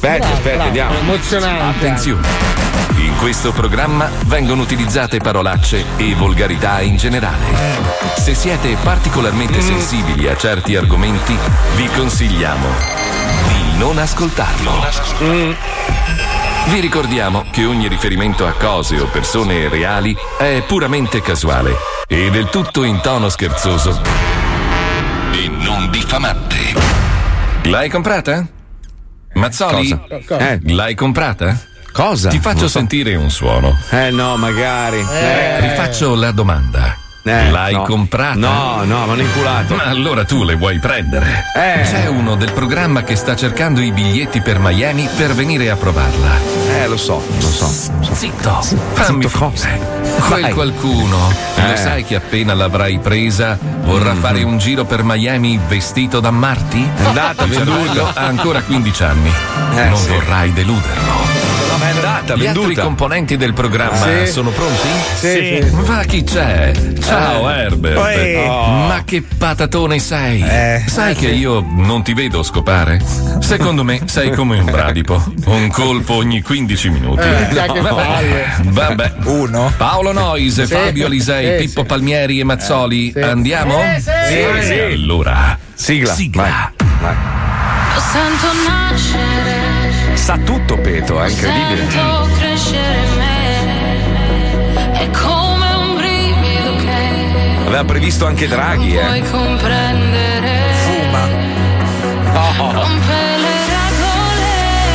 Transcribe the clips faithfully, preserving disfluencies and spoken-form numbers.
Aspetta, bravo, aspetta, bravo. andiamo. Emozionante. Attenzione! In questo programma vengono utilizzate parolacce e volgarità in generale. Se siete particolarmente sensibili a certi argomenti, vi consigliamo di non ascoltarlo. Vi ricordiamo che ogni riferimento a cose o persone reali è puramente casuale e del tutto in tono scherzoso e non diffamante. L'hai comprata? Mazzoli? Cosa? Eh, l'hai comprata? Cosa? Ti faccio Non so. sentire un suono. Eh no, magari. Eh, rifaccio la domanda. Eh, L'hai no. comprata? No, no, ma hanno inculato. Ma allora tu le vuoi prendere? Eh. C'è uno del programma che sta cercando i biglietti per Miami per venire a provarla. Eh, lo so, lo so. Zitto, fammi Zitto, finire. Quel Vai. qualcuno, lo Eh. sai che appena l'avrai presa vorrà Mm-hmm. fare un giro per Miami vestito da Marty? È andata, Il venduta. cervello ha ancora quindici anni. Eh, non sì. vorrai deluderlo. No, ma è andata, Gli venduta. altri componenti del programma Sì. sono pronti? Sì, sì. Va, chi c'è? Ciao Herbert. Poi- Oh. Ma che patatone sei? Eh. Sai che io non ti vedo scopare? Secondo me sei come un bradipo. Un colpo ogni quindici minuti. Eh, già che Vabbè. palle. Vabbè. Uno. Paolo Noise, Fabio Alisei, Sì, Pippo sì. Palmieri e Mazzoli. Sì. Andiamo? Sì, sì. Sì. Allora, Sigla. sigla. Vai. Lo sento nascere, Sa tutto Peto, è incredibile. sento crescere in me. È come un brivido che Aveva previsto anche Draghi, non eh. puoi comprendere. Fuma. Oh. Rompe le regole,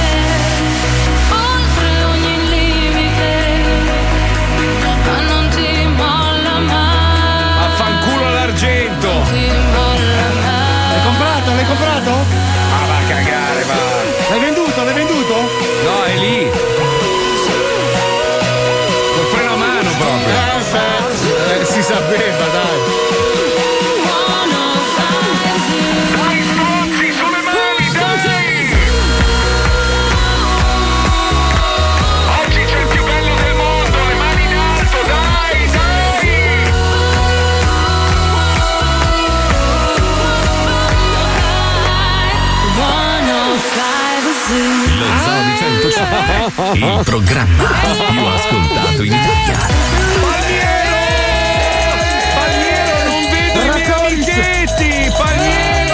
oltre ogni limite, ma non ti molla mai. Affanculo l'argento. Ti molla mai. L'hai comprato? L'hai comprato? Ma va a cagare, va. L'hai venduto? L'hai venduto? No, è lì. Col freno a mano proprio. Eh, si sapeva, dai. Dai, stronzi, sulle mani, dai! Oggi c'è il più bello del mondo, le mani in alto, dai, dai! Lo Zoo di centocinque, il programma più ascoltato in Italia. Palmiero, non vedo i miei biglietti! Palmiero!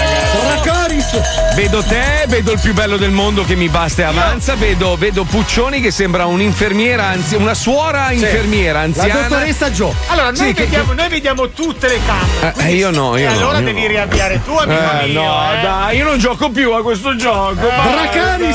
Vedo te, vedo il più bello del mondo che mi basta e avanza, vedo, vedo Puccioni che sembra un'infermiera, anzi, una suora infermiera La anziana. dottoressa Jo. Allora, noi, Sì, che- vediamo, noi vediamo tutte le camere. Eh, io no, io e no, allora io devi no. riavviare tu, amico Eh, mio. no, eh. dai, io non gioco più a questo gioco. Dracaris!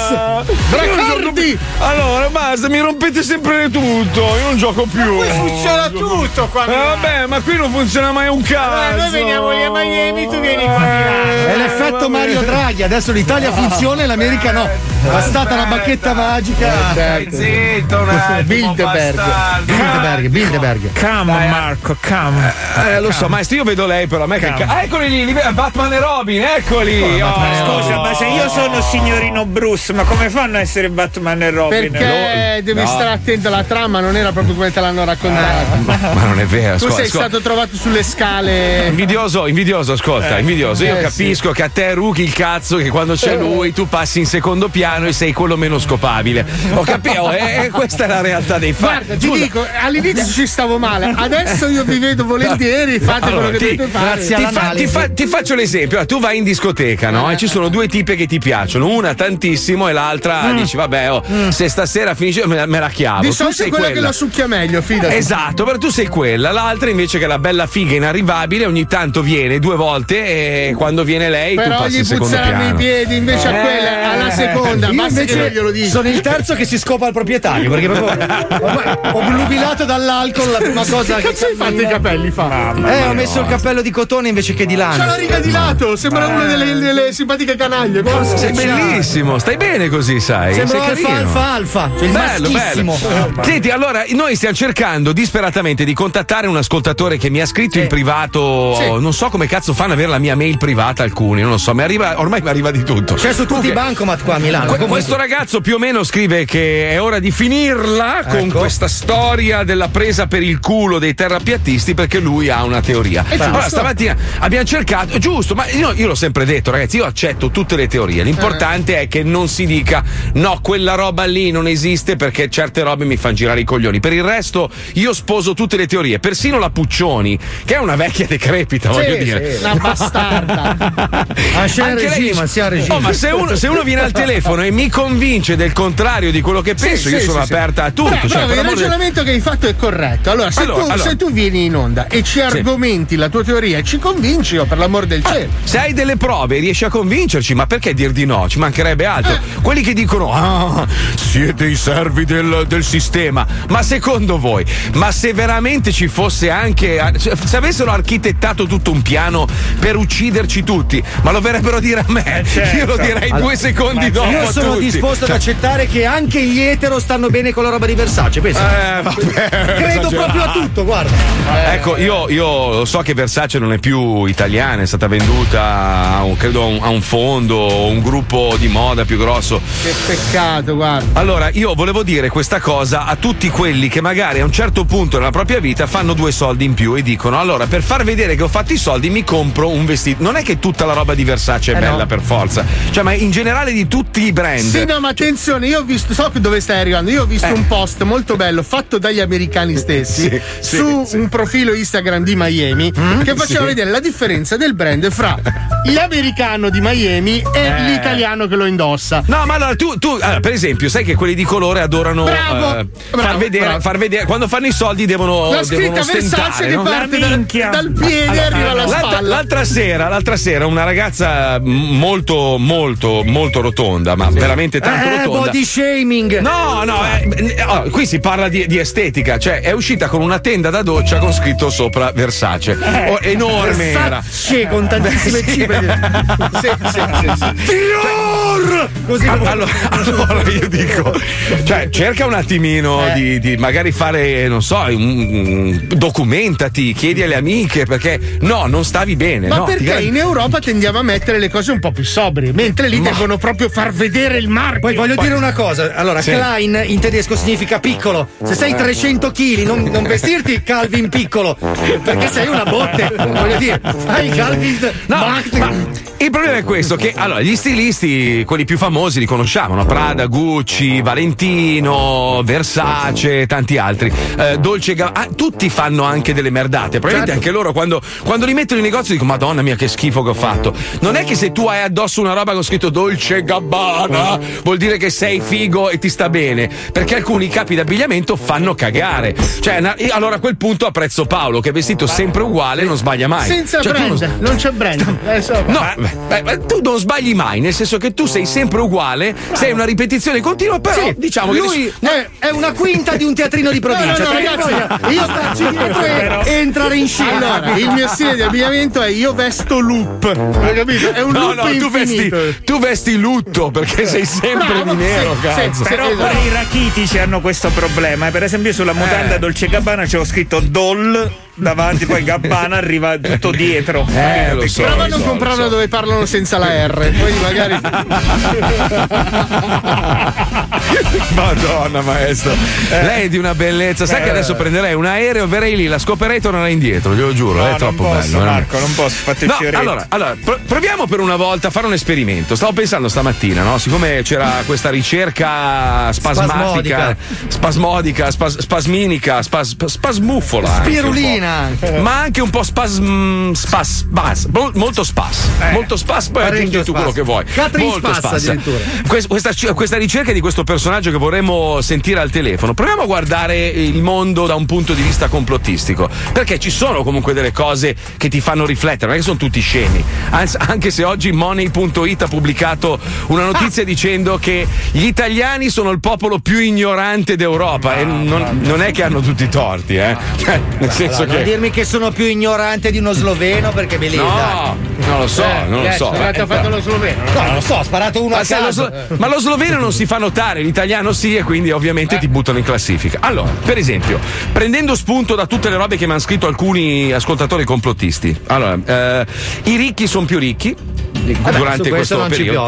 Dracardi! Allora, basta, mi rompete sempre tutto. Io non gioco più. Qui funziona tutto qua. Eh, Milano. vabbè, ma qui non funziona mai un cazzo. Allora, noi veniamo lì a Miami, tu vieni qua a Milano. È l'effetto Mario Draghi, adesso l'Italia funziona e l'America no. È stata una bacchetta magica. Stai zitto un attimo, Bilderberg. bastardo. Bilderberg, Bilderberg. Come Marco, come. Eh, lo so, maestro, io vedo lei, però a me che ca- ah, eccoli lì, lì, Batman e Robin, eccoli. Oh. Scusa, ma se io sono signorino Bruce, ma come fanno a essere Batman e Robin? Perché devi No. stare attento, la trama non era proprio come te l'hanno raccontata. Ma non è vero, Tu ascolta, sei ascolta. stato trovato sulle scale. Invidioso, invidioso, ascolta, invidioso. Io eh, capisco che a te ruchi il cazzo che quando c'è lui tu passi in secondo piano e sei quello meno scopabile. Ho capito, eh, questa è la realtà dei fatti. Guarda, ti Scusa. dico, all'inizio ci stavo male, adesso io vi vedo volentieri, fate Allora, quello che ti, dovete fare. ti fa- ti fa- ti faccio l'esempio, allora, tu vai in discoteca, no? E ci sono due tipe che ti piacciono, una tantissimo e l'altra dici vabbè, oh, se stasera finisce me la, me la chiavo. Di Tu solito è sei quella, quella che lo succhia meglio, fidati. Esatto, però tu sei quella, l'altra invece che è la bella figa inarrivabile, ogni tanto viene due volte e quando viene lei tu Però passi gli in secondo puzzeranno piano. i piedi, invece a Eh. quella, alla seconda, Io basta che invece non glielo dici. sono il terzo che si scopa al proprietario perché proprio ormai obnubilato dall'alcol la prima cosa Che che cazzo hai fatto i capelli, fa? eh ho messo il cappello di cotone invece che di C'ha la lana. riga di lato, sembra una delle, delle simpatiche canaglie. Guarda. Sei bellissimo, stai bene così, sai? Sembra sei alfa carino. alfa alfa, cioè il Bello, maschissimo. bello. Senti, allora noi stiamo cercando disperatamente di contattare un ascoltatore che mi ha scritto in privato. Sì. Non so come cazzo fanno ad avere la mia mail privata alcuni, non lo so, mi arriva, ormai mi arriva di tutto. C'è su tutti i Comunque, bancomat qua a Milano. Que- questo ragazzo più o meno scrive che è ora di finirla con Ecco. questa storia della presa per il culo dei terrapiattisti, perché lui ha una teoria. Allora, stamattina abbiamo cercato, giusto, ma io, io l'ho sempre detto, ragazzi, io accetto tutte le teorie. L'importante è che non si dica no, quella roba lì non esiste perché certe robe mi fanno girare i coglioni. Per il resto io sposo tutte le teorie, persino la Puccioni, che è una vecchia decrepita, Sì, voglio dire. sì, una bastarda. Ah, sia Anche lei regime, dice- sia regime. Oh, ma se uno, se uno viene al telefono e mi convince del contrario di quello che penso, Sì, io sì, sono sì, aperta a tutto. Bravo, cioè, bravo, per il amor di- ragionamento che hai fatto è corretto. Allora, se, Allora, tu, allora. se tu vieni in onda e ci argomenti la tua teoria e ci convinci, oh, per l'amor del cielo. Se hai delle prove riesci a convincerci, ma perché dir di no? Ci mancherebbe altro. Eh. Quelli che dicono ah, siete i servi del, del sistema. Ma secondo voi, ma se veramente ci fosse anche, cioè, se avessero architettato tutto un piano per ucciderci tutti, ma lo verrebbero a dire a me? certo. Io lo direi Allora, due secondi dopo. Io a sono tutti. disposto ad Cioè, accettare che anche gli etero stanno bene con la roba di Versace. Pensa. eh, vabbè, Credo esagerato. proprio a tutto, guarda. Ecco, io, io lo so che Versace non è più italiana, è stata venduta a un, credo a un, a un fondo, un gruppo di moda più grosso. Che peccato, guarda. Allora, io volevo dire questa cosa a tutti quelli che magari a un certo punto nella propria vita fanno due soldi in più e dicono: allora, per far vedere che ho fatto i soldi mi compro un vestito. Non è che tutta la roba di Versace è Eh bella no. per forza, cioè, ma in generale di tutti i brand. Sì, no, ma attenzione, io ho visto, so che dove stai arrivando. Io ho visto Eh. un post molto bello fatto dagli americani stessi Sì, sì, su sì. un profilo Instagram di Miami che faceva sì. vedere la differenza del brand fra l'americano di Miami e Eh. l'italiano che lo indossa. No, ma allora tu, tu allora, per esempio, sai che quelli di colore adorano Bravo, eh, bravo, far, vedere, bravo. far vedere quando fanno i soldi devono, La devono scritta Versace ostentare, che no? parte La dal, minchia. dal piede e arriva alla L'altra, spalla. l'altra sera, l'altra sera una ragazza m- molto, molto, molto rotonda, ma veramente tanto Eh, rotonda. body shaming. No, no, eh, oh, qui si parla di, di estetica, cioè è uscita con una tenda da doccia con scritto sopra Versace. Oh, enorme era. Versace con tantissime Sì. cifre. Sì, sì, sì, sì. Dior! Così Ah, Allora, allora io dico, cioè cerca un attimino Eh. di, di magari fare, non so, un- un- documentati, chiedi alle amiche, perché no, non stavi bene. Ma no, ti perché gar- in Europa tendiamo a mettere le cose un po' più sobrie, mentre lì Ma- devono proprio far vedere il marchio. Poi voglio dire una cosa, allora Sì. Klein in tedesco significa piccolo. Se sei trecento chili non, non vestirti Calvin piccolo, perché sei una botte. Voglio dire, fai Calvin. No, Macht- ma il problema è questo: che allora gli stilisti, quelli più famosi, li conosciamo: no? Prada, Gucci, Valentino, Versace, tanti altri. Eh, Dolce Ga- ah, tutti fanno anche delle merdate. Probabilmente Certo. anche loro, quando, quando li mettono in negozio, dicono: Madonna mia, che schifo che ho fatto. Non è che se tu hai addosso una roba con scritto Dolce Gabbana vuol dire che sei figo e ti sta bene, perché alcuni capi d'abbigliamento fanno cagare. Cioè, na- io allora a quel punto apprezzo Paolo, che è vestito sempre uguale e non sbaglia mai. Senza Cioè, tu non- brand, non c'è brand. Eh, so. No, beh, beh, beh, tu non sbagli mai, nel senso che tu sei sempre uguale, sei una ripetizione continua, però Sì, diciamo che lui è, è una quinta di un teatrino di provincia. No, no, no, perché ragazzi, poi io starci dietro e, e entrare in scena. Allora, il mio stile di abbigliamento è io vesto loop. Hai capito? È un No, loop no, tu vesti, infinito. tu vesti lutto perché sei sempre Bravo, di nero, sì, cazzo. sì, Però esatto. pure i rachitici hanno questo problema. Per esempio, sulla mutanda Eh. Dolce Gabbana c'ho scritto Doll davanti, poi Gabbana arriva tutto dietro. Eh, lo so. Prova a lo non so, comprarlo lo so. dove parlano senza la R, poi magari. Madonna maestro, lei è di una bellezza. Sai che adesso prenderei un aereo, verrei lì, la scoperei e tornerei indietro, glielo giuro, No, è non troppo posso, bello. veramente. Marco, non posso, fate il No, fioretto. allora, allora, pro- proviamo per una volta a fare un esperimento. Stavo pensando stamattina, no? Siccome c'era questa ricerca spasmatica, spasmodica, spas- spasminica, spas- spas- spasmuffola. anche un po'. Spirulina anche. Ma anche un po' spasm, spas, spas, mol- molto spas, molto spas, poi Parecchio aggiungi tu spas. quello che vuoi. Catherine Molto Spass, spas. addirittura. Quest- Questa, questa ricerca di questo personaggio che vorremmo sentire al telefono, proviamo a guardare il mondo da un punto di vista complottistico, perché ci sono comunque delle cose che ti fanno riflettere, non è che sono tutti scemi. Anzi, anche se oggi Money punto it ha pubblicato una notizia dicendo che gli italiani sono il popolo più ignorante d'Europa, e non, non è che hanno tutti i torti, eh? Cioè, nel senso Allora, non che dirmi che sono più ignorante di uno sloveno perché me li no, non lo so, non lo so. Guardate, ha fatto lo sloveno. No, non lo so, ha sparato uno Ma, a sai, lo caso. slo- ma lo sloveno non si fa notare, l'italiano sì, e quindi ovviamente ti buttano in classifica. Allora, per esempio, prendendo spunto da tutte le robe che mi hanno scritto alcuni ascoltatori complottisti. Allora, eh, i ricchi sono più ricchi Vabbè, durante su questo questo non ci periodo. piove.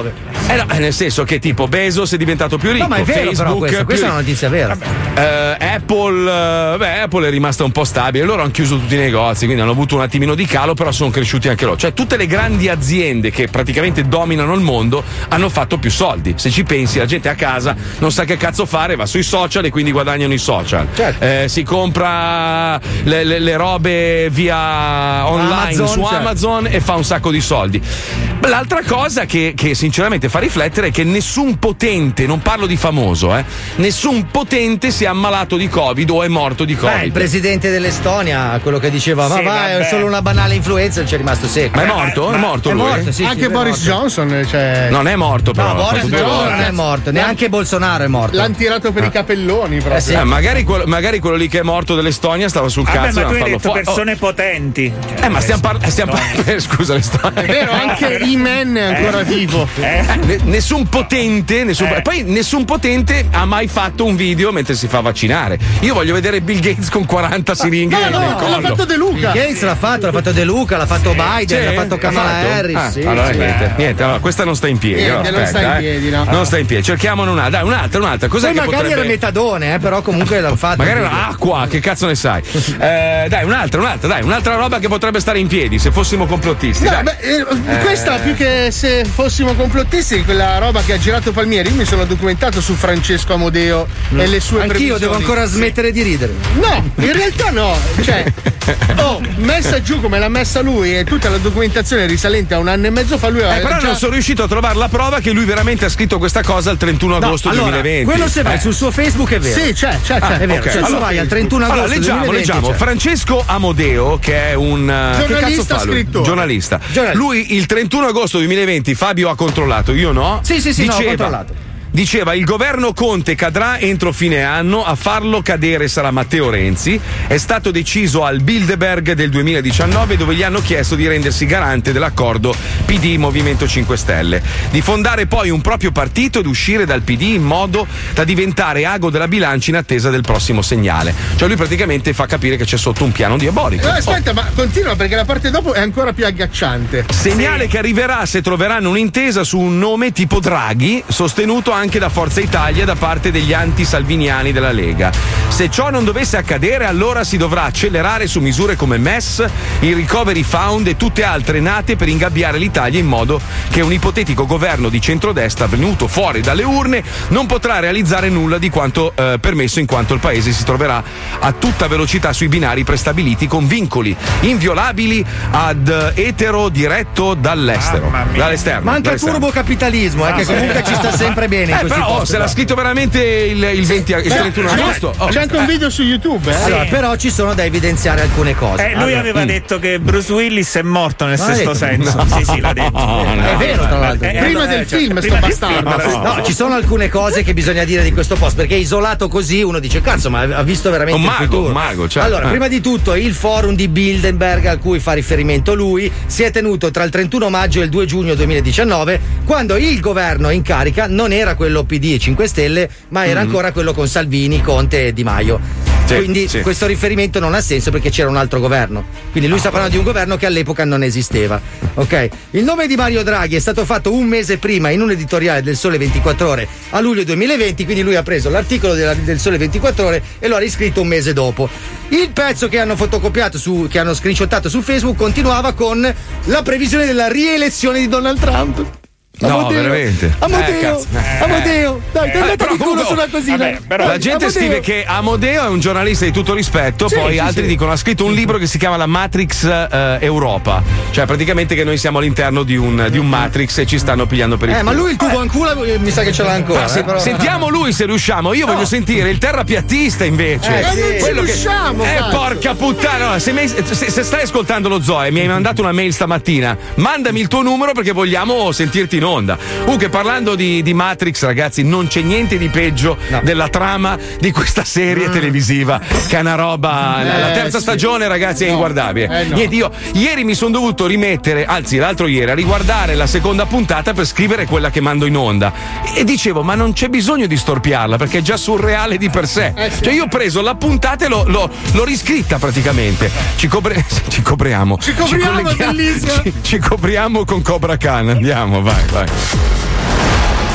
Eh no, nel senso che tipo Bezos è diventato più ricco, No, ma è vero, Facebook però questo, più questa è una ricco. notizia vera. Eh, Apple, eh, beh, Apple è rimasta un po' stabile, loro hanno chiuso tutti i negozi, quindi hanno avuto un attimino di calo, però sono cresciuti anche loro. Cioè, tutte le grandi aziende che praticamente dominano il mondo hanno fatto più soldi. Se ci pensi, la gente a casa non sa che cazzo fare, va sui social e quindi guadagnano i social. Certo. Eh, si compra le, le- le robe via online Amazon, su certo. Amazon e fa un sacco di soldi. L'altra cosa che, che sinceramente fa riflettere è che nessun potente, non parlo di famoso, eh, nessun potente si è ammalato di Covid o è morto di Covid. Beh, il presidente dell'Estonia, quello che diceva, ma Sì, vai, è vabbè. solo una banale influenza, ci è rimasto secco. Ma è morto? È morto È lui? morto, sì. Anche sì, Boris è morto. Johnson, cioè. Non è morto però. No, ha Boris fatto due Johnson volte. non è morto, neanche Bolsonaro è morto. L'hanno tirato per i capelloni proprio. Eh sì. Eh, magari, quello, magari quello lì che è morto dell'Estonia stava sul Vabbè, cazzo. ma tu hai farlo detto fuori. persone potenti. Oh, eh, ma stiamo parlando. Stiamo par- scusa, l'Estonia. È vero, anche Iman è ancora vivo. Eh? Ne- nessun potente, nessun, Eh. poi nessun potente ha mai fatto un video mentre si fa vaccinare. Io voglio vedere Bill Gates con quaranta siringhe No, nel no, collo. l'ha fatto De Luca. Gates l'ha fatto, l'ha fatto De Luca, l'ha fatto Biden, Sì, l'ha fatto l'ha Kamala fatto? Harris. Ah, sì, allora sì. niente, niente, allora questa non sta in piedi. Niente, allora, non sta aspetta, in eh. piedi, no. Non sta in piedi, cerchiamone una, dai, un'altra, un'altra. Cos'è Poi che magari potrebbe... era metadone, eh, però comunque l'hanno fatto. Magari era acqua, che cazzo ne sai? Eh, dai, un'altra, un'altra, dai, un'altra roba che potrebbe stare in piedi se fossimo complottisti. No, dai. beh, eh, questa più che se fossimo complottisti, quella roba che ha girato Palmieri, io mi sono documentato su Francesco Amodeo e le sue Anch'io previsioni. devo ancora smettere di ridere. No, in realtà no, cioè, oh, messa giù come l'ha messa lui e tutta la documentazione risalente a un anno e mezzo fa lui Eh, aveva però già... non sono riuscito a trovare la prova che lui veramente ha scritto questa cosa il trentuno No, agosto allora, duemilaventi. quello se vai Eh. sul suo Facebook è vero. Sì, c'è, c'è, c'è. Ah, è vero, Ok, cioè tu allora- vai al trentuno agosto Allora, leggiamo, duemilaventi, leggiamo. cioè. Francesco Amodeo, che è un eh, che cazzo fa lui? scrittore. Giornalista. Giornalista. Lui il trentuno agosto duemilaventi, Fabio ha controllato, io no. Sì, sì, sì, no, ho diceva, controllato. Diceva il governo Conte cadrà entro fine anno, a farlo cadere sarà Matteo Renzi. È stato deciso al Bilderberg del duemiladiciannove, dove gli hanno chiesto di rendersi garante dell'accordo P D Movimento cinque Stelle, di fondare poi un proprio partito ed uscire dal P D in modo da diventare ago della bilancia in attesa del prossimo segnale. Cioè lui praticamente fa capire che c'è sotto un piano diabolico. No, aspetta, ma continua perché la parte dopo è ancora più agghiacciante. Segnale che arriverà se troveranno un'intesa su un nome tipo Draghi, sostenuto anche da Forza Italia da parte degli anti-salviniani della Lega. Se ciò non dovesse accadere, allora si dovrà accelerare su misure come M E S, il Recovery Fund e tutte altre nate per ingabbiare l'Italia in modo che un ipotetico governo di centrodestra venuto fuori dalle urne non potrà realizzare nulla di quanto eh, permesso, in quanto il paese si troverà a tutta velocità sui binari prestabiliti con vincoli inviolabili ad etero diretto dall'estero, Mamma mia. dall'esterno. Manca il dall'esterno. turbo capitalismo, eh, che comunque ci sta sempre bene. in Eh, questi però oh, posti se l'ha qua. scritto veramente il, il venti, il trentuno C'è- agosto. Oh. C'è anche un video su YouTube, eh? Allora, però ci sono da evidenziare alcune cose. Eh, lui Allora, aveva detto che Bruce Willis è morto nel Non ha sesto detto? senso. Sì, sì, l'ha detto. è vero, tra l'altro. Eh, Prima allora, del cioè, film, prima sto del bastardo. film, No, ci sono alcune cose che bisogna dire di questo post, perché isolato così uno dice cazzo, ma ha visto veramente Un il mago, futuro. un mago, cioè. Allora, Eh. prima di tutto il forum di Bilderberg a cui fa riferimento lui si è tenuto tra il trentuno maggio e il due giugno duemiladiciannove, quando il governo in carica non era quello P D e cinque Stelle, ma era ancora quello con Salvini, Conte e Di Maio. Sì, Quindi sì. questo riferimento non ha senso perché c'era un altro governo. Quindi lui sta parlando di un governo che all'epoca non esisteva. Ok? Il nome di Mario Draghi è stato fatto un mese prima in un editoriale del Sole ventiquattro Ore a luglio duemilaventi, quindi lui ha preso l'articolo della- del Sole ventiquattro Ore e lo ha riscritto un mese dopo. Il pezzo che hanno fotocopiato, su, che hanno screenshottato su Facebook continuava con la previsione della rielezione di Donald Trump. No, veramente? Amodeo, Eh, cazzo. Eh. Amodeo, dai, Eh, andate però di culo comunque- su una cosina. vabbè, però La gente Amodeo. scrive che Amodeo è un giornalista di tutto rispetto, Sì, poi sì, altri sì. dicono ha scritto un libro che si chiama La Matrix eh, Europa, cioè praticamente che noi siamo all'interno di un, di un Matrix e ci stanno pigliando per il Eh, ma culo. lui il tubo ancula eh, mi sa che ce l'ha ancora. Però se- eh, però- Sentiamo lui se riusciamo. Io voglio sentire il terrapiattista invece. Eh, sì. non ci Quello che- riusciamo, Eh, cazzo. porca puttana. No, se, mi- se- se stai ascoltando lo Zoe, mi hai mandato una mail stamattina. Mandami il tuo numero perché vogliamo sentirti in onda. Comunque, parlando di, di Matrix, ragazzi, non c'è niente di peggio No. della trama di questa serie televisiva. Che è una roba. la Eh, terza sì. stagione, ragazzi, è No. inguardabile. Eh, no. Niente, io ieri mi sono dovuto rimettere, anzi, l'altro ieri, a riguardare la seconda puntata per scrivere quella che mando in onda. E dicevo, ma non c'è bisogno di storpiarla perché è già surreale di per sé. Eh, sì. Cioè, io ho preso la puntata e l'ho, l'ho- l'ho riscritta praticamente. Ci, copre- ci copriamo. Ci copriamo, colleghiamo- bellissimo. Ci, ci copriamo con Cobra Khan. Andiamo, vai, vai.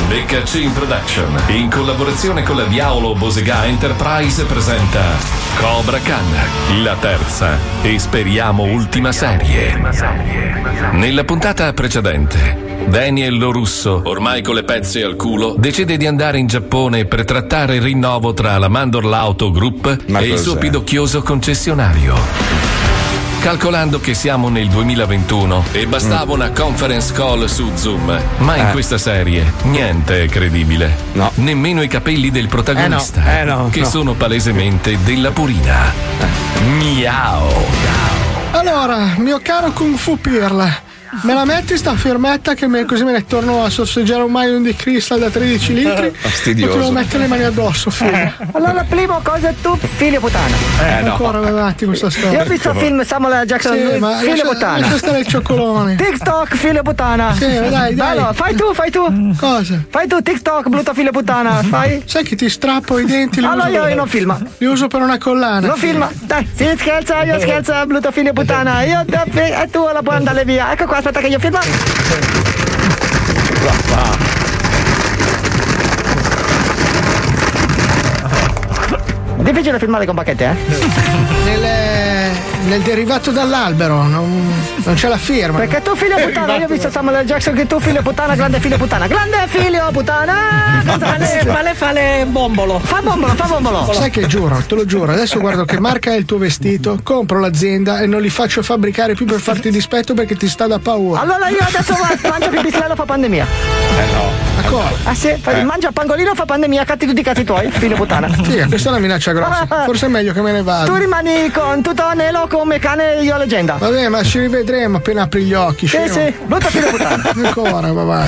Beccacin Production, in collaborazione con la Diavolo Bosega Enterprise, presenta Cobra Khan, la terza e speriamo ultima serie. Nella puntata precedente, Daniel Lorusso, ormai con le pezze al culo, decide di andare in Giappone per trattare il rinnovo tra la Mandorla Auto Group Ma e il cos'è? suo pidocchioso concessionario. Calcolando che siamo nel duemilaventuno e bastava una conference call su Zoom, ma in Eh. questa serie niente è credibile. No. Nemmeno i capelli del protagonista, Eh no, eh no, che no. sono palesemente della purina. Miao. Allora, mio caro Kung Fu Pirla, me la metti sta firmetta che me- così me ne torno a sorseggiare un Magnum di Crystal da tredici litri? Fastidioso. Potevo mettere le mani addosso, figlio. Allora, prima cosa tu, figlio puttana. Eh no. Ancora avanti questa Io ho storia. visto il film Samuel Jackson, Sì, lui, ma figlio lascia, puttana. lascia stare il cioccolone. TikTok, figlio puttana. Sì, dai, dai. Bello, fai tu, fai tu. Cosa? Fai tu TikTok, brutto figlio puttana. Fai. Sai che ti strappo i denti? Li Allora uso, io non filma. li uso per una collana. Non filma. Dai, si scherza, io scherzo, brutto figlio puttana. Io e tu la puoi andare via. Ecco qua, aspetta che io filmo. Difficile filmare con bacchette, eh? Nel, nel derivato dall'albero, non, non c'è la firma. Perché tu figlio puttana, io ho visto Samuel Jackson che tu figlio puttana, grande figlio puttana. Grande figlio puttana! Fale, fale bombolo. Fa bombolo, fa bombolo. Sai che giuro, te lo giuro, adesso guardo che marca è il tuo vestito, compro l'azienda e non li faccio fabbricare più per farti dispetto perché ti sta da paura. Allora io adesso mangio pipistrello fa pandemia. Eh no. Ancora? Ah sì? Fai- Mangia pangolino fa pandemia, catti tutti i cazzi tuoi, figlio puttana. Figa, questa è una minaccia grossa. Forse è meglio che me ne Tu vado. rimani con tutto nero come cane io leggenda. Vabbè, ma ci rivedremo appena apri gli occhi. Sì, scemo. sì, brutta figlio puttana. Ancora, va vai.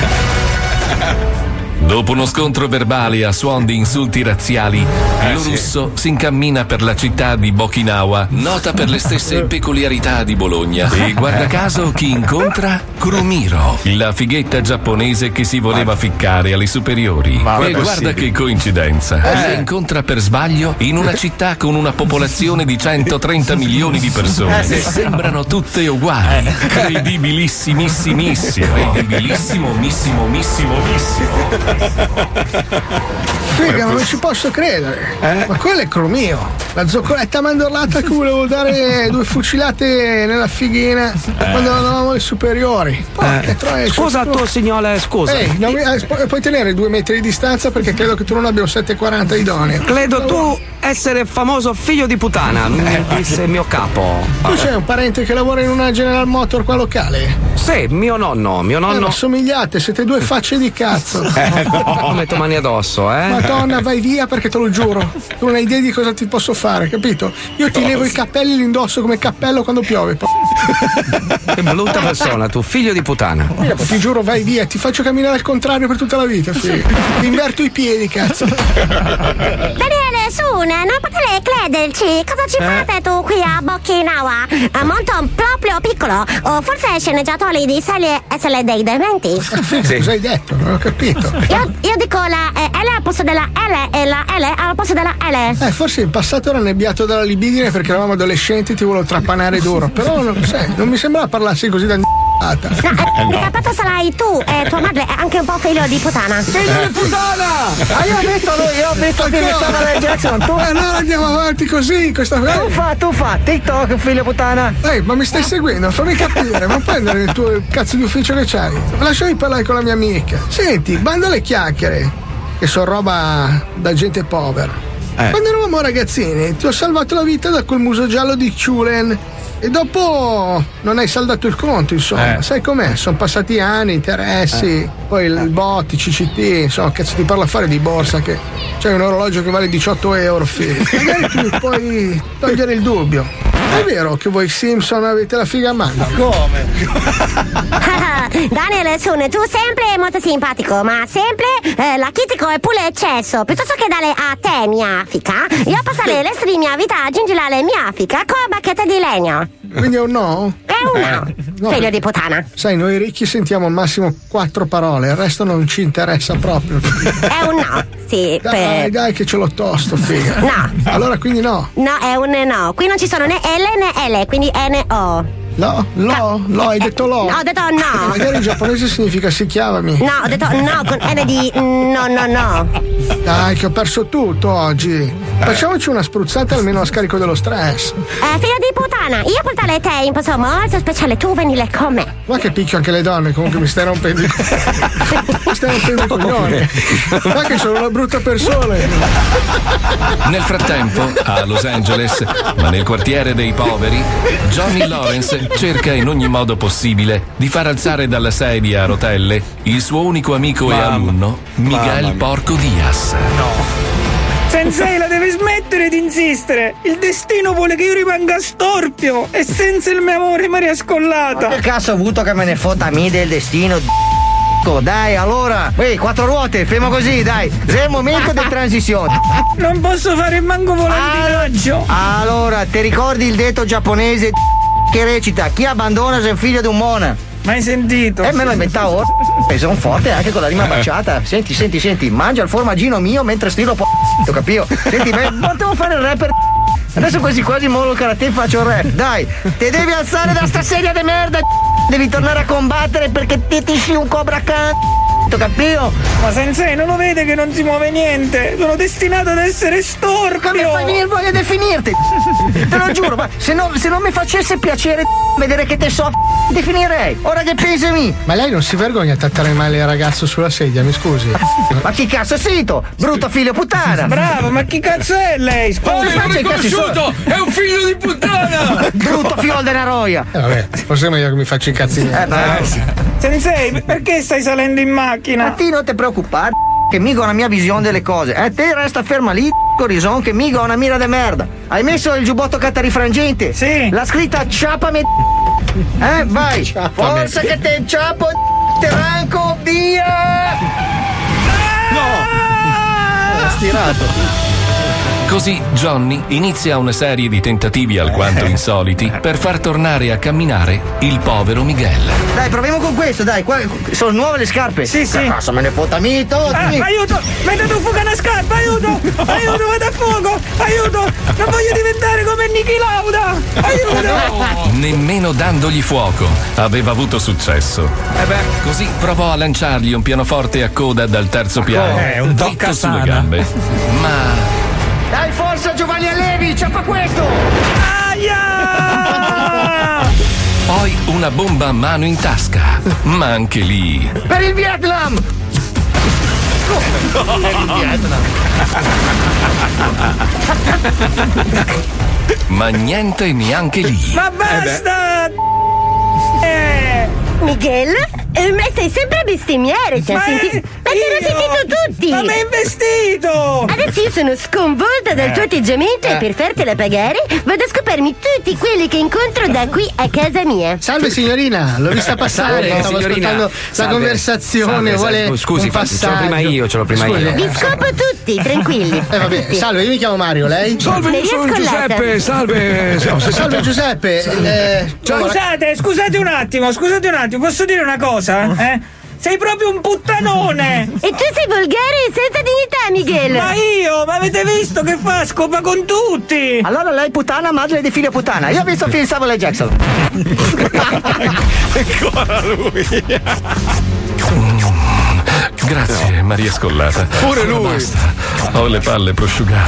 Dopo uno scontro verbale a suon di insulti razziali, lo sì. russo si incammina per la città di Okinawa, nota per le stesse peculiarità di Bologna. E guarda caso chi incontra? Kurumiro, la fighetta giapponese che si voleva ficcare alle superiori. Ma non e è guarda possibile. che coincidenza, la incontra per sbaglio in una città con una popolazione di centotrenta milioni di persone. Eh, sì. Sembrano tutte uguali. Credibilissimissimo. Credibilissimo, missimo, missimo, missimo. Figa, ma non ci posso credere. Eh? Ma quello è cromio. La zoccoletta mandorlata che volevo dare due fucilate nella fighina quando andavamo alle superiori. Porca troia, Scusa sono- tu signore, scusa. Ehi, non mi- eh, pu- puoi tenere due metri di distanza perché credo che tu non abbia un sette quaranta idoneo. Credo tu essere famoso figlio di puttana, mi disse il mio capo. Tu c'hai un parente che lavora in una General Motor qua locale? Sì, mio nonno, mio Eh, nonno. ma somigliate, siete due facce di cazzo. Oh, metto mani addosso, eh. Madonna, vai via perché te lo giuro. Tu non hai idea di cosa ti posso fare, capito? Io ti levo i cappelli e li indosso come cappello quando piove. po- Che brutta persona, tu, figlio di puttana. Ti giuro, vai via, ti faccio camminare al contrario per tutta la vita, figlio. Ti inverto i piedi, cazzo. Daniele, su, non potrei crederci. Cosa ci fate tu qui a Okinawa? È molto proprio piccolo. O forse sceneggiatori di serie essere dei dementi? Figlio, cosa hai detto? Non ho capito. Io, io dico la eh, L al posto della L e la L al posto della L. Eh, forse in passato era nebbiato dalla libidine perché eravamo adolescenti e ti volevo trapanare duro. Però non, sai, non mi sembrava parlassi così da n***ata. No, eh, capato sarai tu e tua madre è anche un po' figlio di puttana. Figlio di puttana! Ah, io ho visto lui, io ho visto il film di Samuel Jackson. Tu, Eh, allora andiamo avanti così, questa tu fa, tu fa, TikTok, figlio puttana. Ehi, ma mi stai seguendo? Fammi capire, non prendere il tuo cazzo di ufficio che c'hai. Lasciami parlare con la mia amica. Senti, banda le chiacchiere, che sono roba da gente povera. Quando eravamo ragazzini, ti ho salvato la vita da quel muso giallo di Chulen. E dopo non hai saldato il conto, insomma. Eh. Sai com'è? Sono passati anni, interessi, poi il bot, i C C T, insomma, cazzo ti parlo a fare di borsa che c'hai un orologio che vale diciotto euro, figlio. Magari tu puoi togliere il dubbio. È vero che voi Simpson avete la figa a mano? Come? Daniele, Sun, tu sempre molto simpatico, ma sempre eh, lachitico e pure eccesso. Piuttosto che dare a te mia fica, io passerei il resto di mia vita a gingilare mia fica con la bacchetta di legno. Quindi è un no? È un no, no. figlio di puttana. Sai, noi ricchi sentiamo al massimo quattro parole, il resto non ci interessa proprio. È un no, sì. Dai, per... dai, che ce l'ho tosto, figa. No. Allora quindi no. No, è un no. Qui non ci sono né L né L, quindi N O. No, lo, lo, hai detto lo. No, ho detto no. Magari in giapponese significa si chiamami. No, ho detto no con N di no, no, no. Dai, che ho perso tutto oggi. Facciamoci una spruzzata almeno a scarico dello stress. Eh, figlio di puttana, io portare te in posto molto speciale, tu venile con me. Ma che picchio anche le donne, comunque mi stai rompendo i mi stai rompendo i coglioni. Ma che sono una brutta persona. Nel frattempo, a Los Angeles, ma nel quartiere dei poveri, Johnny Lawrence cerca in ogni modo possibile di far alzare dalla sedia a rotelle il suo unico amico Mamma. e alunno, Miguel Porco Diaz. No. Sensei, la deve smettere di insistere. Il destino vuole che io rimanga storpio e senza il mio amore Maria Scollata. Ma che cazzo ho avuto che me ne fotta a me del destino? Dai, allora, ehi, quattro ruote, fermo così, dai. È il momento di transizione. Non posso fare manco volantinaggio. Allora, ti ricordi il detto giapponese che recita: chi abbandona è il figlio di un mona? Mai sentito? Eh, me lo inventavo ora. E sono forte anche con la rima baciata. Senti, senti, senti, mangia il formaggino mio mentre stiro po'. Ho capito? Senti, ma potevo fare il rapper. Adesso quasi quasi molo il karate e faccio il rap. Dai, te devi alzare da sta sedia di merda. Devi tornare a combattere perché ti tisci un cobra can. Ho capito? Ma Sensei, non lo vede che non si muove niente? Sono destinato ad essere storpio. Mi fai venire voglia di finirti. Te lo giuro, ma se, no, se non mi facesse piacere vedere che te so definirei. Ora che pensami. Ma lei non si vergogna a trattare male il ragazzo sulla sedia, mi scusi? Ma chi cazzo sei tu? Brutto figlio puttana. Bravo, ma chi cazzo è lei? Scusa, oh, l'ho riconosciuto! È un figlio di puttana! Brutto figlio della roia. Eh, vabbè, forse è meglio che mi faccio i cazzi miei. Eh, beh, eh, sì. Sensei, perché stai salendo in macchina? Ma ti non ti preoccupare, che mica ho una mia visione delle cose. E eh, te resta ferma lì, Corison, che mica ho una mira de merda. Hai messo il giubbotto catarifrangente? Sì. La scritta ciapame. Eh, vai. Ciappame. Forza che te ciapo, te ranco, via. No! Ho stirato. Così Johnny inizia una serie di tentativi alquanto insoliti per far tornare a camminare il povero Miguel. Dai, proviamo con questo, dai, qua sono nuove le scarpe. Sì, sì. Cazzo, me ne fotta mito. Ah, aiuto! Mi dato un fuoco alla scarpa, aiuto! Aiuto, vado a fuoco! Aiuto! Non voglio diventare come Niki Lauda! Aiuto! Nemmeno dandogli fuoco aveva avuto successo. Eh beh. Così provò a lanciargli un pianoforte a coda dal terzo piano, Eh, un dritto tocca sulle sana. gambe. Ma Dai, forza Giovanni Allevi, ciappa questo. Aia! poi una bomba a mano in tasca. Ma anche lì Per il Vietnam. Per il Vietnam. ma niente neanche lì. Ma basta! Eh, Miguel? Eh, ma stai sempre a bestemmiare, cioè, Ma senti... è- Ma ti hanno io- sentito tutti! Ma mi hai investito! Adesso io sono sconvolta dal tuo atteggiamento e per fartela pagare vado a scoparmi tutti quelli che incontro da qui a casa mia. Salve signorina, l'ho vista passare, Salve, stavo signorina. ascoltando Salve. la conversazione, Salve, vuole salve. Scusi, un faccio- ce l'ho passaggio. prima io, ce l'ho prima Scusi, io. Vi scopo tutti, tranquilli. Eh vabbè, Tutti. salve, io mi chiamo Mario, lei? Salve, io sono Maria Giuseppe, salve. Ho sentito- Salve Giuseppe, eh, Scusate, scusate un attimo, scusate un attimo, posso dire una cosa? Eh? Sei proprio un puttanone! E tu sei volgare e senza dignità, Miguel. Ma io, ma avete visto che fa? Scopa con tutti! Allora lei puttana, madre di figlio puttana. Io ho visto film Samuel L. Jackson. Ancora lui. Grazie, Maria Scollata. Pure Ora lui. Basta. Ho le palle prosciugate.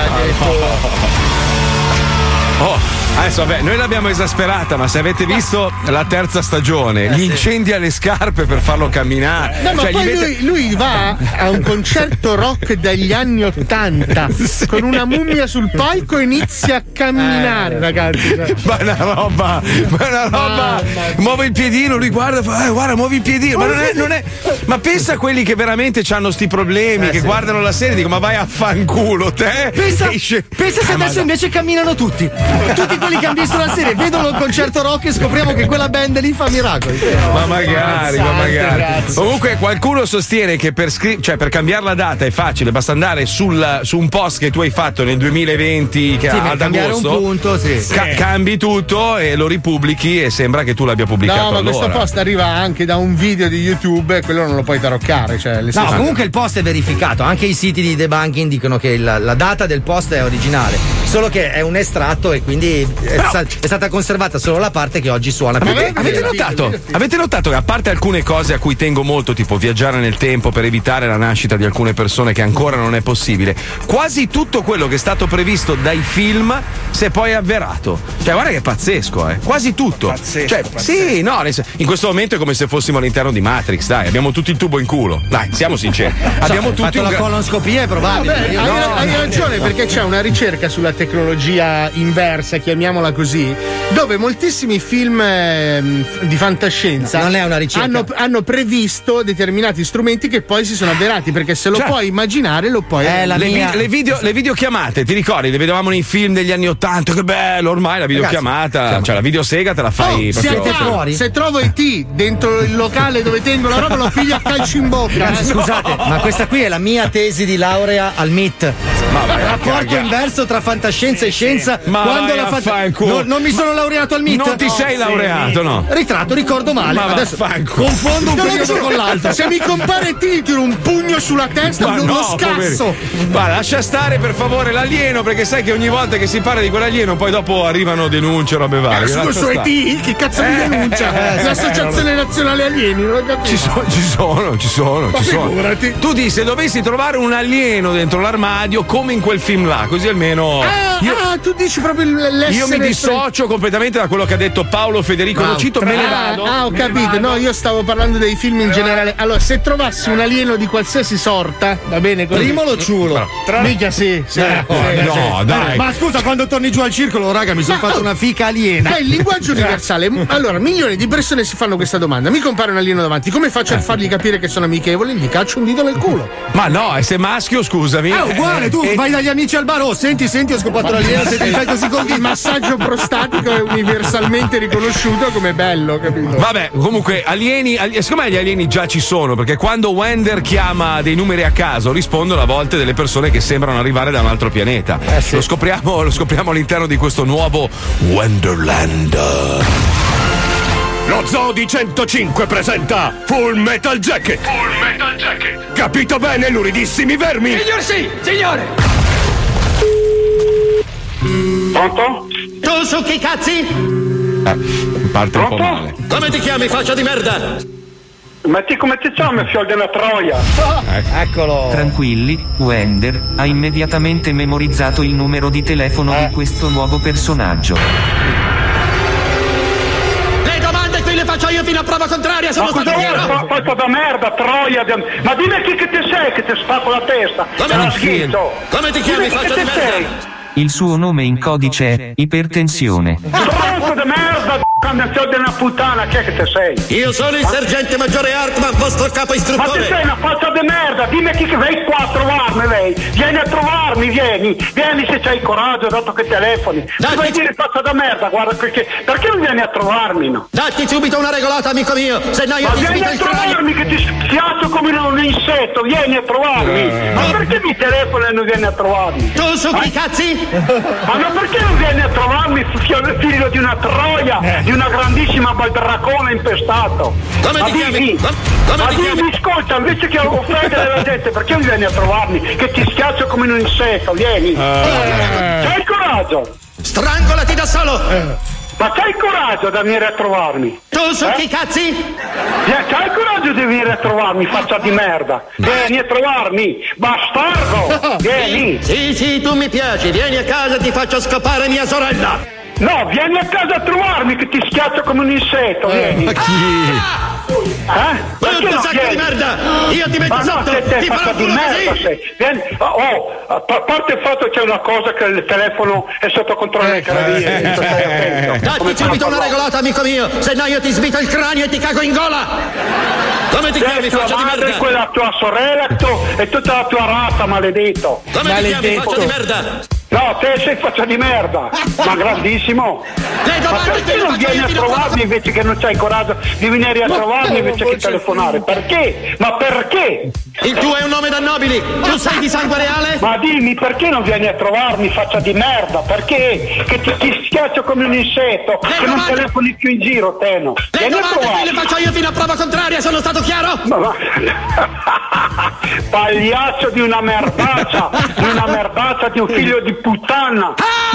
Oh, adesso vabbè, noi l'abbiamo esasperata, ma se avete visto la terza stagione, gli incendi alle scarpe per farlo camminare. no, ma Cioè, gli poi mette- lui, lui va a un concerto rock degli anni ottanta con una mummia sul palco e inizia a camminare, ragazzi. cioè. Ma è una roba, ma è una roba. Muove il piedino, lui guarda, fa, eh, guarda, muovi il piedino. Ma non è, non è. Ma pensa a quelli che veramente hanno sti problemi, che guardano la serie e dicono, ma vai a fanculo, te. Pensa, Che sce- pensa se Ah, adesso ma- invece camminano tutti. Tutti quelli che hanno visto la serie vedono il concerto rock e scopriamo che quella band lì fa miracoli. Ma magari, ma magari. cazzo. Comunque qualcuno sostiene che per, scri- cioè per cambiare la data è facile, basta andare sul- su un post che tu hai fatto nel duemilaventi che Sì, per ad cambiare un agosto. punto, sì. Ca- cambi tutto e lo ripubblichi e sembra che tu l'abbia pubblicato No, ma allora. questo post arriva anche da un video di YouTube e quello non lo puoi taroccare. Cioè, nel No, senso- comunque il post è verificato, anche i siti di debunking dicono che la, la data del post è originale. solo che è un estratto e quindi è, Però... sta- è stata conservata solo la parte che oggi suona più Avete, bene. avete notato, avete notato che a parte alcune cose a cui tengo molto, tipo viaggiare nel tempo per evitare la nascita di alcune persone che ancora non è possibile, quasi tutto quello che è stato previsto dai film si è poi avverato. Cioè guarda che è pazzesco, eh. Quasi tutto. Pazzesco, cioè, pazzesco. sì, no, in questo momento è come se fossimo all'interno di Matrix, dai, abbiamo tutti il tubo in culo. Dai, siamo sinceri. Abbiamo tutti fatto un la gra- colonoscopia è probabile. Vabbè, Io- hai, no, hai no. ragione, perché c'è una ricerca sulla tecnologia inversa, chiamiamola così, dove moltissimi film ehm, di fantascienza No, non è una ricerca. hanno, hanno previsto determinati strumenti che poi si sono avverati, perché se lo Cioè, puoi immaginare lo puoi. Eh, la le, mia- vi- le video, le videochiamate, ti ricordi? Le vedevamo nei film degli anni ottanta, che bello, ormai la videochiamata, cioè la videosega te la fai Oh, proprio. siete fuori? Se trovo E T dentro il locale dove tengo la roba, lo piglio a calci in bocca. Ragazzi, eh. scusate, ma questa qui è la mia tesi di laurea al M I T. Ma vai a rapporto cagare. inverso tra fantascienza e scienza. Ma quando vai la a fanta- fanculo. non, non mi sono laureato al M I T. Non ti sei laureato, no? Ritratto, ricordo male. Ma Adesso vaffanculo. confondo un Te lo periodo giuro, con l'altro. Se mi compare E T, gli tiro un pugno sulla testa, Ma lo no, scasso. poveri. Ma lascia stare per favore l'alieno, perché sai che ogni volta che si parla di quell'alieno poi dopo arrivano denunce, robe varie. Su, Lascia su E stare. T, che cazzo mi Eh, denuncia? eh, L'Associazione Nazionale Alieni, non ho capito. Ci, so- ci sono, ci sono, Ma ci sono. figurati. Tu dici, se dovessi trovare un alieno dentro l'armadio, come in quel film là, così almeno. Ah, io, ah, tu dici proprio l'essere. io mi dissocio completamente da quello che ha detto Paolo Federico. Lo cito, me ne Ah, vado. ah, ho me ne capito. vado. No, io stavo parlando dei film in generale. Allora, se trovassi un alieno di qualsiasi sorta, va bene così. Primo lo ciulo. Tra... Mica sì, sì, Eh, sì, no, sì. dai. Ma scusa, quando torni giù al circolo, raga, mi sono fatto una fica aliena. Ma il linguaggio universale. Allora, milioni di persone si fanno questa domanda. Mi compare un alieno davanti, come faccio a fargli capire che sono amichevole? Gli caccio un dito nel culo. Ma no, e se maschio, scusami. È uguale, tu Eh, vai dagli amici al bar, oh, senti, senti, ho scopato l'alieno, se ti fai così con Il massaggio prostatico è universalmente riconosciuto come bello, capito? Vabbè, comunque, alieni, ali- secondo me gli alieni già ci sono, perché quando Wender chiama dei numeri a caso rispondono a volte delle persone che sembrano arrivare da un altro pianeta. Lo scopriamo, lo scopriamo all'interno di questo nuovo Wonderland. Lo Zoo di centocinque presenta Full Metal Jacket. Full Metal Jacket. Capito bene, luridissimi vermi? Signor sì, signore! Pronto? Tu su chi cazzi? Eh, parte un po' male. Come ti chiami, faccia di merda? Ma ti come ti chiami, figlio della troia? Eccolo. Tranquilli, Wender ha immediatamente memorizzato il numero di telefono di questo nuovo personaggio. Le domande qui le faccio io fino a prova contraria, sono Ma stato cosa chiaro? vuoi? Fa- Fatto da merda, troia. di- Ma dimmi chi che te sei che ti spacco la testa. Come Era non schizzo. Come ti chiami, Dimmi chi faccia che di te sei. merda? Il suo nome in codice è ipertensione. Tronco di merda, candidato di una puttana, chi è che te sei? Io sono il sergente maggiore Hartman, vostro capo Ma ti istruttore. sei una faccia di merda, dimmi chi che vai qua a trovarmi lei. Vieni a trovarmi, vieni. Vieni se c'hai coraggio, dato che telefoni. Dai, Ti vai ti- dire faccia da merda, guarda perché. Perché non vieni a trovarmi, no? Datti subito una regolata, amico mio, se no io Ma ti vieni svito a il cranio. trovarmi che ti schiaccio come un insetto, vieni a trovarmi. Ma perché mi telefoni e non vieni a trovarmi? Tu su chi cazzi? Ma no, perché non vieni a trovarmi, figlio figlio di una troia, di una grandissima baldracona impestato? Come Ma ti chiami? dimmi, Com- come ma ti dimmi, chiami? ascolta, invece che offendere la gente, perché non vieni a trovarmi? Che ti schiaccio come un insetto, vieni. C'hai il coraggio? Strangolati da solo! Ma c'hai il coraggio da venire a trovarmi? Tu su Eh? chi cazzi? Eh, C'hai il coraggio di venire a trovarmi, faccia di merda? Vieni a trovarmi, bastardo! Vieni! Sì, sì, tu mi piaci, vieni a casa e ti faccio scopare mia sorella! No, vieni a casa a trovarmi che ti schiaccio come un insetto, vieni! Ma chi? Eh? Perché Brutto non sacco vieni? di merda! Io ti metto Ma no, sotto! se te Ti faccia farò di culo merda così! sei. Vieni, oh, a pa- parte il fatto che c'è una cosa che il telefono è sotto controllo dei carabinieri, stai attento. Come Datti subito una parlo? regolata, amico mio, se no io ti svito il cranio e ti cago in gola! Come ti chiami, Sei tua faccia di madre, merda? quella tua sorella tu- e tutta la tua razza, maledetto. Come ti chiami, faccia di merda? No, te sei faccia di merda, ma grandissimo. Le Ma domande perché che le non faccio vieni io a ti do trovarmi invece che non c'hai il coraggio di venire a trovarmi invece che telefonare? Perché? Ma perché? Il tuo è un nome da nobili! Tu sei di sangue reale? Ma dimmi perché non vieni a trovarmi, faccia di merda? Perché? Che ti, ti schiaccio come un insetto, Le che non domande- telefoni più in giro, te no. Le Vieni a domande qui le trovarmi. faccio io fino a prova contraria, sono stato chiaro? Ma va- Pagliaccio di una merdaccia, di una merdaccia, di un figlio di puttana!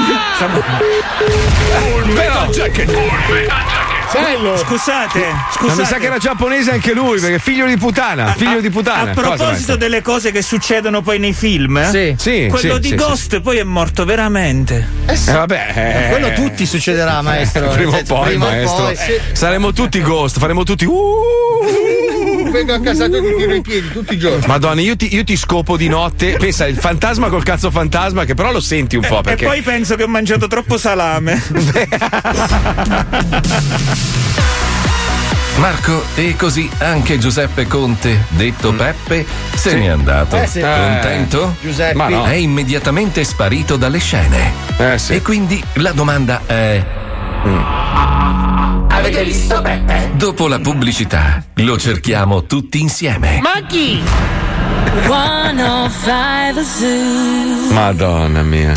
Full Metal Jacket! Bello. Scusate, scusate. Ma mi sa che era giapponese anche lui, perché figlio di puttana, figlio a, di puttana. A proposito delle cose che succedono poi nei film, eh? Sì. Sì, quello sì, di sì, Ghost sì. poi è morto veramente. Eh, sì. eh vabbè, eh, quello tutti succederà, maestro. Prima o poi, prima maestro. Poi, sì. Saremo tutti Ghost, faremo tutti. Uh, vengo a casa e ti tiro i piedi tutti i giorni. Madonna, io ti, io ti scopo di notte. Pensa, il fantasma col cazzo fantasma, che però lo senti un po'. E, perché... e poi penso che ho mangiato troppo salame. Marco, e così anche Giuseppe Conte, detto Peppe, se Sì. n'è andato. Eh, sì. Contento? Eh, Giuseppe. Ma no. È immediatamente sparito dalle scene. Eh, sì. E quindi la domanda è: Avete visto Peppe? dopo la pubblicità lo cerchiamo tutti insieme. Ma chi? Madonna mia.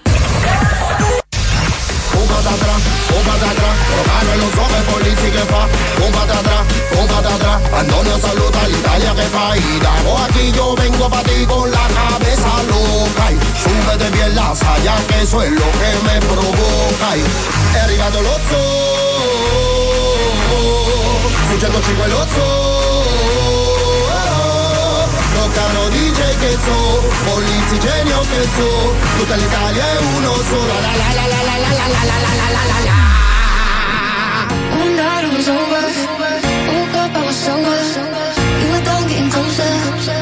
Un patatra, un patatra, Rocano lo so che polizzi che fa. Un patatra, un patatra, Antonio saluta l'Italia che fa. Y dago aquí yo vengo pa' ti con la cabeza loca. Y súbete bien la saya que eso es lo que me provoca. Y è arrivato lo zoo, su centocinque lo zoo. Rocano D J che so, polizzi genio che so. Tutta l'Italia è uno solo. La la la la la la la la la la la la la. One night it was over. Woke up, I was sober. You were done getting closer.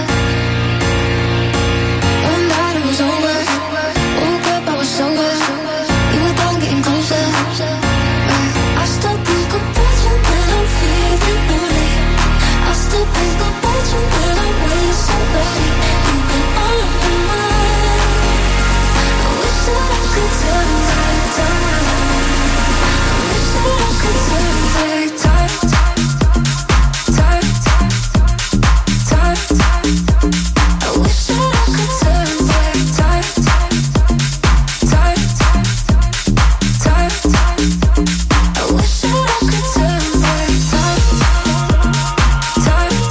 One night it was over. Woke up, I was sober. You were done getting closer. I still think about you when I'm feeling lonely. I still think about you when I'm with somebody. You've been on my mind. I wish that I could turn back time. I wish that I could turn back time. Time, time, I wish that I could turn back time. Time, time, I wish that I could turn back time. Time, time,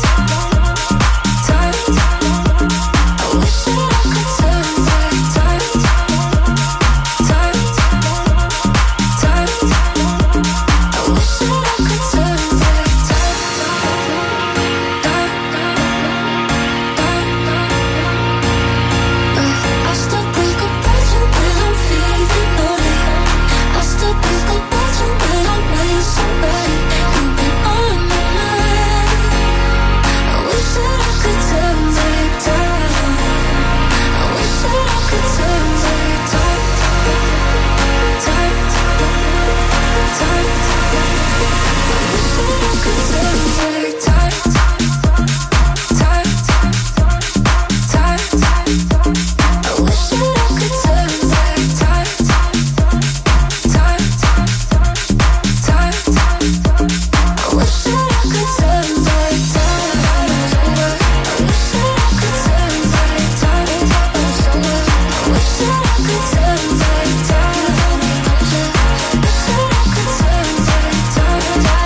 I wish that I could turn back time. Time, time, I wish that I could turn back I still think about you when I'm feeling lonely. I still think about you when I'm with somebody. You've been on my mind. I wish that I could turn back time. I wish that I could turn back time. Time, time, I wish that I could turn back time. Time, time, I wish that I could turn back time. Time, time, I wish that I could turn back time. I wish that I could turn back time. I wish that I could turn back time. I wish that I could turn back time.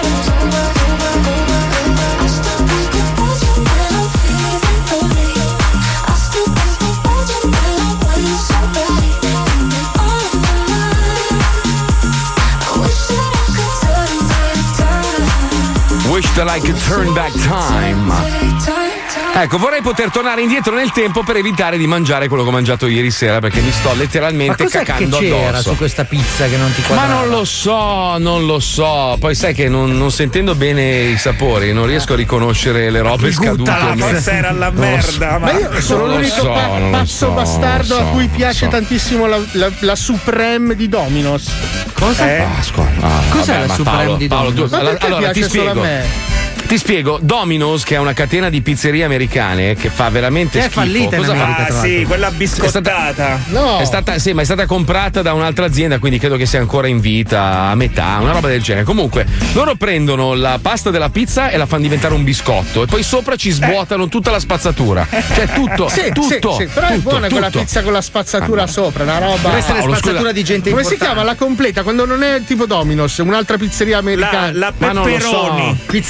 I still think about you when I'm feeling lonely. I still think about you when I'm with somebody. You've been on my mind. I wish that I could turn back time. Wish that I could turn back time. Ecco, vorrei poter tornare indietro nel tempo per evitare di mangiare quello che ho mangiato ieri sera, perché mi sto Ma letteralmente cos'è che cacando c'era addosso. su questa pizza che non ti Ma quadrava? non lo so, non lo so. Poi sai che non, non sentendo bene i sapori non riesco a riconoscere le robe scadute. Buttala, forse era la Non lo merda. so. Ma io sono Non lo l'unico so, pa- non lo pazzo so, bastardo non lo a cui so, piace non lo so. tantissimo la, la, la Supreme di Domino's. Cosa? Eh? Pasqua. Ah, Cos'è vabbè, la ma Supreme Paolo, di Paolo, tu- Domino's? Ma allora, perché allora, ti piace solo a spiego. me? Ti spiego, Domino's, che è una catena di pizzerie americane che fa veramente Che è schifo. fallita in Cosa fa? America, tra Ah, sì, l'altro. quella È biscottata. stata, No. è stata, sì, ma è stata comprata da un'altra azienda, quindi credo che sia ancora in vita a metà, una roba del genere. Comunque, loro prendono la pasta della pizza e la fanno diventare un biscotto, e poi sopra ci svuotano tutta la spazzatura. Cioè, tutto, Sì, tutto. sì, sì, però è tutto, buona quella tutto. pizza con la spazzatura Ah, sopra, una roba. Deve essere Paolo, spazzatura scusa. di gente Come si importante. chiama? La completa, quando non è tipo Domino's, un'altra pizzeria La, americana. la Ma non lo so. pepperoni. Pizza Hut. No,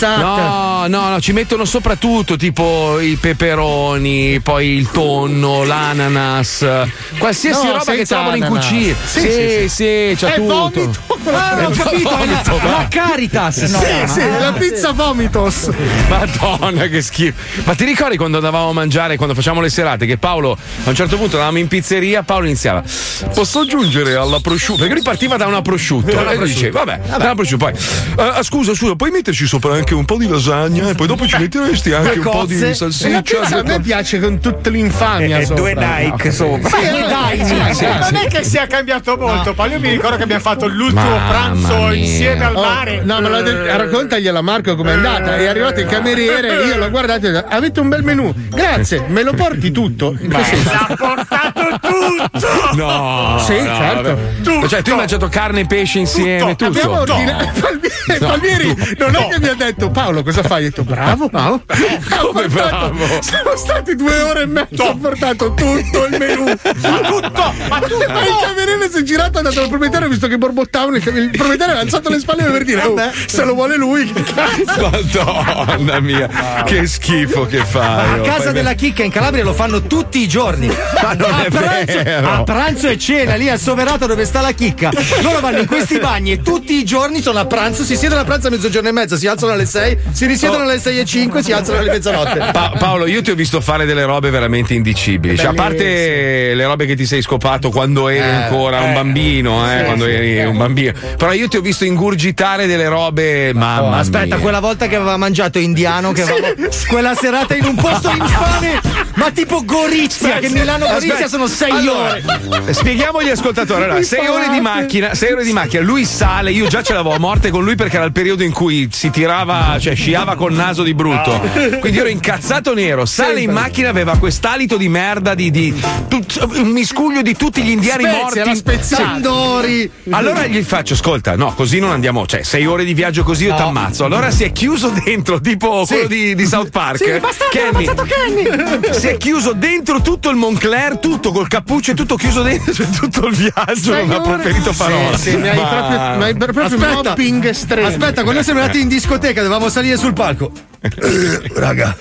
No, no, no, ci mettono soprattutto tipo i peperoni, poi il tonno, l'ananas, qualsiasi No, roba che senza trovano in ananas. cucina. Sì, Sì, sì, sì, sì. c'è È tutto. vomito. Ah, ho capito, Vomito, la, va. la Caritas. Sì, sì, la pizza vomitos. Madonna, che schifo. Ma ti ricordi quando andavamo a mangiare, quando facciamo le serate, che Paolo a un certo punto eravamo in pizzeria, Paolo iniziava: posso aggiungere alla prosciutto? Perché lui partiva da una prosciutto. Da una e lui prosciutto. diceva, vabbè, da una prosciutto. Poi, "Ah, ah, scusa, scusa, puoi metterci sopra anche un po' di lasagna e poi dopo ci metteresti anche un po' di E la salsiccia. pizza a me piace con tutta l'infamia. E sopra. due Nike sopra. Sì, Due dai, Nike. sì, sì, non sì. è che sia cambiato molto, poi io mi ricordo che abbiamo fatto l'ultimo Mamma pranzo mia. insieme al Oh, mare. no, me l'ha detto, raccontagliela Marco com'è andata. È arrivato il cameriere, io l'ho guardato e ho detto, avete un bel menù. Grazie, me lo porti tutto? In che senso? L'ha portato tutto! No, Sì, no, certo. vabbè. Tutto. Cioè, tu hai mangiato carne e pesce insieme, tutto. Abbiamo ordinato. Palmieri, No, Palmieri tu- non no. è che mi ha detto Paolo cosa fai? Ho detto bravo, bravo. Come bravo? Siamo stati due ore e mezza, ho portato tutto il menù. Ma tutto! Ma tutto! Ma il cameriere si è girato, è andato dal proprietario, visto che borbottavano. Il, il proprietario ha alzato le spalle per dire: oh, se lo vuole lui, che cazzo. Madonna mia, che schifo che fai. A oh. casa Fai- della chicca in Calabria lo fanno tutti i giorni. Ma non a è pranzo, vero. a pranzo e cena lì al Soverato dove sta la chicca. Loro vanno in questi bagni e tutti i giorni sono a pranzo, si siedono a pranzo a mezzogiorno e mezza, si alzano alle sei, si risiedono alle sei e cinque, si alzano alle mezzanotte. Pa- Paolo, io ti ho visto fare delle robe veramente indicibili. Cioè, a parte le robe che ti sei scopato quando eri Eh, ancora un eh. bambino, eh, Sì, quando sì, eri eh. un bambino. Però io ti ho visto ingurgitare delle robe. Mamma Oh, aspetta, mia. quella volta che aveva mangiato indiano, che avevamo, quella serata in un posto infame, ma tipo Gorizia, che Milano Gorizia Aspetta. sono sei Allora, ore. Spieghiamo agli ascoltatori. Allora, sei ore di macchina, sei ore di macchina, lui sale, io già ce l'avevo a morte con lui perché era il periodo in cui si tirava, cioè sciava col naso di brutto. Quindi ero incazzato nero, sale in macchina, aveva quest'alito di merda, di, di tut- un miscuglio di tutti gli indiani Spezia, morti. era spezzato. Sandori. Allora gli faccio, ascolta, no, così non andiamo, cioè sei ore di viaggio così io t'ammazzo. Allora si è chiuso dentro, tipo Sì. quello di, di South Park. Sì, bastardo, ho ammazzato Kenny. Si è chiuso dentro tutto il Moncler, tutto col cappuccio e tutto chiuso dentro, cioè tutto il viaggio, Sei non ha ore- proferito parola. Sì, sì, mi hai Ma- proprio, mi hai proprio Aspetta. mobbing estremo. Aspetta, quando siamo andati in discoteca dovevamo salire sul palco. Eh, raga,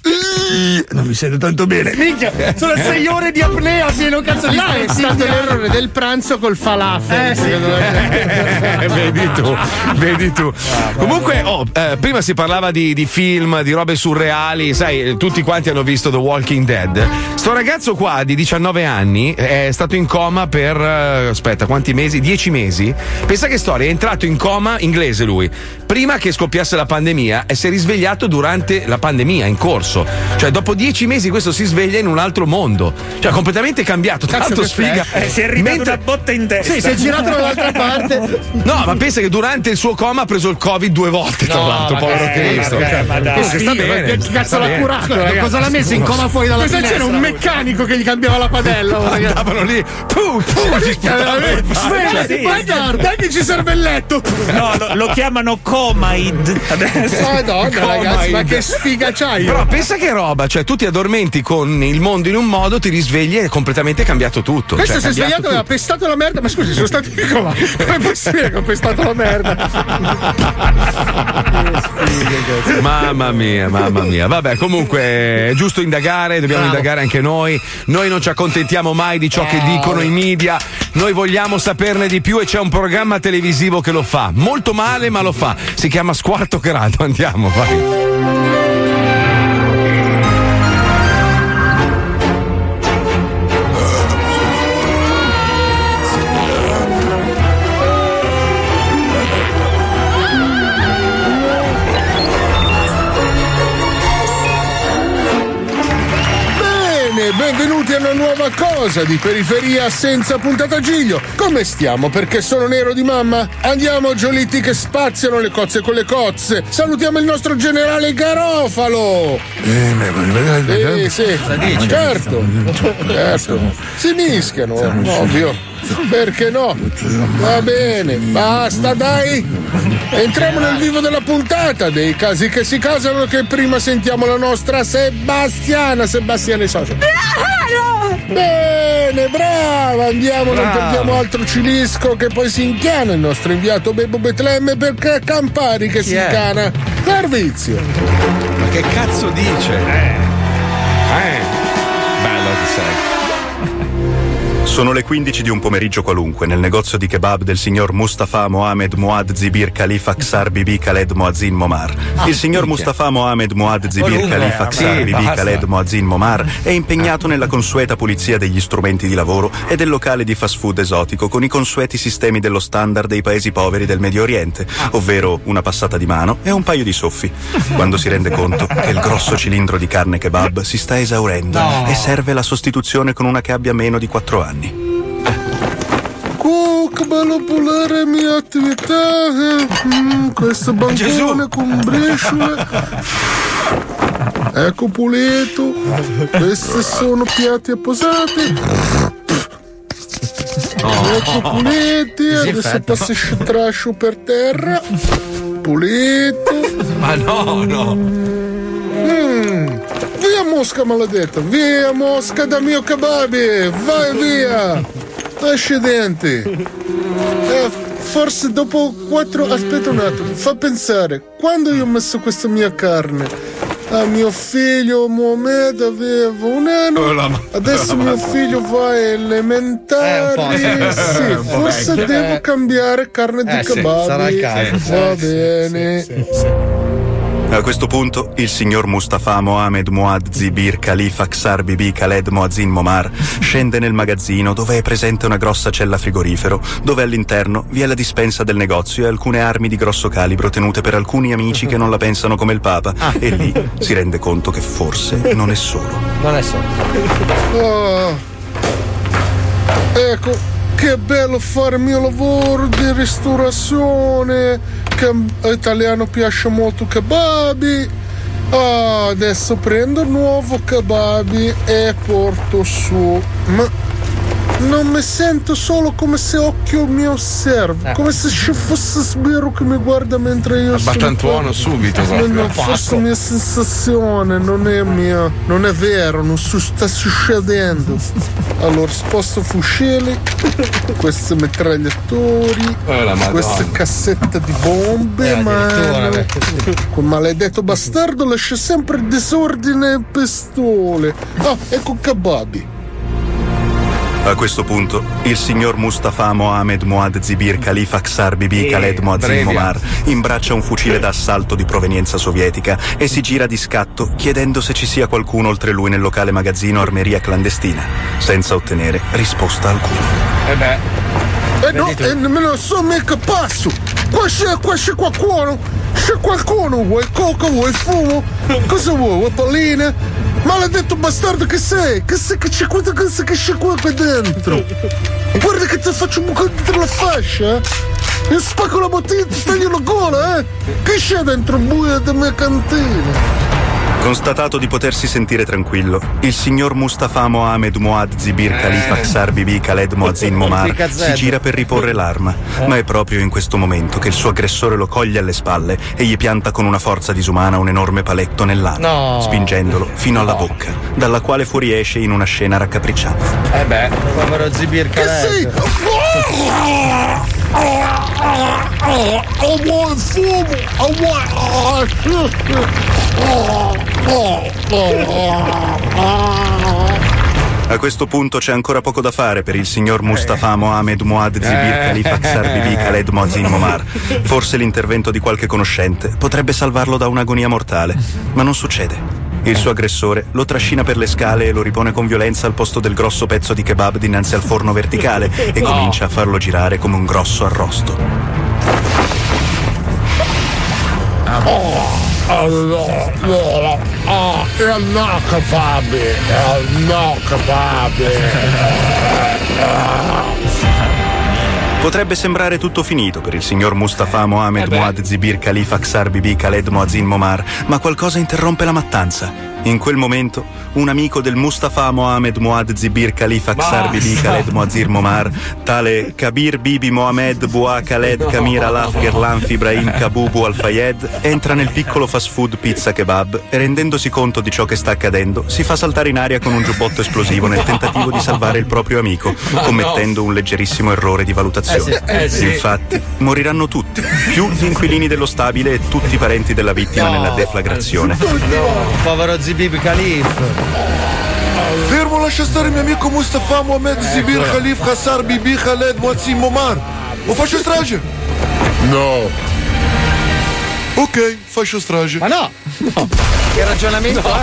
eh, non mi sento tanto bene. Minchia, sono sei ore di apnea pieno cazzo di Là è stress. stato l'errore del pranzo col falafel. Eh, sì. secondo me. Eh, vedi tu, vedi tu. Comunque, oh, eh, prima si parlava di, di film, di robe surreali, sai, tutti quanti hanno visto The Walking Dead. Sto ragazzo qua di diciannove anni è stato in coma per, eh, aspetta, quanti mesi? dieci mesi. Pensa che storia, è entrato in coma, inglese lui, prima che scoppiasse la pandemia e si è risvegliato durante la pandemia, in corso. Cioè, dopo dieci mesi questo si sveglia in un altro mondo. Cioè, completamente cambiato, Cazzo, tanto che sfiga. flash. Eh, si è ridato Mentre- una botta in testa. Sì, si è girato dall'altra parte. No, ma pensa che durante il suo coma ha preso il Covid due volte, tra No, l'altro, ma povero che- Cristo. ma che- ma dai. Comunque sta Che bene. Che cazzo sta l'ha bene. curato, ragazzi? Cosa l'ha messo in coma fuori dalla Questa c'era finestra? un meccanico che gli cambiava la padella. ragazzi. Andavano lì, puh, puh, ci sputavano in faccia. Sveglia, sì, vai sì. guarda che ci serve il letto. No, lo, lo chiamano Comaid adesso. Madonna, ragazzi, ma che sfiga c'hai? Però pensa che roba, cioè tu ti addormenti con il mondo in un modo, ti risvegli e è completamente cambiato tutto. Questo cioè, si è cambiato svegliato e ha tutto. pestato la merda. Ma scusi, sono stato in coma. Come è possibile che ho pestato la merda? Mamma mia, mamma mia. Vabbè, comunque è giusto indagare, dobbiamo Bravo. indagare anche noi. Noi non ci accontentiamo mai di ciò che dicono i media. Noi vogliamo saperne di più e c'è un programma televisivo che lo fa. Molto male, ma lo fa. Si chiama Squarto Grado. Andiamo, vai. Bene, benvenuti a una nuova cosa di periferia senza puntata giglio. Come stiamo? Perché sono nero di mamma? Andiamo, Giolitti, che spaziano le cozze con le cozze. Salutiamo il nostro generale Garofalo. Eh, sì, certo, certo. Si mischiano, ovvio. Perché no? Va bene, basta, dai. Entriamo nel vivo della puntata dei casi che si casano, che prima sentiamo la nostra Sebastiana. Sebastiana e socio. Bene, brava, andiamo, non Ah. perdiamo altro cilisco che poi si inchiana il nostro inviato Bebo Betlemme perché Campari che Chi si è? incana. Servizio. Ma che cazzo dice? Eh. Eh. Bello che sei. Sono le quindici di un pomeriggio qualunque nel negozio di kebab del signor Mustafa Mohamed Muad Zibir Khalifa Ksar Bibi Khaled Moazzin Momar. Il signor Mustafa Mohamed Muad Zibir Khalifa Ksar Sì, Bibi basta. Khaled Moazzin Momar è impegnato nella consueta pulizia degli strumenti di lavoro e del locale di fast food esotico con i consueti sistemi dello standard dei paesi poveri del Medio Oriente, ovvero una passata di mano e un paio di soffi, quando si rende conto che il grosso cilindro di carne kebab si sta esaurendo No. e serve la sostituzione con una che abbia meno di quattro anni. Oh, che bello pulire mia attività. Mm, questo bancone con briciole. Ecco pulito. Questi sono piatti apposati. Ecco puliti. Adesso Disinfetta. passo il trascio per terra. Pulito. Ma no, no. Mm. Via mosca maledetta. Via mosca da mio kebabi. Vai via. Accidenti. Eh, forse dopo quattro. Aspetta un attimo, fa pensare. Quando io ho messo questa mia carne a mio figlio Mohamed aveva un anno. Oh, la ma- Adesso la mio ma- figlio va ai elementari. Eh, un po', sì. Sì, Un po' forse vecchio. devo Eh. cambiare carne di Eh, sì, kebab. sarà il caso. Va Sì, bene. A questo punto il signor Mustafa Mohamed Muad Zibir Khalifa Ksar Bibi Khaled Moazzin Momar scende nel magazzino dove è presente una grossa cella frigorifero dove all'interno vi è la dispensa del negozio e alcune armi di grosso calibro tenute per alcuni amici che non la pensano come il Papa e lì si rende conto che forse non è solo. Non è solo. Ah. Ecco, che bello fare il mio lavoro di ristorazione. Che all'italiano piace molto kebabi. Ah, adesso prendo il nuovo kebabi e porto su. Ma non mi sento solo come se occhio mi osserva, come se ci fosse Sbirro che mi guarda mentre io sono. Battantuono subito. No, proprio. no, forse mia sensazione, non è mia, non è vero, non su- sta succedendo. Allora sposto fucili, questi mitragliatori, Oh, la Madonna. queste cassette di bombe, Eh, ma addirittura, beh. quel maledetto bastardo lascia sempre disordine e pistole. Ah, ecco kebabi. A questo punto il signor Mustafa Mohamed Muad Zibir Khalifa Ksar Bibi Eh, Khaled Moazzin brevia. Momar imbraccia un fucile d'assalto di provenienza sovietica e si gira di scatto chiedendo se ci sia qualcuno oltre lui nel locale magazzino armeria clandestina, senza ottenere risposta alcuna. Eh beh. Eh no, eh, nemmeno so mica passo. Qua c'è, qua c'è qualcuno. C'è qualcuno. Vuoi coca, vuoi fumo? Cosa vuoi? Vuoi palline? Maledetto bastardo che sei? Che sei che c'è qua, che sei che c'è qua qui dentro? Guarda che ti faccio un buco dentro la fascia, eh? Io spacco la bottiglia e ti taglio la gola, eh? Che c'è dentro il buio della mia cantina? Constatato di potersi sentire tranquillo, il signor Mustafa Mohamed Muad Zibir Khalifa Ksar Bibi Khaled Moazzin Momar si gira per riporre l'arma, ma è proprio in questo momento che il suo aggressore lo coglie alle spalle e gli pianta con una forza disumana un enorme paletto nell'ano, No. spingendolo fino alla bocca, dalla quale fuoriesce in una scena raccapricciante. Eh beh. Povero Zibir Che sei? Khaled. Oh, vuoi fumo? Oh, A questo punto c'è ancora poco da fare per il signor Mustafa Mohamed Muad Zibir Eh. Khalifa Ksar Bibi Khaled Moazzin Momar. Forse l'intervento di qualche conoscente potrebbe salvarlo da un'agonia mortale, ma non succede. Il suo aggressore lo trascina per le scale e lo ripone con violenza al posto del grosso pezzo di kebab dinanzi al forno verticale e comincia a farlo girare come un grosso arrosto. Oh, no, no, oh, no kebabi, no kebabi. Potrebbe sembrare tutto finito per il signor Mustafa Mohamed Muad Zibir Khalifa Aksar Bibi Khaled Moazzin Momar, ma qualcosa interrompe la mattanza. In quel momento, un amico del Mustafa Mohamed Muad Zibir Khalifa Aksar Bibi Khaled Moazzin Momar, tale Kabir Bibi Mohamed Bua Khaled Kamir Alaf Gerlan Ibrahim Kabubu Al Fayed, entra nel piccolo fast food Pizza Kebab e, rendendosi conto di ciò che sta accadendo, si fa saltare in aria con un giubbotto esplosivo nel tentativo di salvare il proprio amico, commettendo un leggerissimo errore di valutazione. Eh sì, eh sì. Infatti, moriranno tutti, più gli inquilini dello stabile e tutti i parenti della vittima No. nella deflagrazione. Povero Zibib Khalif. Fermo, lascia stare il mio amico Mustafa Mohamed Zibir Khalif Aksar Bibi Khaled Moazzin Momar. O faccio strage? No. Ok, faccio strage. Ma no! no. Che ragionamento No.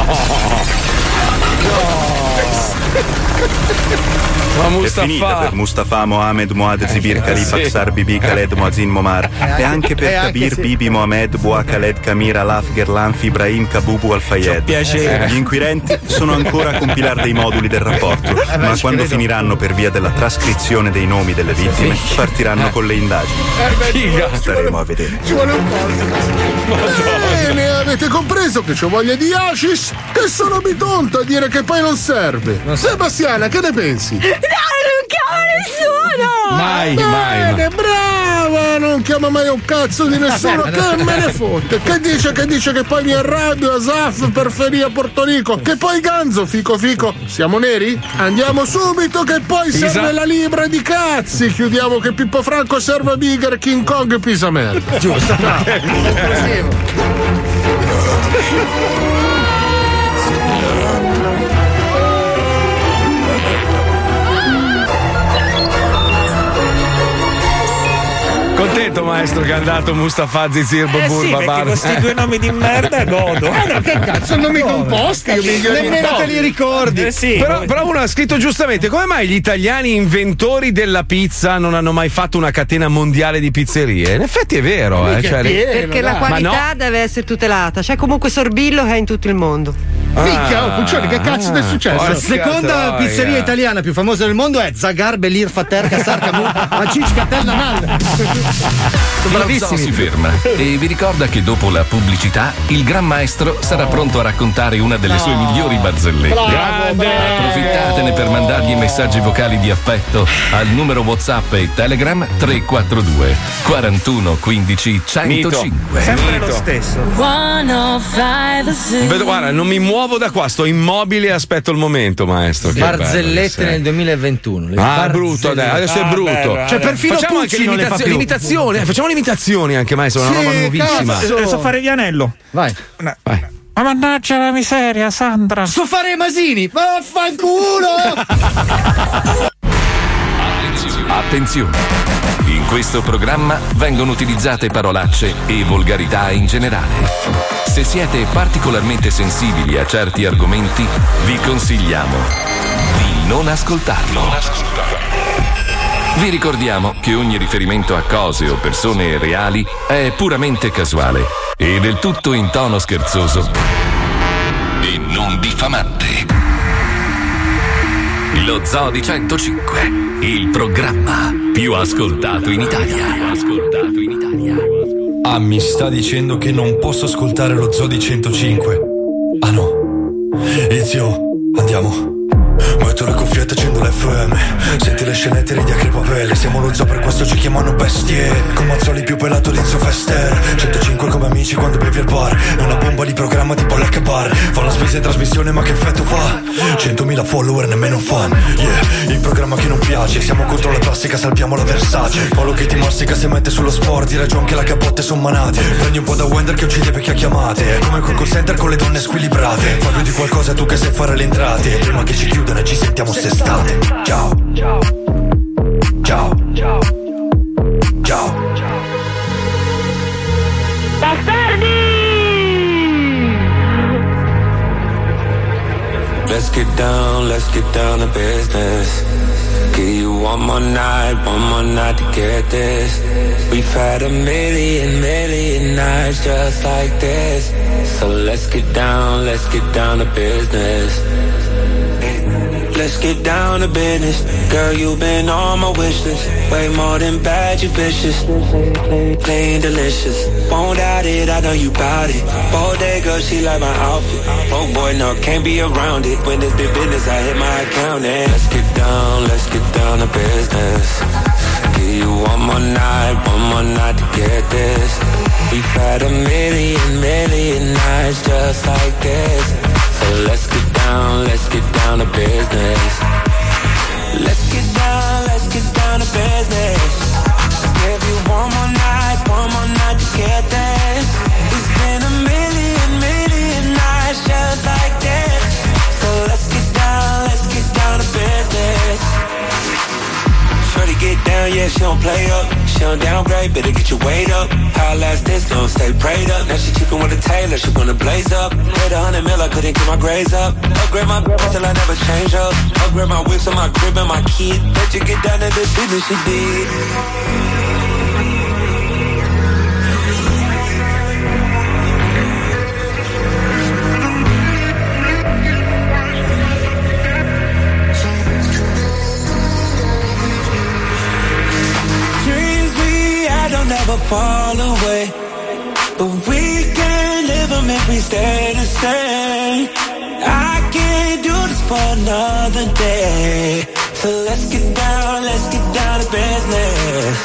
Ma È Mustafa. finita per Mustafa Mohamed Muad Zibir Khalifa Sì. Aksar Bibi Khaled Moazzin Momar e anche per E anche Kabir sì. Bibi Mohamed Bua Khaled Kamir Alaf Gerlan Ibrahim Kabubu Al Fayed. piacere. Gli inquirenti sono ancora a compilare dei moduli del rapporto, beh, ma ci quando credo. finiranno per via della trascrizione dei nomi delle vittime, partiranno con le indagini. Figa. Staremo a vedere. Ci vuole un po'. Bene, avete compreso che c'ho voglia di hashish? Che sono bitonto a dire che poi non serve. Sebastiana, che ne pensi? No, non chiamo nessuno! Mai, mai, Bene, brava! Non chiama mai un cazzo di nessuno, che me ne fotte? Che dice che dice che poi mi arrabbio a Zaf per ferire a Porto Rico? Che poi Ganzo, fico fico, siamo neri? Andiamo subito che poi Pisa. serve la libra di cazzi! Chiudiamo che Pippo Franco serve a Bigger, King Kong e Pisa merda. Giusto. Contento maestro che è andato Mustafa Zizir Eh Babur sì, perché Babar. questi due nomi di merda godo. Eh no, che cazzo, non mi composti, io mi Nemmeno te li ricordi. Eh sì. Però, però uno ha scritto giustamente: come mai gli italiani inventori della pizza non hanno mai fatto una catena mondiale di pizzerie? In effetti è vero, eh, cioè, Perché la Ma qualità no. deve essere tutelata. C'è comunque Sorbillo che è in tutto il mondo. Minchia, oh, Puccioni, che cazzo ti è successo? La Porca seconda troia. pizzeria italiana più famosa del mondo è Zagar Belir Fater Casar Camus Acic Catella Nal. Sono Lo zoo si bravissimi. ferma e vi ricorda che dopo la pubblicità il Gran Maestro sarà pronto a raccontare una delle sue migliori barzellette. Approfittatene per mandargli messaggi vocali di affetto al numero WhatsApp e Telegram tre quattro due quarantuno quindici centocinque. Sempre lo stesso. Vedo, guarda, non mi muovo da qua, sto immobile e aspetto il momento, maestro. Che bello che Barzellette sei. nel duemilaventuno. le Ah, barzellette. brutto, dai, adesso è Ah, brutto. bello, Cioè, perfino facciamo Pucci anche non le fa l'imitazione, più. l'imitazione, eh, facciamo le imitazioni anche, maestro, una Sì, roba nuovissima. cazzo. Eh, So fare Vianello. Vai. No. Vai. Ma mannaggia la miseria, Sandra. So fare i Masini. Vaffanculo! Attenzione! In questo programma vengono utilizzate parolacce e volgarità in generale. Se siete particolarmente sensibili a certi argomenti, vi consigliamo di non ascoltarlo. Vi ricordiamo che ogni riferimento a cose o persone reali è puramente casuale e del tutto in tono scherzoso e non diffamante. Lo Zoo di centocinque, il programma più ascoltato in Italia. Ascoltato in Italia. Ah, mi sta dicendo che non posso ascoltare lo Zoo di centocinque. Ah no. Ezio, andiamo. Metto le cuffiette, accendo l'F M. Senti le scenette, ridi a crepapelle. Siamo lo zoo, per questo ci chiamano bestie. Con Mazzoli più pelato di Enzo Fester. centocinque come amici quando bevi al bar. È una bomba di programma tipo Lecca Bar. Fa la spesa in trasmissione ma che effetto fa? centomila follower nemmeno fan. Yeah, il programma che non piace. Siamo contro la plastica, salviamo la Versace. Paolo che ti mastica se mette sullo sport. Di ragione che la capotte son manate. Prendi un po' da Wender che uccide vecchie chiamate. È come col call center con le donne squilibrate. Fa più di qualcosa tu che sai fare le entrate. Prima che ci chiudano e ci sentiamo s'estate. Ciao. Ciao. Ciao. Ciao. Ciao. Let's get down, let's get down to business. Give you one more night, one more night to get this. We've had a million, million nights just like this. So let's get down, let's get down to business. let's get down to business. Girl, you've been on my wish list. Way more than bad, you vicious. Clean, delicious. Won't doubt it, I know you bout it. Bodega, she like my outfit. Oh boy, no, can't be around it. When it's big business, I hit my account and let's get down, let's get down to business. Give you one more night, one more night to get this. We've had a million, million nights just like this. So let's get down, let's get down to business. Let's get down, let's get down to business. Give you one more night, one more night to get this. It's been a million, million nights just like this. So let's get down, let's get down to business. Shorty get down, yeah, she don't play up. She don't downgrade, better get your weight up. How I last this, don't stay prayed up. Now she cheapin' with a tailor, she wanna blaze up. Paid a hundred mil, I couldn't get my grades up. Upgrade my grades till I never change up. Upgrade my whips on my crib and my kid. Bet you get down to the business she did. Never fall away, but we can't live them if we stay the same. I can't do this for another day. So let's get down, let's get down to business.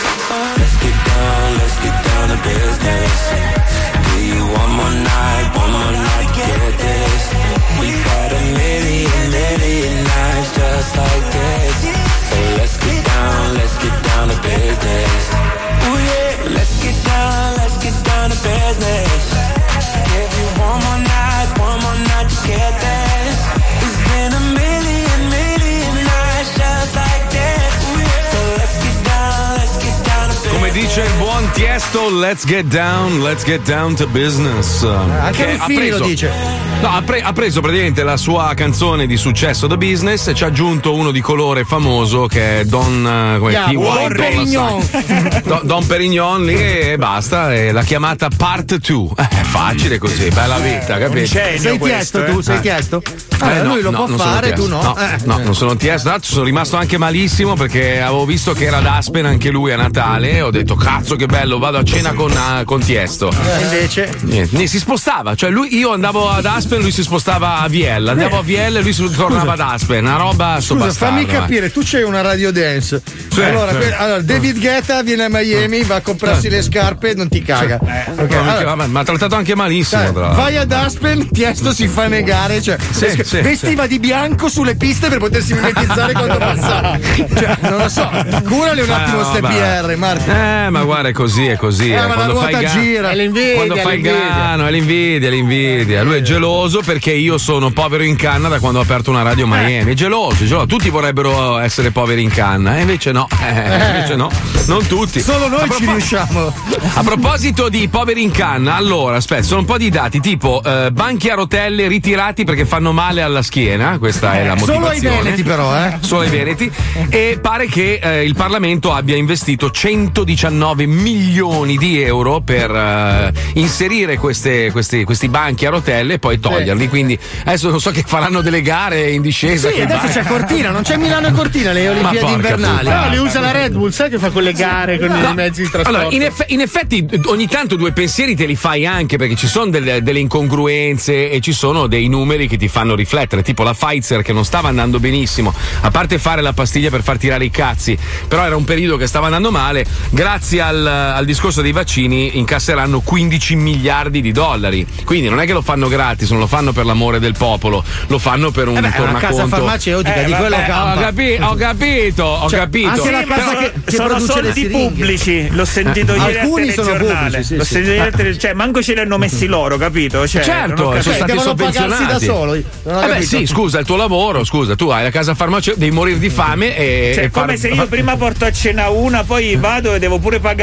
Let's get down, let's get down to business. Give you one more night, one more night to get this. We've had a million, million nights just like this. So let's get down, let's get down to business. Ooh yeah, let's get down, let's get down to business. Give you one more night, one more night to get this. It's been a million, million nights just like this. So let's get down, let's get down to business. Come dice il buon Tiesto, let's get down, let's get down to business. Anche Ruffini lo dice. No, ha, pre- ha preso praticamente la sua canzone di successo The Business e ci ha aggiunto uno di colore famoso che è Don uh, come Yeah, T Y Don Perignon. Don, Don Perignon lì e basta, e l'ha chiamata Part due. Eh, è facile così, bella vita, capito? Sei Tiesto tu, sei Tiesto? Eh, Eh, no, lui lo no, può non sono fare, tu Tiesto. no. No, Eh. no, non sono Tiesto. Tra l'altro sono rimasto anche malissimo perché avevo visto che era ad Aspen anche lui a Natale e ho detto cazzo che bello, vado a cena con, uh, con Tiesto. E invece? Niente, niente, si spostava, cioè lui, io andavo ad Aspen, lui si spostava a Viella, andavo a Viella e lui si tornava ad Aspen, una roba sto Scusa, bastardo, fammi eh. capire, tu c'hai una radio dance. Sì, allora, sì. que- allora, David Guetta viene a Miami, va a comprarsi le scarpe e non ti caga. Ok, No, mica- allora, ma mi ha trattato anche malissimo. dai, tra l'altro. vai ad Aspen, Tiesto si fa negare, cioè Sì, le sc- sì, vestiva di bianco sulle piste per potersi mimetizzare quando passava. Cioè, non lo so, curale un attimo Ah, ste vabbè. P R, Marco. Eh, ma guarda, è così, è così. Eh, eh. ma la Quando fai ruota ga- gira. È l'invidia, Quando fai il l'invidia. grano, è l'invidia, l'invidia. Lui è geloso perché io sono povero in canna da quando ho aperto una radio Miami. È geloso, è geloso. Tutti vorrebbero essere poveri in canna, e invece no. Eh, invece no. Non tutti. Solo noi A ci propos- riusciamo. A proposito di poveri in canna, allora, aspetta, sono un po' di dati, tipo eh, banchi a rotelle ritirati perché fanno male alla schiena, questa è la Solo motivazione. ai veneti però, eh. Solo ai veneti. E pare che eh, il Parlamento abbia investito centodiciannove milioni di euro per eh, inserire queste, questi, questi banchi a rotelle e poi toglierli. Quindi adesso non so che faranno delle gare in discesa. Sì, che adesso banchi- c'è Cortina, non c'è Milano e Cortina, le Olimpiadi porca invernali. puttana. No, li usa la Red Bull, sai che fa quelle gare con No. i mezzi di trasporto? Allora, in, eff- in effetti, ogni tanto due pensieri te li fai anche perché ci sono delle, delle incongruenze e ci sono dei numeri che ti fanno riflettere. Tipo la Pfizer che non stava andando benissimo, a parte fare la pastiglia per far tirare i cazzi, però era un periodo che stava andando male. Grazie al, al discorso dei vaccini, incasseranno quindici miliardi di dollari. Quindi non è che lo fanno gratis, non lo fanno per l'amore del popolo, lo fanno per un Eh beh, è una tornaconto. casa farmaceutica, di quello vabbè, campa. ho, capi- ho capito, ho Cioè, capito. anche la Sì, casa però- che, che sono produce le soldi siringhe. pubblici, l'ho sentito Eh, ieri alcuni al sono telegiornale. pubblici, sì, l'ho sì. sentito ieri al Eh. tele- cioè, manco ce li hanno messi loro, capito? Cioè, Certo, non ho capito. sono stati devono pagarsi sovvenzionati. da solo. Non ho Eh beh, capito. sì, scusa, è il tuo lavoro, scusa, tu hai la casa farmaceutica, devi morire di fame e. Cioè, e come far- se io prima porto a cena una, poi vado e devo pure pagare dopo.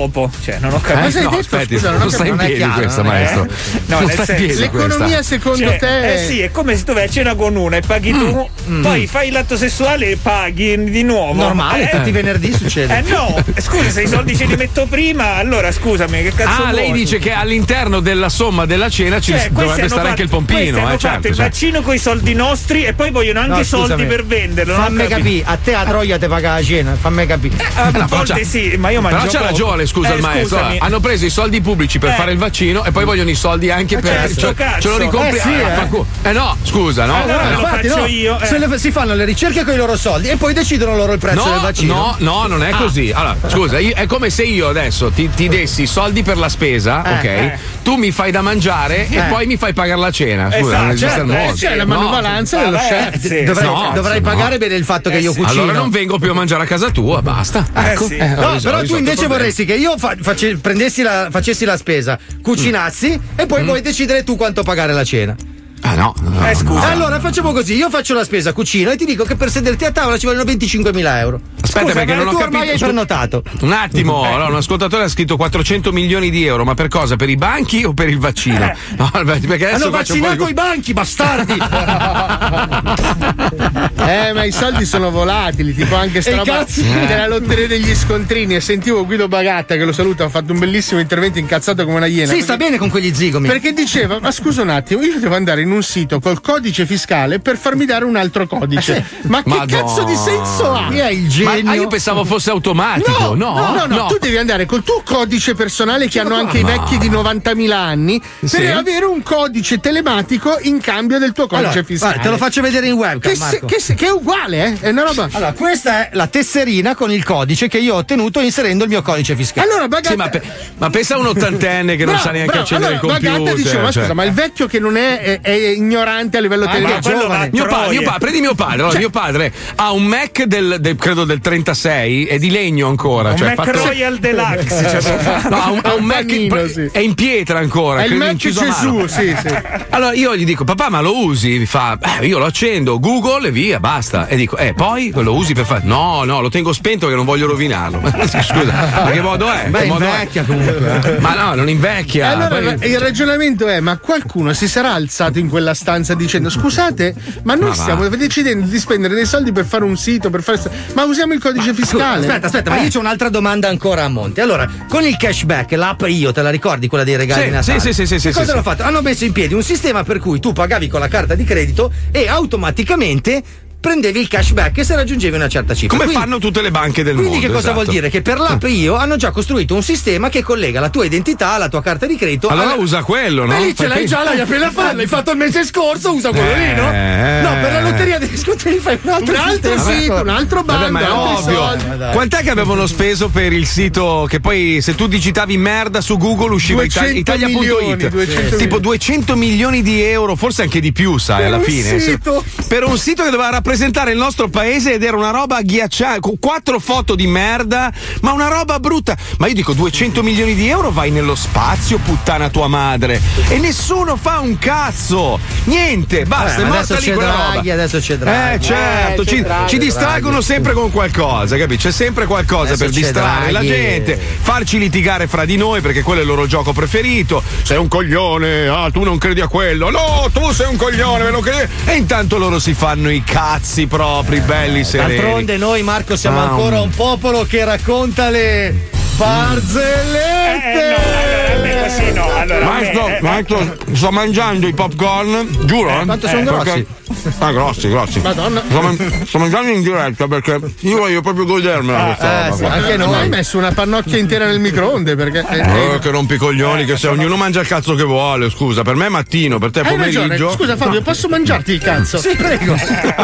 dopo. Cioè, non ho capito. Eh, Cosa hai no, detto? aspetti, Scusa, non non ho sta in capito. piedi Non è questa, chiaro, maestro. non è- Non No, sta nel in piedi senso, l'economia questa. secondo Cioè, te eh sì, è come se tu vai a cena con una e paghi tu, Mm. poi fai l'atto sessuale e paghi di nuovo. Normale, tutti i venerdì succede. Eh no, scusa, se i soldi ce li metto prima, allora scusami, che cazzo Ah, lei vuoi? dice che all'interno della somma della cena ci Cioè, questi dovrebbe hanno stare fatto- anche il questi pompino, hanno eh, fatto certo. il cioè. vaccino con i soldi nostri e poi vogliono anche No, i soldi scusami. per venderlo. non ho Fammi capito. capire, a te a troia te paga la cena, fammi capire. A No, volte c'ha- sì, ma io mangio Però c'ha poco. ragione, scusa Eh, il maestro. scusami. Hanno preso i soldi pubblici per Eh. fare il vaccino e poi vogliono i soldi anche per. certo. cioè, Cazzo. ce lo ricompri. Eh sì, ah, eh. fa cu- eh no, scusa, no? Allora Eh, lo no. Infatti, faccio no, io, eh. se le- si fanno le ricerche con i loro soldi e poi decidono loro il prezzo del No, vaccino. no, no, non è Ah. così. Allora, scusa, io- è come se io adesso ti, ti dessi i soldi per la spesa, Eh, ok? eh. Tu mi fai da mangiare e Eh. poi mi fai pagare la cena. Scusa, Esatto, non esiste certo, il modo. eh, c'è la No. manovalanza dello Vabbè, chef. sì. Dovrai, No, dovrai no. pagare per il fatto che Eh io sì. cucino. Allora non vengo più a mangiare a casa tua, basta. Ecco. sì. Eh, ho No, risolto- però ho tu risolto il invece problema. vorresti che io fa- face- prendessi la, facessi la spesa, cucinassi e poi puoi decidere tu quanto pagare la cena. Ah no, no, Eh, scusa. Allora facciamo così: io faccio la spesa, cucino e ti dico che per sederti a tavola ci vogliono venticinquemila euro. Aspetta, Scusa, perché ma non ho tu capito. ormai hai Scu- prenotato. Un attimo, allora, un ascoltatore ha scritto quattrocento milioni di euro, ma per cosa? Per i banchi o per il vaccino? No, perché adesso Hanno faccio un po' vaccinato di- i banchi, bastardi! Eh, ma i soldi sono volatili, tipo anche sta E i roba cazzi? della lotteria degli scontrini. E sentivo Guido Bagatta, che lo saluto, ha fatto un bellissimo intervento incazzato come una iena. Sì, sta bene con quegli zigomi. Perché diceva, ma scusa un attimo, io devo andare in un sito col codice fiscale per farmi dare un altro codice. Ma che Madonna. cazzo di senso ha? Chi è il Ma genio? ah, io pensavo fosse automatico. No, No, no, no, tu devi andare col tuo codice personale che hanno anche i Ma- vecchi di novantamila anni per Sì. avere un codice telematico in cambio del tuo codice Allora, fiscale. guarda, te lo faccio vedere in webcam, che, se- Marco. che se- che è uguale, eh? È una roba. Allora, questa è la tesserina con il codice che io ho ottenuto inserendo il mio codice fiscale. Allora, Bagatta, Sì, ma, pe- ma pensa a un ottantenne che non Bravo, sa neanche bravo. accendere Allora, il computer. Bagatta diceva, ma cioè. scusa, ma il vecchio che non è, è, è ignorante a livello ma televisivo. quello va- Mio, pa- mio Troie. pa- prendi mio padre. Allora, Cioè- mio padre ha un Mac del, del- credo del trentasei, è di legno ancora. Un cioè, Mac fatto- Royal Deluxe. Cioè, No, ha un, ha un Un Mac in- pannino, sì. è in pietra ancora. È il credo Mac inciso a mano. Gesù, sì, sì. Allora io gli dico, papà, ma lo usi? Mi fa, "Eh, io lo accendo, Google e via, basta. E dico, eh, poi lo usi per fare. No, no, lo tengo spento perché non voglio rovinarlo. Scusa, ma che modo è? Beh, Che modo è? invecchia comunque. Ma no, non invecchia. E allora Poi- il ragionamento è: ma qualcuno si sarà alzato in quella stanza dicendo scusate, ma noi Ma va. stiamo decidendo di spendere dei soldi per fare un sito, per fare. Ma usiamo il codice fiscale. Aspetta, aspetta, ma io c'ho un'altra domanda ancora a monte. Allora, con il cashback, l'app Io, te la ricordi quella dei regali Sì, di Natale? sì, sì, sì, sì, Che cosa sì, hanno sì. fatto? Hanno messo in piedi un sistema per cui tu pagavi con la carta di credito e automaticamente prendevi il cashback se raggiungevi una certa cifra. Come Quindi- fanno tutte le banche del Quindi mondo. che cosa esatto. vuol dire? Che per l'app Io hanno già costruito un sistema che collega la tua identità alla tua carta di credito. Allora alla- usa quello, no? Ma lì ce Fai l'hai pe- già, l'hai appena fatto, l'hai fatto il mese scorso, usa quello lì, no? Eh. No, per la lotteria degli scontrini fai un altro Un altro sistema. sito, un altro Vabbè, bando, ma è altri ovvio. soldi. Quant'è che avevano speso per il sito che poi se tu digitavi merda su Google usciva duecento Italia punto milioni, it? duecento Tipo duecento milioni di euro, forse anche di più, sai, Per alla un fine. sito. Per un sito che doveva rappresentare il nostro paese ed era una roba agghiacciante, con quattro foto di merda, ma una roba brutta. Ma io dico duecento milioni di euro, vai nello spazio, puttana tua madre. E nessuno fa un cazzo. Niente, basta, Eh, è ma morta adesso lì c'è quella roba. Draghi, adesso c'è Draghi. Eh, certo, Eh, c'è ci, Draghi, ci distraggono Draghi. sempre con qualcosa, capi? C'è sempre qualcosa Adesso per c'è distrarre la Draghi. gente, farci litigare fra di noi perché quello è il loro gioco preferito. Sei un coglione, ah, tu non credi a quello. No, tu sei un coglione, me lo credi. E intanto loro si fanno i cazzi propri, belli sereni. D'altronde noi, Marco, siamo Ah, ancora un popolo che racconta le barzellette. Così no, allora. Maestro, eh, maestro, sto mangiando i popcorn, giuro? Eh, quanto sono perché- Ah, grossi, grossi. Madonna. Sto, man- sto mangiando in diretta perché io voglio proprio godermela questa eh, roba sì, qua. anche Non noi. hai messo una pannocchia intera nel microonde perché. eh, Oh, eh, che rompicoglioni che sei, ognuno mangia il cazzo che vuole, scusa, per me è mattino, per te è Hai ragione. pomeriggio. Scusa Fabio, posso mangiarti il cazzo? Sì, prego.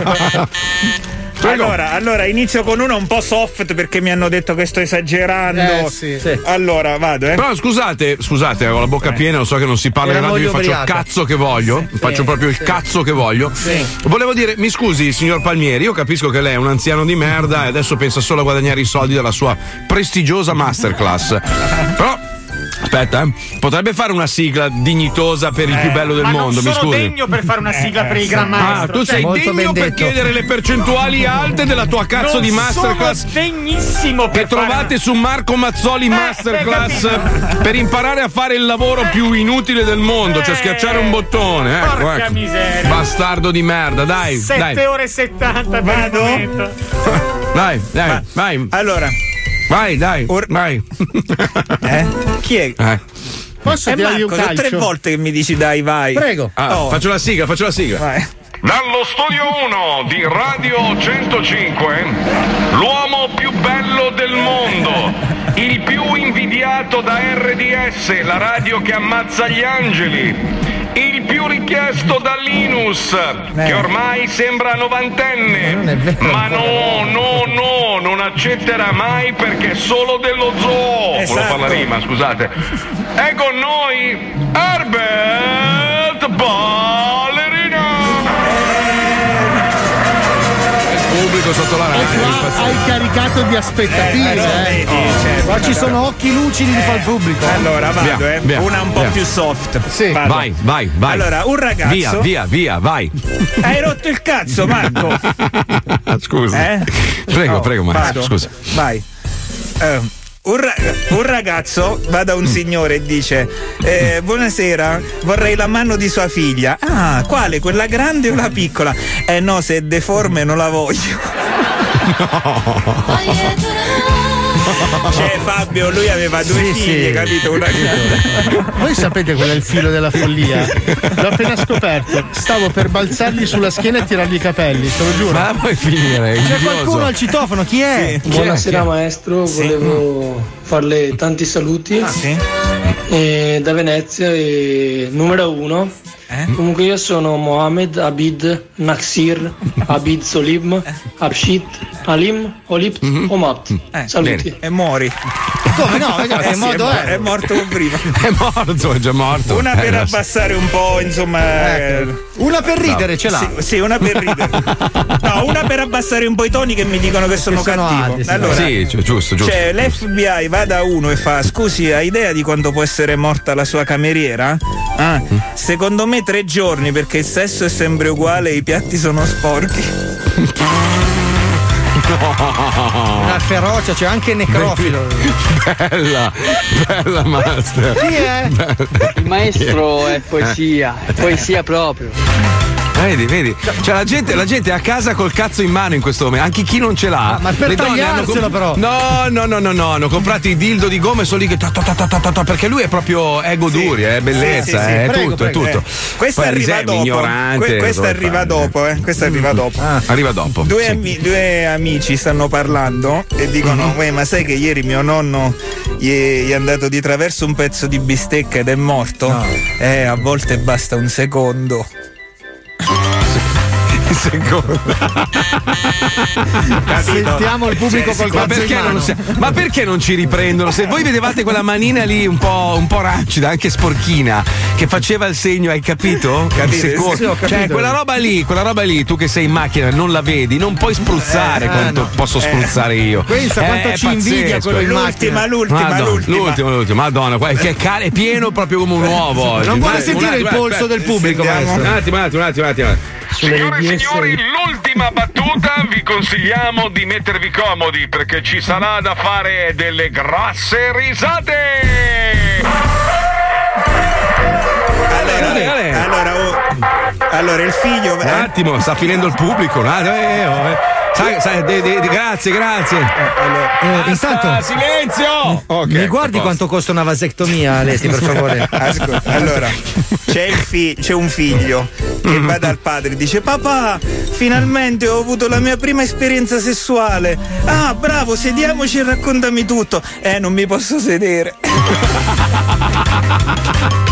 Prego. Allora, allora, inizio con uno un po' soft perché mi hanno detto che sto esagerando. Eh, sì. Sì. Allora, vado, eh. Però scusate, scusate, ho la bocca piena, lo so che non si parla in Era radio, io moglie faccio il ubriaca. cazzo che voglio, faccio proprio il cazzo che voglio. Volevo dire, mi scusi, signor Palmieri, io capisco che lei è un anziano di merda e adesso pensa solo a guadagnare i soldi dalla sua prestigiosa masterclass. Però Aspetta, eh. Potrebbe fare una sigla dignitosa per il Eh, più bello del ma mondo, non mi sono scusi. degno per fare una sigla per il Gran Ah, Maestro. tu sei Cioè, degno per chiedere le percentuali alte della tua cazzo non di masterclass sono degnissimo per che trovate su Marco Mazzoli Masterclass capito. per imparare a fare il lavoro più inutile del mondo, cioè schiacciare un bottone. Ecco, Porca ecco. miseria. Bastardo di merda, dai, sette dai. ore e settanta per il momento. Dai, dai, vai. Allora. Vai, dai, vai. Eh? Chi è? Eh. Posso eh tirargli Marco, un sono calcio? tre volte che mi dici dai, vai. Prego. Ah, Oh. Faccio la sigla, faccio la sigla. Vai. Dallo studio uno di Radio centocinque, l'uomo più bello del mondo, il più invidiato da R D S, la radio che ammazza gli angeli, il più richiesto da Linus, che ormai sembra novantenne, ma no, no, no, non accetterà mai perché è solo dello zoo. Esatto. Volevo fare la rima, scusate. È con noi Herbert Ballerino. Pubblico sotto la E qua hai caricato di aspettative, eh. Eh, Oh. certo. Qua ci sono occhi lucidi di fare il pubblico. Allora vado, Via, eh. via, Una un po' via. più soft. Sì. Vado. Vai, vai, vai. Allora, un ragazzo. Via, via, via, vai. Hai rotto il cazzo, Marco. Scusa. Eh? Prego, Oh, prego, Marco, vado. scusa. Vai. Eh, un, ra- un ragazzo va da un signore e dice eh, buonasera, vorrei la mano di sua figlia. Ah, quale? Quella grande o la piccola? Eh no, se è deforme non la voglio. Cioè Fabio, lui aveva due Sì, figlie, sì. capito? Una... Voi sapete qual è il filo della follia? L'ho appena scoperto. Stavo per balzargli sulla schiena e tirargli i capelli, te lo giuro. Ma vuoi finire? C'è invidioso. qualcuno al citofono, chi è? Chi è? Buonasera Chi è? maestro, volevo farle tanti saluti Ah, sì? eh, da Venezia e numero uno. Comunque io sono Mohamed Abid Naksir Abid Solim Abshit Alim Olipt Omat. Saluti. Bene. E muori. Come no? Eh Che sì, modo è, è? è morto prima. È morto, è già morto. Una Eh, per lo so. abbassare un po', insomma. eh, Una per ridere ce l'ha. Sì, sì, una per ridere. No, una per abbassare un po' i toni che mi dicono che sono sono cattivo. alti, sì. Allora, Sì, gi- giusto, giusto. cioè, l'F B I va da uno e fa: scusi, hai idea di quando può essere morta la sua cameriera? Ah, secondo me tre giorni perché il sesso è sempre uguale e i piatti sono sporchi. Una ferocia, c'è anche necrofilo. Bella, bella master. Chi è? Il maestro è poesia, è poesia proprio. Vedi, vedi. Cioè la gente, la gente è a casa col cazzo in mano in questo momento, anche chi non ce l'ha. Ah, ma per le donne hanno tagliarselo, però. No, no, no, no, no, hanno comprato i dildo di gomma e sono lì che ta, ta, ta, ta, ta, ta, perché lui è proprio ego Sì. duri, è bellezza, Sì, sì, sì. è Prego, tutto, prego. è tutto. Eh, questa Poi arriva sei dopo. ignorante. Que- questa come arriva fai? dopo, eh. Questa arriva dopo. Arriva dopo. Due, sì. ami- due amici stanno parlando e dicono: "Uè, ma sai che ieri mio nonno gli è, gli è andato di traverso un pezzo di bistecca ed è morto? Eh, a volte basta un secondo." Secondo. Sentiamo il pubblico Cioè, col ma cazzo in perché, mano. non si- ma perché non ci riprendono? Se voi vedevate quella manina lì un po', un po' rancida, anche sporchina, che faceva il segno, hai capito? Capite? Il secondo. Sì, ho capito. Cioè, quella roba lì, quella roba lì, tu che sei in macchina non la vedi, non puoi spruzzare Eh, quanto no. posso spruzzare io. Pensa Eh, quanto è ci invidia pazzesco. quello in L'ultima, macchina. l'ultima, Madonna, l'ultima. l'ultimo, l'ultimo, madonna, guarda, che cal- è pieno proprio come un uovo oggi. Non vuole Un sentire attimo, il polso aspetta. del pubblico, Sentiamo. maestro. Un attimo, un attimo, un attimo, un attimo. Signore e signori, l'ultima battuta, vi consigliamo di mettervi comodi perché ci sarà da fare delle grosse risate. Allora, Ale. allora, oh, allora il figlio. Un eh, attimo, sta finendo il pubblico. Un attimo, eh, oh, eh. Sai, sai, de- de- de- grazie, grazie. Eh, intanto silenzio! Ok, mi guardi a posto. quanto costa una vasectomia, Lesti, per favore? Ascolta, allora, c'è, il fi- c'è un figlio che va dal padre e dice: papà, finalmente ho avuto la mia prima esperienza sessuale. Ah, bravo, sediamoci e raccontami tutto. Eh, non mi posso sedere.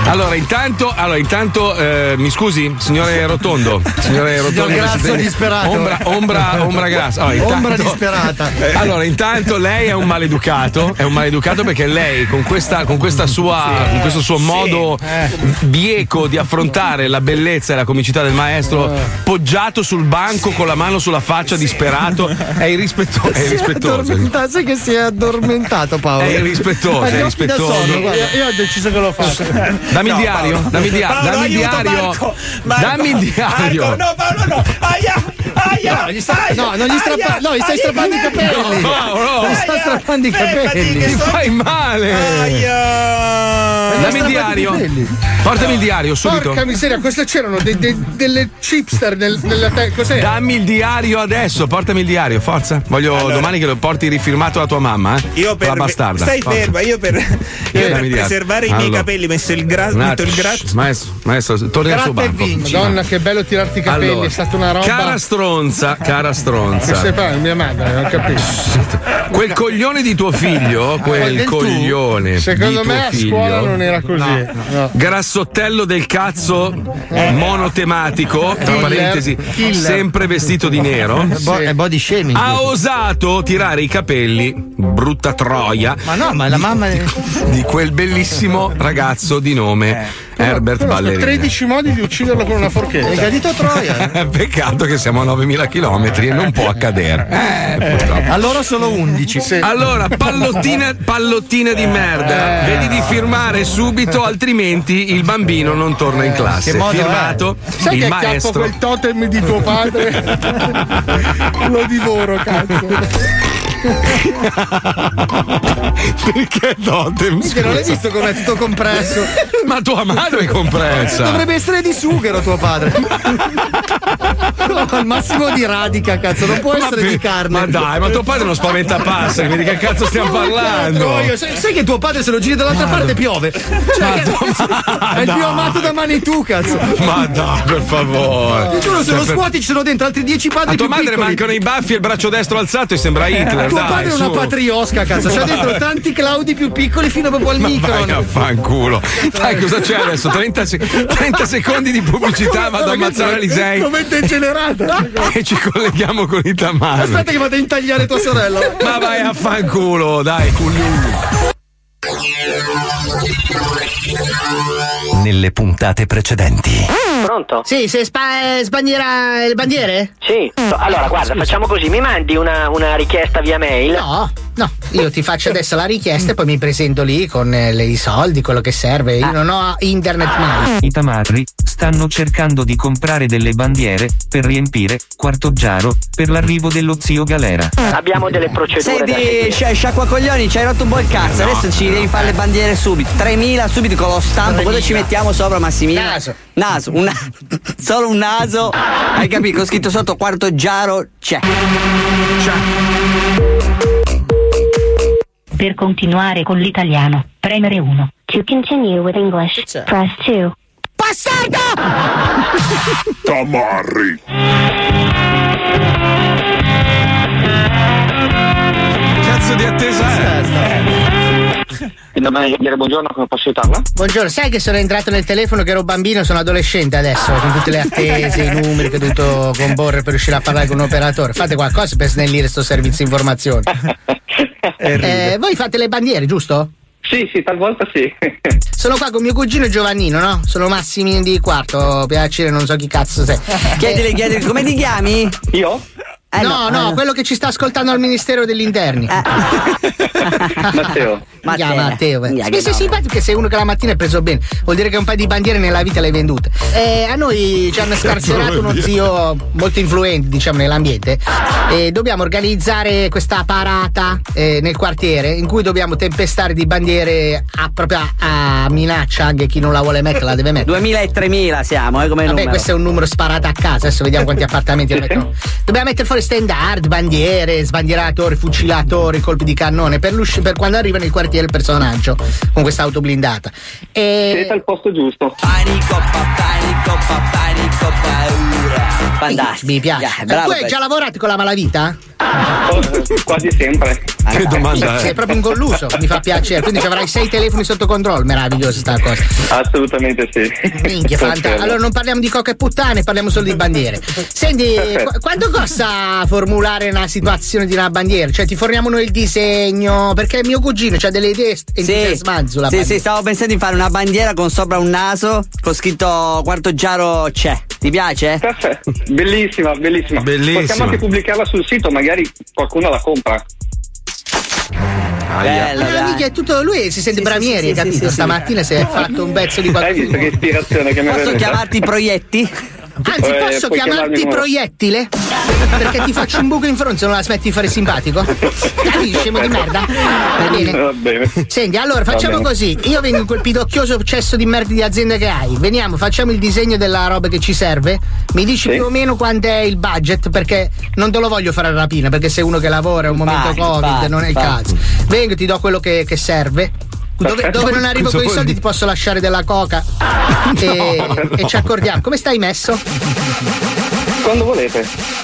Allora, intanto, allora, intanto eh, mi scusi, signore Rotondo. Signore Rotondo. Signor Grasso disperato. Ombra, ombra, ombra grassa. Allora, intanto, Ombra disperata. Allora, intanto lei è un maleducato, è un maleducato perché lei con questa, con questa sua, Sì. con questo suo Sì. modo Eh. bieco di affrontare la bellezza e la comicità del maestro, poggiato sul banco con la mano sulla faccia, disperato, è irrispettoso. È Si è irrispettoso. addormentato, sai che si è addormentato Paolo. È irrispettoso, Ha è gli occhi da irrispettoso. sonno, guarda. Io, io ho deciso che lo faccio. Dammi il No, diario, Paolo. dammi il dia- Paolo, dammi il aiuto, diario. Marco, Marco, Dammi il diario. Marco, no, Paolo, no. Aia, aia. No, gli sta- aia, no, non gli strappa- aia, no, gli stai aia, strappando i capelli. No, no. Non gli sta Aia, strappando i fermati, capelli. che Mi sto- fai male. Aia. Dammi il diario. Portami il diario subito. Porca miseria, cosa c'erano? De- de- delle chipster nel- nella te- cos'è? Dammi il diario adesso, portami il diario, forza. Voglio Allora. domani che lo porti rifirmato alla tua mamma, eh? Io per la bastarda. stai forza. ferma, io per, io per dammi il diario. preservare i miei Allora. capelli messo il gra- Un metto attimo, il grasso. shh, maestro, maestro, torni al suo Gratta e banco. vinci. Madonna, che bello tirarti i capelli, Allora, è stata una roba. Cara stronza, cara Che stronza. sei pa- mia madre, non capisco. Quel coglione di tuo figlio, quel del tu? coglione. Secondo di tuo me a figlio, scuola non era così. No. Grassottello del cazzo monotematico, tra Killer. parentesi, Killer. sempre vestito di nero. È, bo- è body shaming. Ha osato tirare i capelli, brutta troia, Ma no, ma la mamma. di quel bellissimo ragazzo di nome Herbert Conosco Ballerini. tredici modi di ucciderlo con una forchetta. È cadito Troia. Peccato che siamo a novemila chilometri e non può accadere. Eh, purtroppo. Allora solo undici. Allora, pallottina, pallottina di merda. Vedi di firmare subito, altrimenti il bambino non torna in classe. Che modo è? Firmato Sai il che acchiappo maestro. quel totem di tuo padre? Lo divoro, cazzo. Perché totem? Che non hai visto com'è tutto compresso? Ma tua madre è compressa. Dovrebbe essere di sughero tuo padre. No, al massimo di radica, cazzo, non può Ma essere per- di carne. Ma dai, ma tuo padre non spaventa passeri, di che cazzo stiamo parlando? Troia, sai, sai che tuo padre se lo giri dall'altra parte piove? Cioè, che- è il più amato da Manitou, cazzo. Ma dai, per favore. Ti giuro, se Cioè, lo per- scuoti ci sono dentro altri dieci padri A tua più madre piccoli. mancano i baffi e il braccio destro alzato e sembra Hitler. Tuo dai, padre è una su. patriosca, cazzo. C'ha dentro tanti Claudi più piccoli fino proprio al Ma micro. vai a fanculo. Dai, cosa c'è adesso? trenta, se- trenta secondi di pubblicità, vado a ammazzare Alisei Come degenerata. e ci colleghiamo con i tamari. Aspetta che vado a intagliare tua sorella. Ma vai a fanculo, dai, cuglione. Nelle puntate precedenti. Pronto? Sì, se spa- sbandiera le bandiere? Sì. Allora, guarda, facciamo così, mi mandi una, una richiesta via mail? No, no, io ti faccio adesso la richiesta e poi mi presento lì con eh, le- i soldi, quello che serve. Io non ho internet mai. I tamarri stanno cercando di comprare delle bandiere per riempire Quartoggiaro per l'arrivo dello zio Galera. Abbiamo delle procedure da Senti, seguire. sci- sciacquacoglioni, ci hai rotto un po' il cazzo. Adesso ci devi fare le bandiere subito. tremila subito con lo stampo. Cosa ci mettiamo sopra, Massimiliano? Naso. Naso, un naso. Solo un naso. Hai capito? Ho scritto sotto Quartoggiaro c'è. Per continuare con l'italiano, premere uno. To continue with English, press two. Bastardo! Tamarri. Cazzo di attesa è? Domani dire buongiorno, come posso aiutarla? Buongiorno, sai che sono entrato nel telefono che ero bambino, sono adolescente adesso, con tutte le attese, i numeri che ho dovuto comporre per riuscire a parlare con un operatore. Fate qualcosa per snellire sto servizio informazioni. Eh, voi fate le bandiere, giusto? Sì, sì, talvolta sì. Sono qua con mio cugino Giovannino, no? Sono Massimino di quarto, piacere, non so chi cazzo sei. Chiedili, chiedili, come ti chiami? Io? Eh, no, no, eh. quello che ci sta ascoltando al Ministero degli Interni. Matteo. Mi chiama Matteo. Minchia, Sì, che sì, no. simpatico che sei uno che la mattina è preso bene. Vuol dire che un paio di bandiere nella vita le hai vendute. Eh, a noi ci hanno scarcerato uno zio molto influente, diciamo, nell'ambiente. E dobbiamo organizzare questa parata eh, nel quartiere in cui dobbiamo tempestare di bandiere a, proprio a, a minaccia. Anche chi non la vuole mettere la deve mettere. duemila e tremila siamo, eh, come Vabbè, numero. questo è un numero sparato a casa. Adesso vediamo quanti appartamenti lo mettono. Dobbiamo mettere fuori standard, bandiere, sbandieratori, fucilatori, colpi di cannone per, l'usci- per quando arriva nel quartiere il personaggio con questa auto blindata. E... Siete al posto giusto. Panico, pa, panico, pa, panico, paura. Fantastico. Mi piace. Yeah, Eh, bravo tu hai questo. già lavorato con la malavita? Quasi sempre. Che domanda è? Sei proprio ingolluso, mi fa piacere. Quindi ci avrai sei telefoni sotto controllo. Meravigliosa sta cosa. Assolutamente sì. Minchia, fantastico. Allora non parliamo di coca e puttane, parliamo solo di bandiere. Senti, qu- quanto costa formulare una situazione di una bandiera? Cioè ti forniamo noi il disegno? Perché mio cugino c'ha delle idee entusiasmanti sulla sì, bandiera. sì, stavo pensando di fare una bandiera con sopra un naso con scritto Quarto Giaro c'è. Ti piace? Perfetto, bellissima, bellissima. Bellissima. Possiamo anche pubblicarla sul sito, magari qualcuno la compra. Bella, Ah, mica è tutto lui si sente Sì, bramieri, sì, sì, capito? sì, sì, Stamattina si è fatto un pezzo di qualcosa. Hai visto che ispirazione che mi è Posso venuta? chiamarti Proietti? Anzi, Eh, posso puoi chiamarti chiamarmi come- proiettile? Perché ti faccio un buco in fronte se non la smetti di fare simpatico. Dai, scemo di merda. Va bene? Va bene. Senti, allora Va facciamo bene. così. Io vengo in quel pidocchioso cesso di merda di azienda che hai. Veniamo, facciamo il disegno della roba che ci serve. Mi dici Sì. più o meno quanto è il budget, perché non te lo voglio fare a rapina, perché sei uno che lavora, è un momento Infatti, Covid, infatti, non è il infatti. caso. Vengo, ti do quello che, che serve. Dove, Perfetto. dove non arrivo Cosa con i vuol soldi dire? ti posso lasciare della coca e, e ci accordiamo. Come stai messo? Quando volete.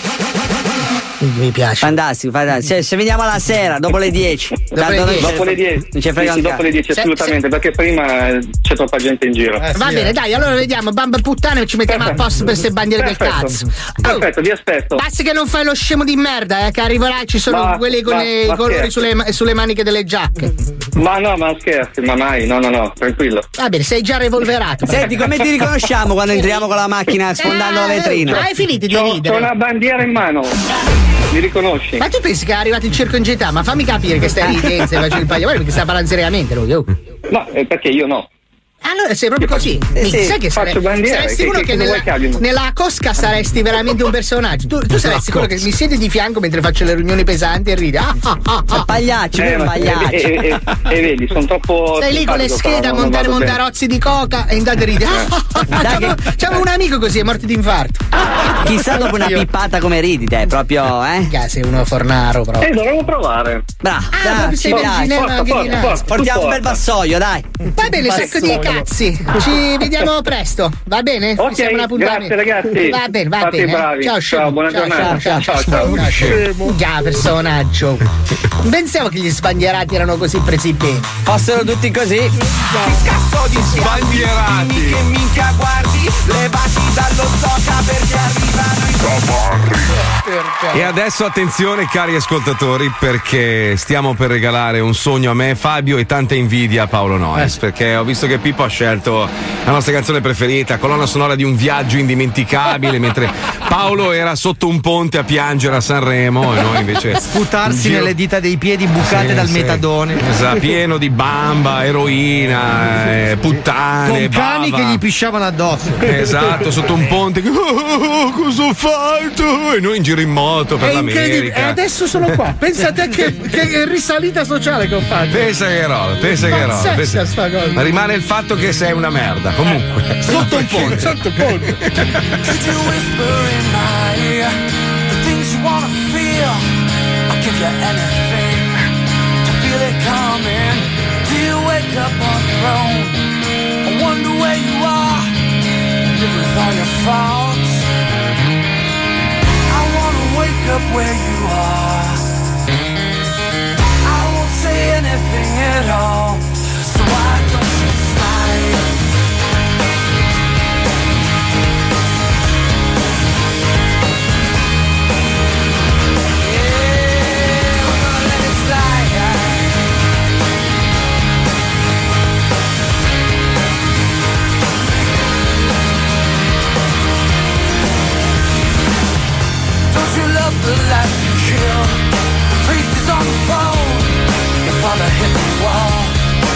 Mi piace. Fantastico, fantastico. Se, se veniamo la sera, dopo le dieci. Dopo Tanto le non dieci. c'è- Dopo le dieci. Non ci frega Sì, un sì, dopo cazzo. le dieci, Se- assolutamente, perché prima eh, c'è troppa gente in giro. Va bene, dai, allora vediamo, bamba puttana e ci mettiamo a posto per queste bandiere del Perfetto. cazzo. Perfetto, vi aspetto. Basta che non fai lo scemo di merda, eh, che arriverai, ci sono Ma- quelli con ma- i ma colori scherzi. sulle, ma- sulle maniche delle giacche. Ma no, ma scherzi, ma mai, no, no, no, tranquillo. Va bene, sei già revolverato. Senti, come ti riconosciamo quando entriamo con la macchina sfondando la Eh, vetrina? Hai finito di C'ho, c'ho ridere. una bandiera in mano. Mi riconosci? Ma tu pensi che è arrivato il circo in città? Ma fammi capire che stai ridendo e facendo il pagliaio, perché sta parlando seriamente lui. Oh. No, è perché io no. Allora sei proprio così. Mi- sì, sai che faccio sare- bandiere, saresti che- uno che- che, che nella, vuoi che abbia? nella cosca saresti veramente un personaggio. Tu, tu saresti quello che mi siedi di fianco mentre faccio le riunioni pesanti e ridi. Ah, ah, ah, ah. Pagliaccio, Eh, non ma- pagliaccio. e, e- e- e vedi, sono troppo. Stai lì con le simpatico, schede a però non montare vado bene. montarozzi di coca e intanto ridi. Ah, ah, ah. Dai, C'avevo, c'avevo un amico così, è morto di infarto. Chissà dopo una Io- pippata come ridi te, proprio, eh? Mica sei uno fornaro, Eh, proprio. dovremmo provare. Bravo, Ah, dai, proprio ci sei piace. virginello Porta, anche di porta, naso. porta. Portiamo un bel Porta. vassoio, dai. Va bene, secco di cazzi. Ci vediamo presto, va bene? Ok, Fissiamo un appuntamento. grazie, ragazzi. Va bene, va Fate bene. eh. bravi. Ciao, scemo. Ciao, buona giornata. Ciao, ciao, Ciao, ciao. scemo. Già, personaggio. Pensavo che gli sbandierati erano così presi bene. Fossero tutti così. Cazzo di sbandierati. Che minchia guardi, levati dallo zocca perché arrivano i E adesso attenzione cari ascoltatori, perché stiamo per regalare un sogno a me, Fabio, e tanta invidia a Paolo Noyes, perché ho visto che Pippo ha scelto la nostra canzone preferita, colonna sonora di un viaggio indimenticabile, mentre Paolo era sotto un ponte a piangere a Sanremo e noi invece Sputarsi in giro- nelle dita dei piedi bucate Sì, dal sì. metadone. Esatto, pieno di bamba, eroina, eh, puttane, Con cani bava. che gli pisciavano addosso. Esatto, sotto un ponte. Oh, cosa ho fatto? E noi in giro in moto per È incredibile. l'America. E adesso sono qua. Pensate che, che risalita sociale che ho fatto. Pensa che roba, pensa che roba. Pazzesca pensa- sta cosa. Ma rimane il fatto che sei una merda, comunque. Sotto un ponte. Sotto un ponte. Could you whisper in my ear the things you wanna feel? I'll give you anything to feel it coming. Do you wake up on your own? I wonder where you are. Live with all your faults. I wanna wake up where you are. I won't say anything at all. So why don't you slide? Don't you love the life you kill? The priest is on the phone. Your father hit the wall.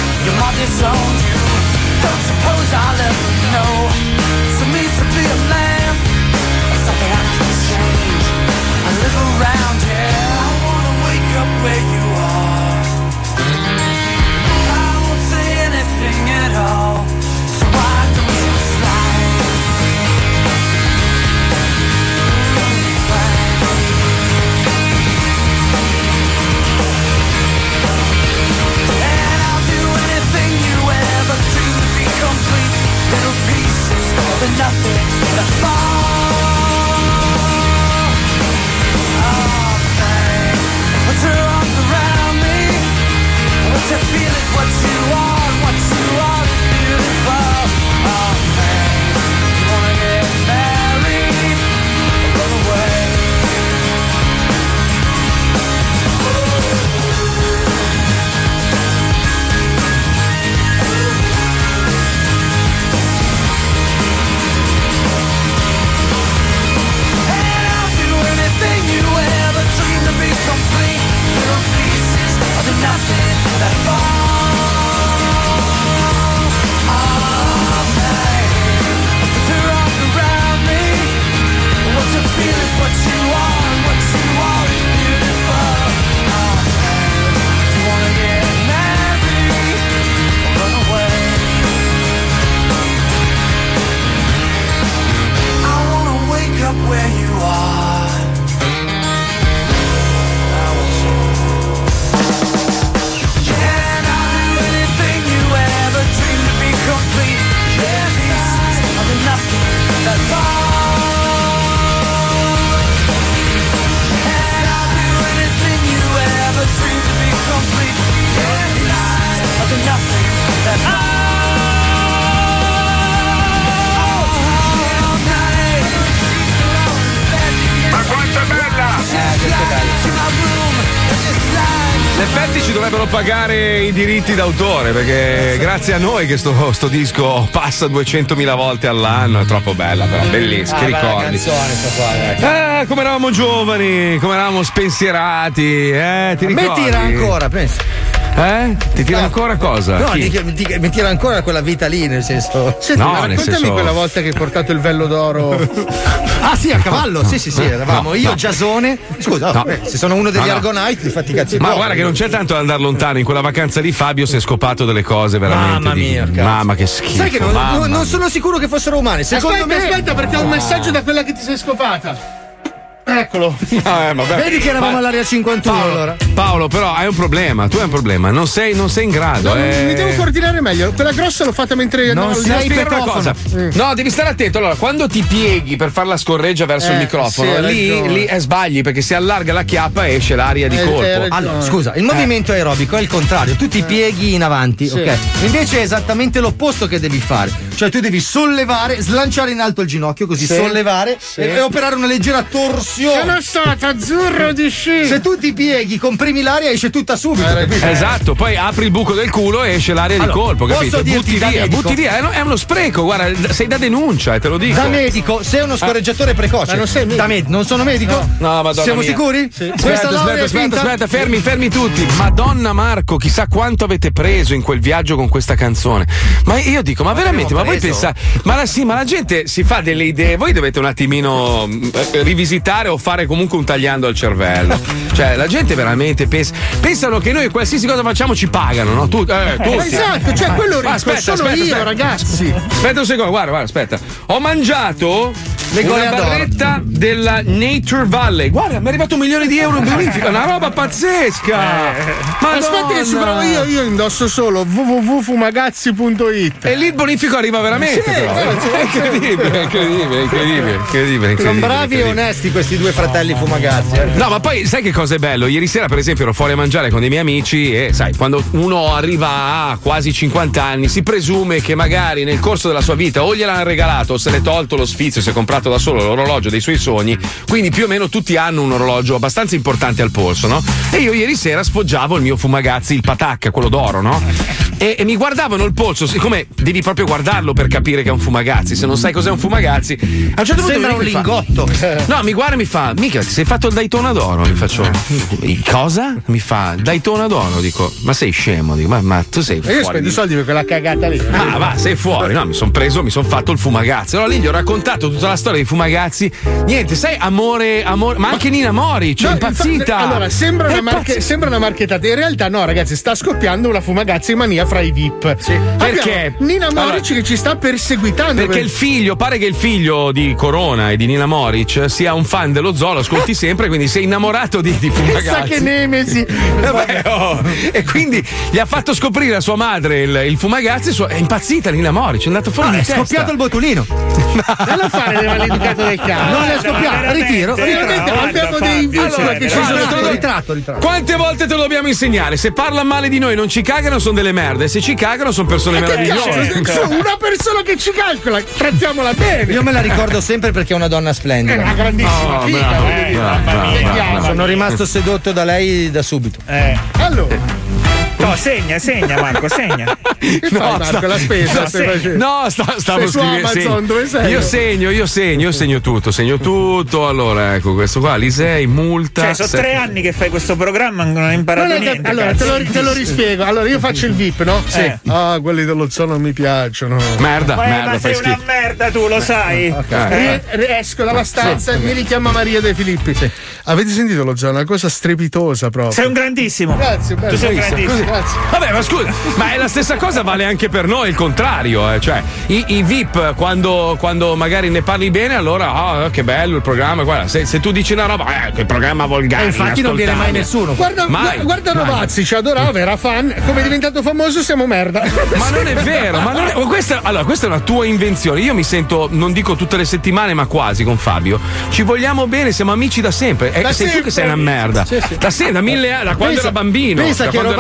dovrebbero pagare i diritti d'autore perché grazie a noi che sto, sto disco passa duecentomila volte all'anno, è troppo bella, però bellissima, Ah, che bella ricordi. canzone, sta qua, dai. Eh, come eravamo giovani, come eravamo spensierati, eh, ti A me ricordi? tira ancora, pensa. Eh? Ti tira No. ancora cosa? No, Chi? dico- mi, dico- mi tira ancora quella vita lì, nel senso. Senti, No, ma nel raccontami senso- quella volta che hai portato il vello d'oro. Ah, sì, a cavallo. Sì, sì, sì, eravamo No, io, no. Giasone. Scusa, No. eh, se sono uno degli No, no. Argonauti, fatti i cazzi Ma tuoi. guarda che non c'è tanto da andare lontano, in quella vacanza di Fabio si è scopato delle cose veramente. Mamma di- mia, cazzo. Mamma che schifo. Sai che non, mamma non- non mia. sono sicuro che fossero umane. Secondo aspetta, me. aspetta, perché ho un messaggio da quella che ti sei scopata. Eccolo. Ah, eh, vabbè. Vedi che eravamo Ma- all'area cinquantuno Paolo, allora. Paolo, però hai un problema, tu hai un problema, non sei, non sei in grado. No, eh. mi devo coordinare meglio. Quella grossa l'ho fatta mentre Non andavo Ti al- devo sei spiegare una petofono. cosa. No, devi stare attento. Allora, quando ti pieghi per fare la scorreggia verso Eh, il microfono, sì, hai lì, ragione. lì eh, sbagli perché si allarga la chiappa e esce l'aria di Eh, colpo. hai ragione. Allora, scusa, il movimento aerobico è il contrario, tu ti pieghi in avanti, Sì. ok? Invece è esattamente l'opposto che devi fare. Cioè tu devi sollevare, slanciare in alto il ginocchio, così Sì. sollevare Sì. e, e operare una leggera torsione. Sono stato azzurro di sci. Se tu ti pieghi, comprimi l'aria, esce tutta subito. Hai capito? Esatto, poi apri il buco del culo e esce l'aria Allora, di colpo, posso capito? dirti Butti da via, medico? butti via, è uno- è uno spreco, guarda, sei da denuncia, eh, te lo dico. Da medico, sei uno scorreggiatore precoce. Ma non sei medico. Da med- non sono medico? No, madonna Siamo mia. sicuri? Sì. Questa Aspetta, laurea aspetta, è aspetta, finta? aspetta, fermi, fermi tutti. Madonna Marco, chissà quanto avete preso in quel viaggio con questa canzone. Ma io dico, ma veramente, ma voi preso? pensate, ma la, sì, ma la gente si fa delle idee, voi dovete un attimino mm, eh, rivisitare o fare comunque un tagliando al cervello. Cioè, la gente veramente pensa, pensano che noi qualsiasi cosa facciamo ci pagano, no? Tu, eh, tutti. Esatto, cioè quello Ma ricco aspetta, sono aspetta, io, aspetta. ragazzi. Aspetta un secondo, guarda, guarda, aspetta. Ho mangiato Le una goleador. barretta della Nature Valley. Guarda, mi è arrivato un milione di euro in bonifica, una roba pazzesca. Madonna. Aspetta che ci provo io, io indosso solo w w w punto fumagazzi punto it. E lì il bonifico arriva veramente, Sì, però. sì, sì, È incredibile, è incredibile, incredibile, incredibile, incredibile. Sono bravi e incredibile. onesti questi due fratelli fumagazzi. eh. No, ma poi sai che cosa è bello? Ieri sera, per esempio, ero fuori a mangiare con dei miei amici e sai, quando uno arriva a quasi cinquanta anni, si presume che magari nel corso della sua vita o gliel'hanno regalato o se l'è tolto lo sfizio, si è comprato da solo l'orologio dei suoi sogni. Quindi più o meno tutti hanno un orologio abbastanza importante al polso, no? E io ieri sera sfoggiavo il mio Fumagazzi, il Patacca, quello d'oro, no? E, e mi guardavano il polso, siccome devi proprio guardarlo per capire che è un Fumagazzi, se non sai cos'è un Fumagazzi, a un certo punto Sembra mi un fa- lingotto. No, mi guarda e mi fa: mica, ti sei fatto il Daytona d'oro? Mi faccio: cosa? Mi fa: Daytona d'oro. Dico: ma sei scemo? Dico: ma, ma tu sei E io fuori. spendo di- i soldi per quella cagata lì. Ah, va, sei fuori. No, mi sono preso, mi sono fatto il Fumagazzi. Allora lì gli ho raccontato tutta la storia dei Fumagazzi. Niente, sai, amore, amore. Ma anche Nina Mori, cioè, No, impazzita. infa- Allora, sembra È una, marche- impazzita. sembra una marchettata. In realtà, no, ragazzi, sta scoppiando una fumagazzi mania fra i V I P. Perché? Nina Moric Allora, che ci sta perseguitando. Perché il figlio, pare che il figlio di Corona e di Nina Moric sia un fan dello zoo, lo ascolti sempre, quindi sei innamorato di, di Pensa Fumagazzi. che nemesi. Eh beh, oh. E quindi gli ha fatto scoprire a sua madre il, il Fumagazzi, sua- è impazzita Nina Moric, è andata fuori Ah, di è testa. scoppiato il botulino. Non lo fare le maleducate del cazzo. Non è scoppiato, ritiro. Veramente ritiro. abbiamo dei V I P Allora, che ci guarda, sono guarda, Ritratto, ritratto. Quante volte te lo dobbiamo insegnare? Se parlano male di noi non ci cagano, sono delle merde. Se ci cagano, sono persone Che cazzo, meravigliose. sono una persona che ci calcola, trattiamola bene. Io me la ricordo sempre perché è una donna È splendida. una grandissima Oh, figa, bravo, voglio dire. bravo, bravo, Vediamo. Sono rimasto sedotto da lei da subito. Eh. Allora, No, segna, segna, Marco, segna. che fai, Marco? sta- La spesa no, stai sì. facendo? No, sta- stavo Sei su scrivendo. Amazon, segno. dove sei? Io segno, io segno, io segno tutto, segno tutto. Allora, ecco, questo qua, Lisei, multa. Cioè, sono sette- tre anni che fai questo programma e non hai imparato Non è che- niente. allora, te cazzo. lo, te lo rispiego. Allora, io faccio il V I P, no? Sì. Ah, quelli dello zoo non mi piacciono. Merda, Eh, merda, ma fai sei una schifo. merda, tu lo sai. Eh. Rie- rie- esco dalla stanza e mi richiama Maria De Filippi. Avete sentito lo zoo? Una cosa strepitosa proprio. Sei un grandissimo. Grazie, bello. Tu sei un Così. grandissimo. Grazie. Vabbè, ma scusa, ma è la stessa cosa vale anche per noi, il contrario, eh. Cioè, i, i V I P, quando, quando magari ne parli bene, allora, ah, che bello il programma. Guarda, se, se tu dici una roba, eh, che programma volgare. E infatti non viene mai inascoltabile. nessuno. Guarda, Mai, gu- guarda mai. Rovazzi, ci adorava, era fan. Come è diventato famoso, siamo merda. Ma non è vero, ma non è, ma questa, allora, questa è una tua invenzione. Io mi sento, non dico tutte le settimane, ma quasi con Fabio. Ci vogliamo bene, siamo amici da sempre. E Da sei tu sempre. che sei una merda. Sì, sì. Da sempre, da mille anni, da quando Pensa- era bambino. Pensa da che quando era- Rovazzi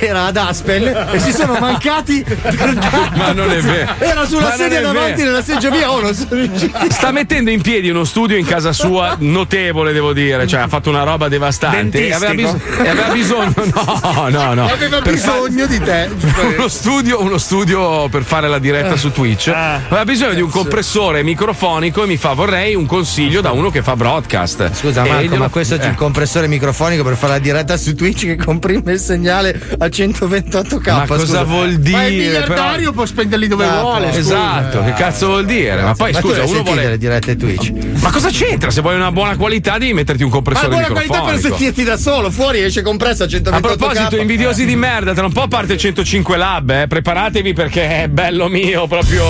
era ad Aspen e si sono mancati per Ma non è vero. Era sulla Ma sedia non è davanti vero. nella sedia via. Oh, non sono riusciti. Sta mettendo in piedi uno studio in casa sua notevole, devo dire, cioè ha fatto una roba devastante. E aveva, bis- e aveva bisogno, no, no, no. Aveva Per bisogno di te. uno studio, uno studio per fare la diretta su Twitch. Aveva bisogno di un compressore microfonico e mi fa: vorrei un consiglio da uno che fa broadcast. Scusa E Marco, glielo- ma questo c'è eh. il compressore microfonico per fare la diretta su Twitch che comprime il segnale a centoventotto k. Ma cosa scusa. vuol Ma il dire? miliardario Però- può spenderli dove Ah, vuole. scusa. Esatto, che cazzo vuol dire? Ma poi Ma tu scusa, le uno sentite vuole. le dirette Twitch? Ma cosa c'entra? Se vuoi una buona qualità devi metterti un Ma compressore buona qualità per microfonico. sentirti da solo, fuori esce compresso a A centoventotto k. proposito, invidiosi di merda, tra un po' parte il centocinque Lab, eh. Preparatevi perché è bello mio, proprio.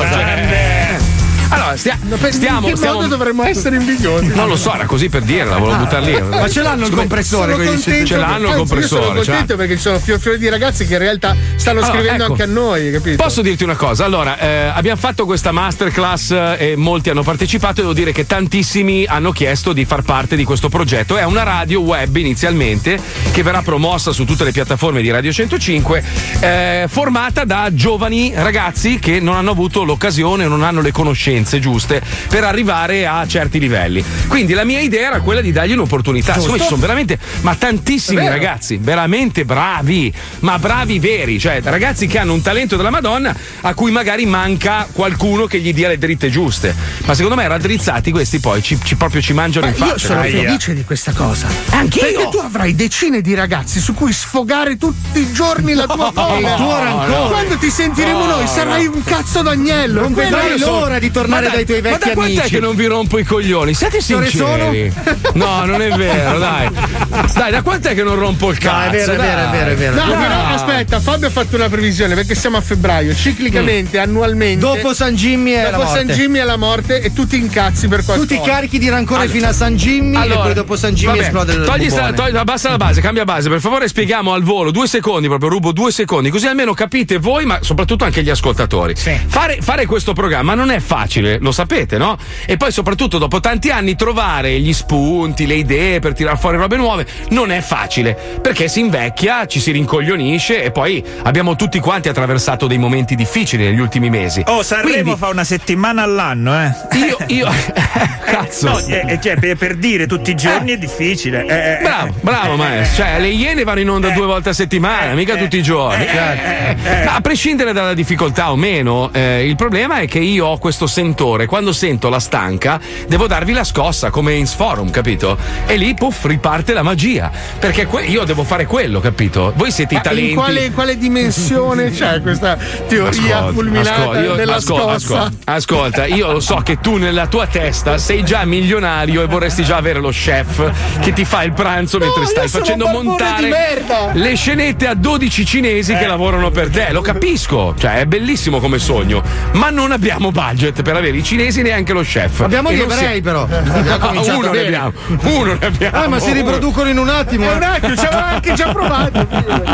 Cioè, allora, stia- stiamo. in che stiamo... modo dovremmo essere invidiosi? Non lo so, era così per dirla, volevo buttar lì. Ma ce l'hanno il Siccome- compressore, Sono quelli di contento, Ce l'hanno il anzi, compressore, Io sono cioè. contento perché ci sono fior fior di ragazzi che in realtà stanno Allora, scrivendo ecco. anche a noi, capito? Posso dirti una cosa? Allora, eh, abbiamo fatto questa masterclass eh, e molti hanno partecipato e devo dire che tantissimi hanno chiesto di far parte di questo progetto. È una radio web inizialmente che verrà promossa su tutte le piattaforme di Radio centocinque, eh, formata da giovani ragazzi che non hanno avuto l'occasione, non hanno le conoscenze giuste per arrivare a certi livelli. Quindi la mia idea era quella di dargli un'opportunità. Siccome ci sono veramente, ma tantissimi È vero. ragazzi, veramente bravi, ma bravi veri, cioè ragazzi che hanno un talento della Madonna a cui magari manca qualcuno che gli dia le dritte giuste. Ma secondo me raddrizzati questi poi ci, ci- proprio ci mangiano Ma in faccia. io sono Aia. felice di questa cosa. Anch'io. Perché tu avrai decine di ragazzi su cui sfogare tutti i giorni la tua folla. il tuo rancore. Quando ti sentiremo No, noi sarai un cazzo d'agnello. Non Quello vedrai io sono- l'ora di tornare Ma dai, dai tuoi ma vecchi da quant'è amici. che non vi rompo i coglioni? Siete Ore sinceri. No, non è vero, dai. Dai, da quant'è che non rompo il cazzo? No, è vero, è vero, è vero, è vero. No, Dai. però aspetta, Fabio ha fatto una previsione perché siamo a febbraio, ciclicamente, annualmente. Dopo San Jimmy e la dopo San morte. Jimmy alla morte e tu ti incazzi per qualcosa. Tu ti carichi di rancore Allora. fino a San Jimmy e poi dopo San Jimmy vabbè, esplode il togli, sta- bubone. togli- abbassa la base, cambia base, per favore spieghiamo al volo due secondi, proprio rubo due secondi, così almeno capite voi, ma soprattutto anche gli ascoltatori. Fare, fare questo programma non è facile, lo sapete, no? E poi soprattutto dopo tanti anni trovare gli spunti, le idee per tirar fuori robe nuove non è facile, perché si invecchia, ci si rincoglionisce e poi abbiamo tutti quanti attraversato dei momenti difficili negli ultimi mesi. Oh, Sanremo Quindi- fa una settimana all'anno, eh. Io, io, cazzo. No, eh, eh, cioè, per, per dire tutti i giorni è difficile. Eh, eh, Bravo, bravo eh, maestro. Cioè, le Iene vanno in onda eh, due volte a settimana, eh, mica eh, tutti i giorni. eh, eh, Ma a prescindere dalla difficoltà o meno, eh, il problema è che io ho questo sentore. Quando sento la stanca, devo darvi la scossa, come in Sforum, capito? E lì, puff, riparte la magia. Perché que- io devo fare quello, capito? Voi siete Ma i talenti. in quale, quale dimensione c'è questa teoria Ascolta, fulminata ascolta, io- della ascolta, scossa? ascolta, ascolta, io lo so che tu nella tua testa sei già milionario e vorresti già avere lo chef che ti fa il pranzo mentre io stai sono facendo un barbone montare di merda. le scenette a dodici cinesi che lavorano per te. Lo capisco, cioè è bellissimo come sogno, ma non abbiamo budget per avere i cinesi neanche lo chef. Abbiamo E gli non si- ebrei però. Abbiamo No, cominciato uno ne bene. abbiamo, uno ne abbiamo. Ah, ma si uno. riproducono in un attimo. È eh. un attimo, ci avevo anche già provato.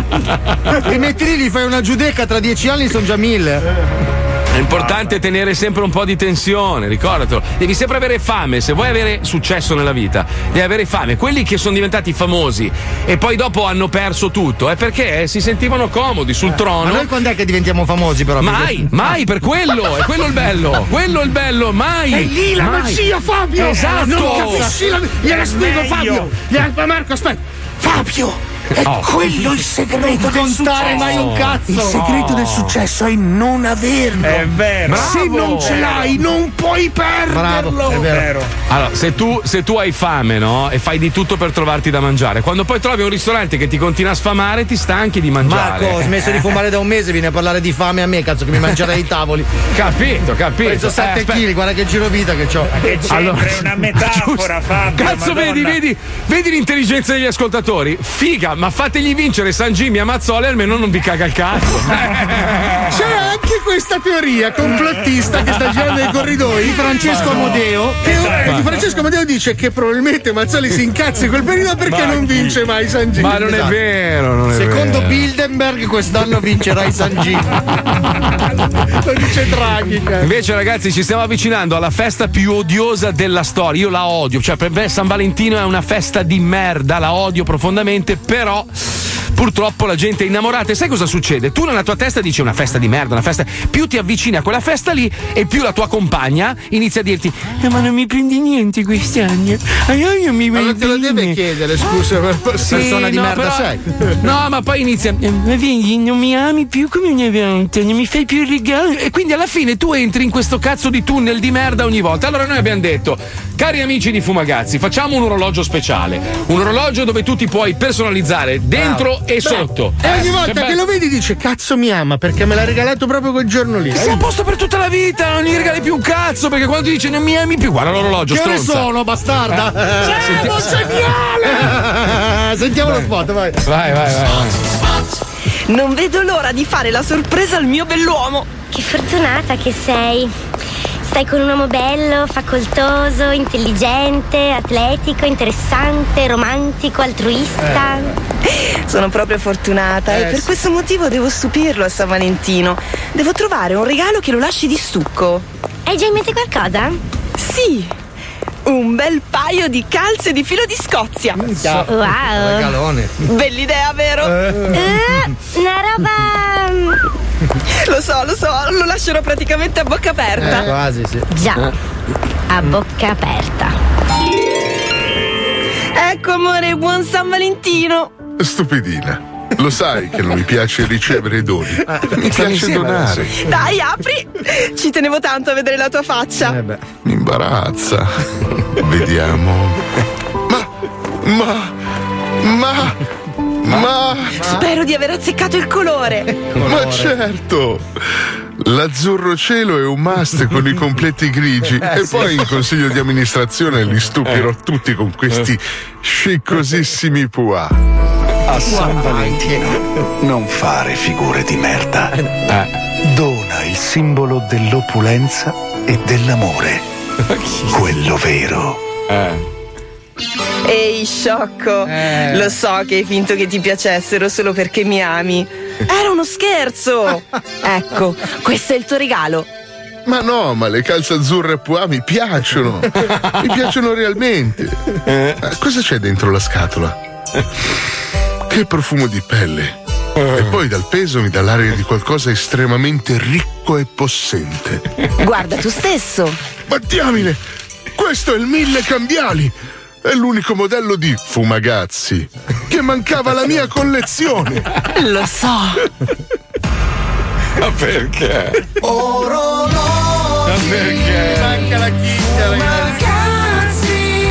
Li metti lì, gli fai una giudecca, tra dieci anni sono già mille. È importante tenere sempre un po' di tensione, ricordatelo. Devi sempre avere fame, se vuoi avere successo nella vita, devi avere fame. Quelli che sono diventati famosi e poi dopo hanno perso tutto è perché si sentivano comodi sul Ma trono. noi quando è che diventiamo famosi però? Mai, mai per quello, è quello il bello, quello il bello, mai. È lì la mai. magia, Fabio! Esatto. Non capisci la... Gliela spiego, meglio. Fabio! Gliela- Ma Marco, aspetta! Fabio! È Oh. quello il segreto del contare successo. mai un cazzo. Il segreto del successo è non averlo. È vero. Se Bravo. non ce l'hai, non puoi perderlo. Bravo, è vero. Allora, se tu, se tu hai fame, no? E fai di tutto per trovarti da mangiare, quando poi trovi un ristorante che ti continua a sfamare, ti stanchi di mangiare. Marco, ho smesso di fumare da un mese, vieni a parlare di fame a me, cazzo che mi mangerei i tavoli. Capito, capito. Ho preso sette Eh, aspetta. chili, guarda che giro vita che ho. Che c'entra, Allora- è una metafora, Fabio. Cazzo, Madonna. vedi, vedi, vedi l'intelligenza degli ascoltatori? Figa, ma fategli vincere San Jimmy a Mazzole, almeno non vi caga il cazzo. C'è anche questa teoria complottista che sta girando nei corridoi di Francesco Amodeo. Che Esatto. eh, Francesco Amodeo dice che probabilmente Mazzoli si incazza in quel periodo perché non vince mai San Gino. Ma non è vero, non è Secondo vero. Bilderberg quest'anno vincerai San Gino. Lo dice Draghi. cazzo. Invece, ragazzi, ci stiamo avvicinando alla festa più odiosa della storia. Io la odio, cioè per me San Valentino è una festa di merda, la odio profondamente, però purtroppo la gente è innamorata. E sai cosa succede? Tu nella tua testa dici una festa di merda, una festa. Più ti avvicini a quella festa lì e più la tua compagna inizia a dirti eh, ma non mi prendi niente quest'anno. Ah, io mi ma non te lo deve chiedere, scusa, per sì, persona di no, merda però, sei. No, ma poi inizia eh, ma vedi, non mi ami più come una volta, non mi fai più il regalo. E quindi alla fine tu entri in questo cazzo di tunnel di merda ogni volta. Allora noi abbiamo detto, cari amici di Fumagazzi, facciamo un orologio speciale, un orologio dove tu ti puoi personalizzare dentro Bravo. e Beh, sotto. E ogni Eh, volta che che bello. lo vedi dice cazzo mi ama perché me l'ha regalato proprio quel giorno lì. Che sei a posto per tutta la vita, non gli regali più un cazzo, perché quando ti dice non mi ami più, guarda l'orologio, Che ore stronza. sono, bastarda? Eh, Siamo geniale! Sentiamo lo spot, vai. Vai, vai, vai. Non vedo l'ora di fare la sorpresa al mio bell'uomo. Che fortunata che sei. Stai con un uomo bello, facoltoso, intelligente, atletico, interessante, romantico, altruista. Eh. Sono proprio fortunata Eh, e per sì. questo motivo devo stupirlo a San Valentino. Devo trovare un regalo che lo lasci di stucco. Hai già in mente qualcosa? Sì. Un bel paio di calze di filo di Scozia. Wow. Regalone. Bell'idea, vero? Eh, una roba. Lo so, lo so, lo lascerò praticamente a bocca aperta. Eh, quasi, sì. Già, a bocca aperta. Ecco, amore, buon San Valentino. Stupidina. Lo sai che non mi piace ricevere doni. Mi piace donare. Dai, apri. Ci tenevo tanto a vedere la tua faccia. Mi imbarazza. Vediamo. Ma. Ma. Ma. Ma. Spero di aver azzeccato il colore. Ma certo! L'azzurro cielo è un must con i completi grigi. Eh, e sì. poi in consiglio di amministrazione li stupirò tutti con questi sciccosissimi puà. A San Valentino non fare figure di merda. Dona il simbolo dell'opulenza e dell'amore. Quello vero. Ehi, sciocco. Eh. Lo so che hai finto che ti piacessero solo perché mi ami. Era uno scherzo. Ecco, questo è il tuo regalo. Ma no, ma le calze azzurre puà mi piacciono. Mi piacciono realmente. Eh, cosa c'è dentro la scatola? Che profumo di pelle. E poi dal peso mi dà l'aria di qualcosa estremamente ricco e possente. Guarda tu stesso. Ma diamine! Questo è il mille cambiali! È l'unico modello di Fumagazzi che mancava alla mia collezione! Lo so! Ma perché? Orologi. Ma perché? Manca la chicca, ragazzi.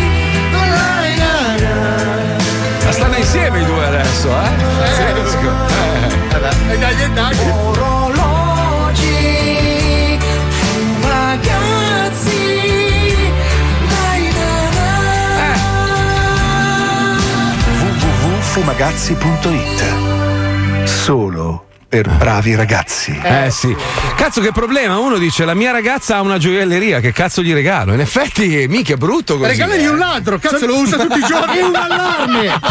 Ma stanno insieme i due adesso, eh? Pazzesco. Eh. E dai, e dai. Orologi. Fumagazzi. w w w punto fumagazzi punto it. Solo per bravi ragazzi. Eh sì. Cazzo che problema, uno dice la mia ragazza ha una gioielleria, che cazzo gli regalo? In effetti mica è brutto così. Regalagli un ladro, cazzo lo usa tutti i giorni. È un allarme.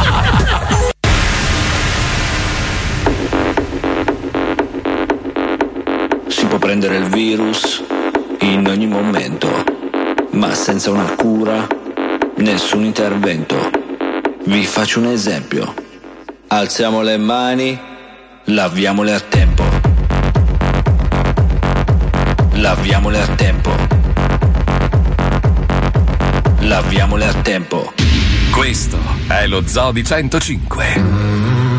Si può prendere il virus in ogni momento, ma senza una cura, nessun intervento. Vi faccio un esempio. Alziamo le mani, laviamole a tempo. Laviamole a tempo. Laviamole a tempo. Questo è lo Zoo di centocinque.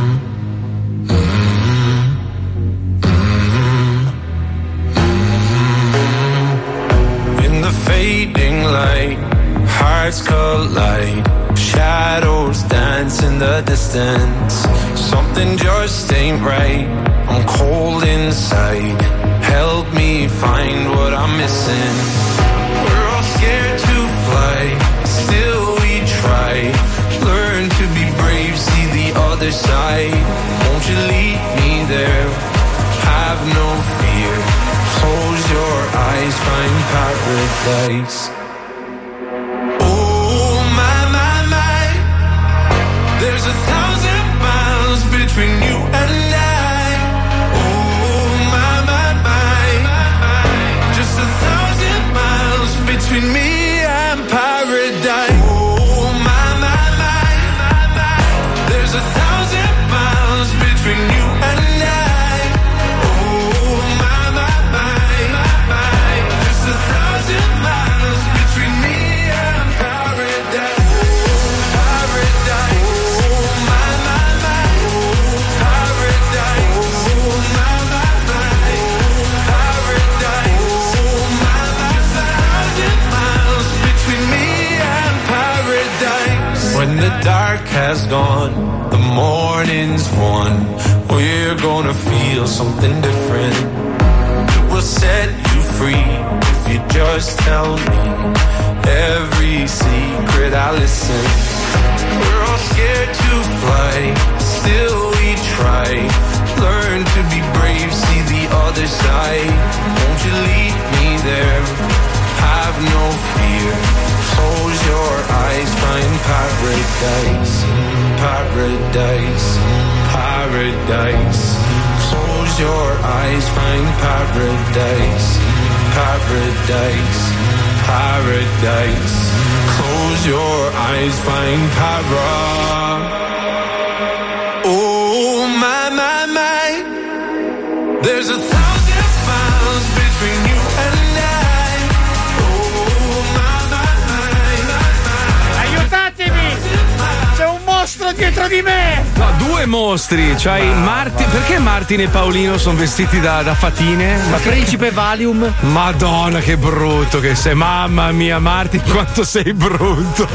In the fading light, hearts collide. Shadows dance in the distance. Something just ain't right. I'm cold inside. Help me find what I'm missing. We're all scared to fly, still we try. Learn to be brave, see the other side. Won't you lead me there? Have no fear. Close your eyes, find paradise. Oh my, my, my. There's a thousand miles between you and I. Oh my, my, my. Just a thousand miles between me and paradise. Oh my, my, my. There's a thousand has gone, the morning's won. We're gonna feel something different. We'll set you free if you just tell me every secret I listen. We're all scared to fly, still we try. Learn to be brave, see the other side. Won't you lead me there? Have no fear. Close your eyes, find paradise, paradise, paradise. Close your eyes, find paradise, paradise, paradise. Close your eyes, find paradise. Oh my, my, my. There's a thousand miles between you and I. Oh my, my, my, my, my. Aiutatemi! C'è un mostro dietro di me! No, due mostri. C'hai Martin. Perché Martin e Paolino sono vestiti da, da fatine? Ma principe Valium? Madonna, che brutto che sei. Mamma mia, Martin, quanto sei brutto.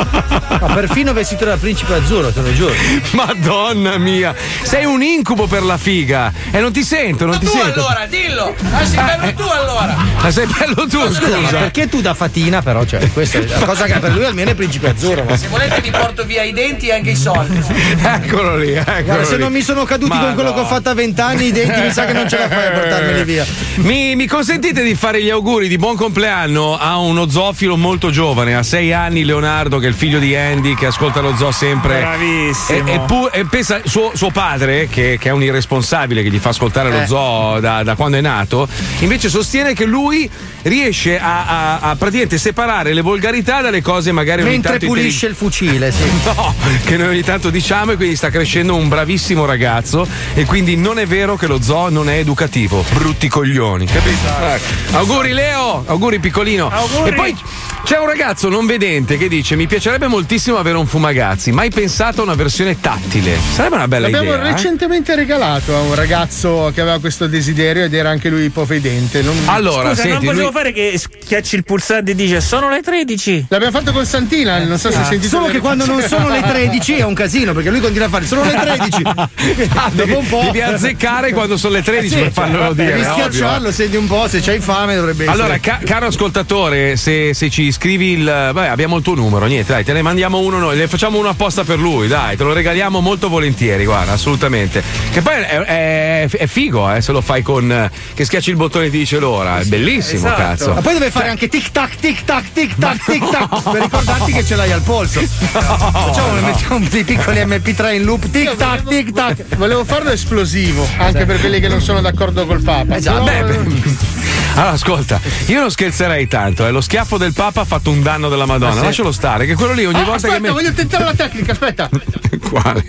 Ma perfino vestito da principe azzurro, te lo giuro. Madonna mia, sei un incubo per la figa. E non ti sento, non Ma ti tu sento. allora, dillo! Ah, sei bello Eh, tu allora! Ma sei bello tu, scusa. Perché tu da fatina, però, cioè, questa è la cosa che per lui almeno è principe azzurro. Ma... Se volete vi porto via i denti e anche i soldi. Eccolo lì, eccolo Guarda, se lì. non mi sono caduti Ma con quello no. che ho fatto a vent'anni, i denti mi sa che non ce la fai a portarmeli via. Mi, mi consentite di fare gli auguri di buon compleanno a uno zoofilo molto giovane, a sei anni, Leonardo, che è il figlio di Andy, che ascolta lo zoo sempre. Bravissimo. E, e, pu- e pensa, suo, suo padre, che, che è un irresponsabile che gli fa ascoltare lo Eh. zoo da, da quando è nato, invece sostiene che lui riesce a, a, a praticamente separare le volgarità dalle cose magari ogni Mentre tanto pulisce il fucile, sì. No, che noi ogni tanto diciamo, e quindi sta crescendo un bravissimo ragazzo, e quindi non è vero che lo zoo non è educativo. Brutti coglioni, capito? Eh. Auguri Leo, auguri piccolino. Auguri. E poi c'è un ragazzo non vedente che dice: mi piacerebbe moltissimo avere un fumagazzi, mai pensato a una versione tattile? Sarebbe una bella L'abbiamo idea. eh? recentemente regalato a un ragazzo che aveva questo desiderio ed era anche lui ipovedente. Non... Allora, Scusa, non senti, possiamo lui- fare che schiacci il pulsante e dice sono le tredici. L'abbiamo fatto con Santina, non so se hai sentito. Solo le- che quando non sono le tredici è un casino, perché lui continua a fare sono le tredici. Ah, Dopo devi, un po'. devi azzeccare quando sono le tredici Sì, per farlo dire. Devi è ovvio. schiacciarlo, senti un po', se c'hai fame dovrebbe essere. Allora, ca- caro ascoltatore, se, se ci scrivi il. Vabbè, abbiamo il tuo numero, niente, dai, te ne mandiamo uno noi, ne facciamo uno apposta per lui, dai, te lo regaliamo molto volentieri, guarda, assolutamente. Che poi è, è, è figo, eh, se lo fai con. eh, che schiacci il bottone e ti dice l'ora, è bellissimo, Esatto. cazzo. Ma poi deve fare anche tic tac, tic tac, tic tac, tic tac, per ricordarti che ce l'hai al polso. Facciamo, no. mettiamo dei piccoli emme pi tre in loop, tic tac, tic tac. Volevo farlo esplosivo, anche per quelli che non sono d'accordo col Papa. Esatto, Però- beh, beh. Allora, ascolta, io non scherzerei tanto, eh. Lo schiaffo del Papa ha fatto un danno della Madonna. Ah, sì. Lascialo stare, che quello lì ogni Ah, volta aspetta, che. me- voglio tentare la tecnica, aspetta. Quale?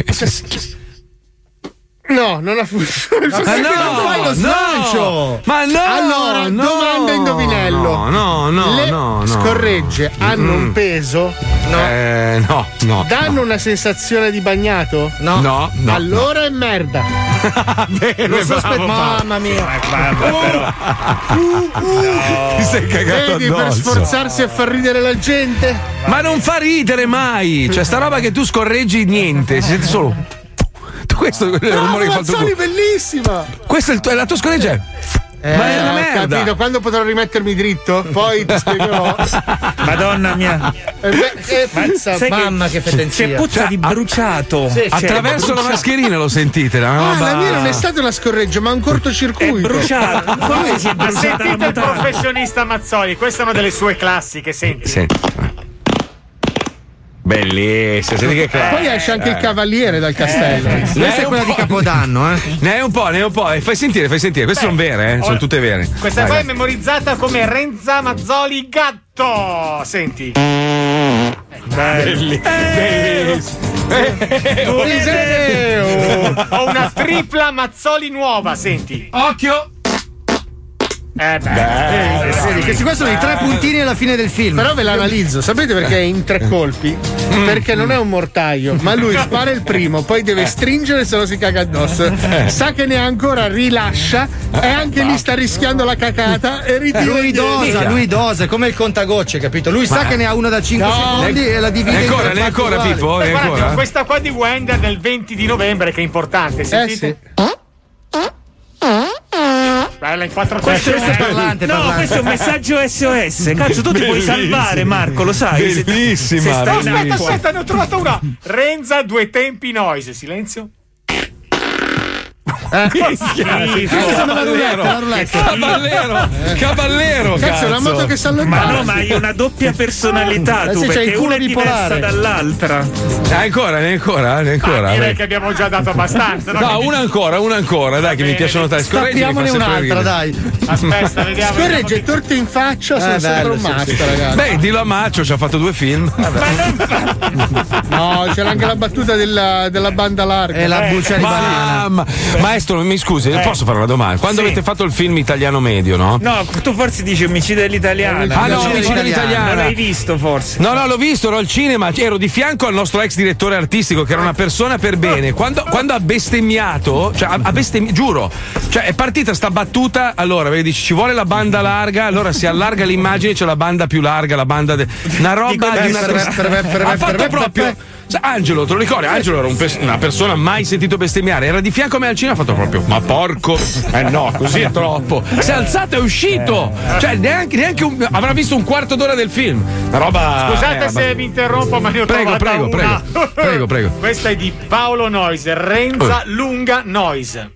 No, non ha funzionato. Ma no, non fai lo no. slancio. Ma no, Allora, no, domanda indovinello. no, no, no, Le no, no. scorregge hanno Mm. un peso? No. Eh, no, no. Danno una sensazione di bagnato? No. No, no, Allora è merda. Bene, Lo so, bravo, aspetta- Paolo. mamma mia. Ti sei cagato Vedi, per addosso. sforzarsi a far ridere la gente. Ma non fa ridere mai. Cioè, sta roba che tu scorreggi niente, si sente solo. Questo è il No, rumore che fa il tuo Mazzoli, culo. bellissima. Questa è il tuo- la tua scorreggia è. Eh, Ma è una ho merda. capito, quando potrò rimettermi dritto? Poi ti spiegherò. Madonna mia. Eh, beh, eh, Ma pizza, sai mamma che fetenzia. C'è puzza Cioè, di a- bruciato. Sì, Cioè, Attraverso la bruciato. mascherina lo sentite. La Ah, roba- la mia non è stata una scorreggia, ma un cortocircuito. È bruciato. Forse si è Ha bruciata la sentito il mutanda. professionista Mazzoli, questa è una delle sue classiche, senti. Senti. Bellissimo, senti che classe. Poi esce anche il cavaliere dal castello. Ne Questa è è un quella po'. di Capodanno, eh. Ne è un po', ne è un po'. E fai sentire, fai sentire. Queste sono vere, eh? Sono tutte vere. Questa Dai, qua è dai. memorizzata come Renza Mazzoli gatto. Senti. Belli- bellissimo. Eliseo! Ho una tripla Mazzoli nuova, senti. Occhio! Eh beh, eh, vedi, questi qua sono i tre puntini alla fine del film. Però ve l'analizzo, sapete perché è in tre colpi? Perché non è un mortaio, ma lui spara il primo, poi deve stringere se no si caga addosso. Sa che ne ha ancora, rilascia e anche lì sta rischiando la cacata e ritira. Lui dosa, lui dosa, è come il contagocce, capito? Lui sa che ne ha una da cinque secondi e la divide in tre. Ne ancora, Pippo? Eh, guarda, questa qua di Wender del venti di novembre che è importante, sentite? Eh sì. Bella in quattro questo cento. è parlante, no, parlante. Questo è un messaggio S O S. Cazzo, tu ti puoi salvare, Marco, lo sai? Bellissima. Se, se stai aspetta, aspetta, aspetta, ne ho trovato una. Renza due tempi noise. Silenzio. Eh, che schifo. Cavallero, Cavallero, Cavallero, cazzo, è una moto che si allontana. Ma no, ma hai una doppia personalità tu, sì, perché una è diversa bipolare dall'altra. Ne ancora, ne ancora, ne ancora. Ah, direi che abbiamo già dato abbastanza. No, no una ancora, una ancora, dai, che mi piacciono tanto. Stappiamone un'altra, dai. Aspetta, vediamo. Scorregge torte in faccia, sono Eh, sempre bello, un sì, master, sì. ragazzi. Beh, dillo a Maccio, ci ha fatto due film. No, c'era anche la battuta della, della banda larga. E la buccia di banana. Ma, maestro, mi scusi, Eh. posso fare una domanda? Quando Sì. avete fatto il film italiano medio, no? No, tu forse dici omicidio all'italiana. Ah, no, Omicidio omicidio all'italiana. Non l'hai visto forse? No, no, l'ho visto, ero al cinema, ero di fianco al nostro ex direttore artistico, che era una persona per bene. Quando, quando ha bestemmiato, cioè ha, ha bestemmiato, giuro, cioè è partita sta battuta, allora vedi, ci vuole la banda larga, allora si allarga l'immagine, c'è la banda più larga, la banda de... una roba di una ha fatto proprio. Cioè, Angelo, te lo ricordi? Angelo era un pers- una persona mai sentito bestemmiare, era di fianco a me al cinema, ha fatto proprio, ma porco, eh no, così è troppo. Si è alzato e è uscito, cioè neanche, neanche un, avrà visto un quarto d'ora del film. Una roba. Scusate eh, se ma... vi interrompo, ma ne ho Prego, trovata prego, una. prego, prego, prego. Questa è di Paolo Noise, Renza Lunga Noise.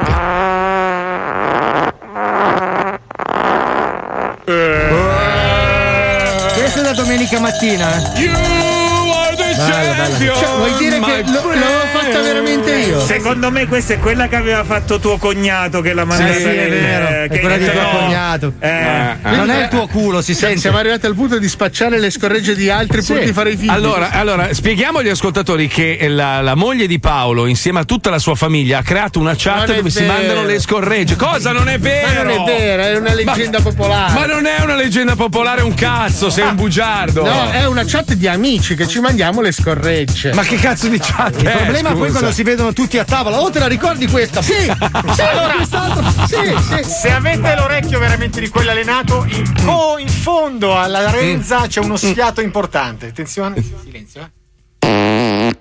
Questa è da domenica mattina. Bella, bella. Cioè, vuoi dire che lo, l'avevo fatta veramente io? Secondo me questa è quella che aveva fatto tuo cognato, che la mandava. Sì, sì, è vero. Eh, È quella di tuo no. cognato. Eh. Non è il tuo culo, si Cioè, sente. siamo arrivati al punto di spacciare le scorregge di altri pur Sì. di fare i figli. Allora, allora, spieghiamo agli ascoltatori che la, la moglie di Paolo, insieme a tutta la sua famiglia, ha creato una chat Non è dove si vero. mandano le scorregge. Cosa non è vero? Ma non è vero, è una leggenda Ma- popolare. Ma non è una leggenda popolare, un cazzo, sei un bugiardo. No, è una chat di amici che ci mandiamo le scorregge. Ma che cazzo di chat? Il è, problema è poi scusa? quando si vedono tutti a tavola. Oh, te la ricordi questa? Sì, sì, Allora, quest'altro. Sì, sì. Se avete l'orecchio veramente di quello allenato, in, co- in fondo alla Renza c'è uno sfiato importante. Attenzione, silenzio, eh.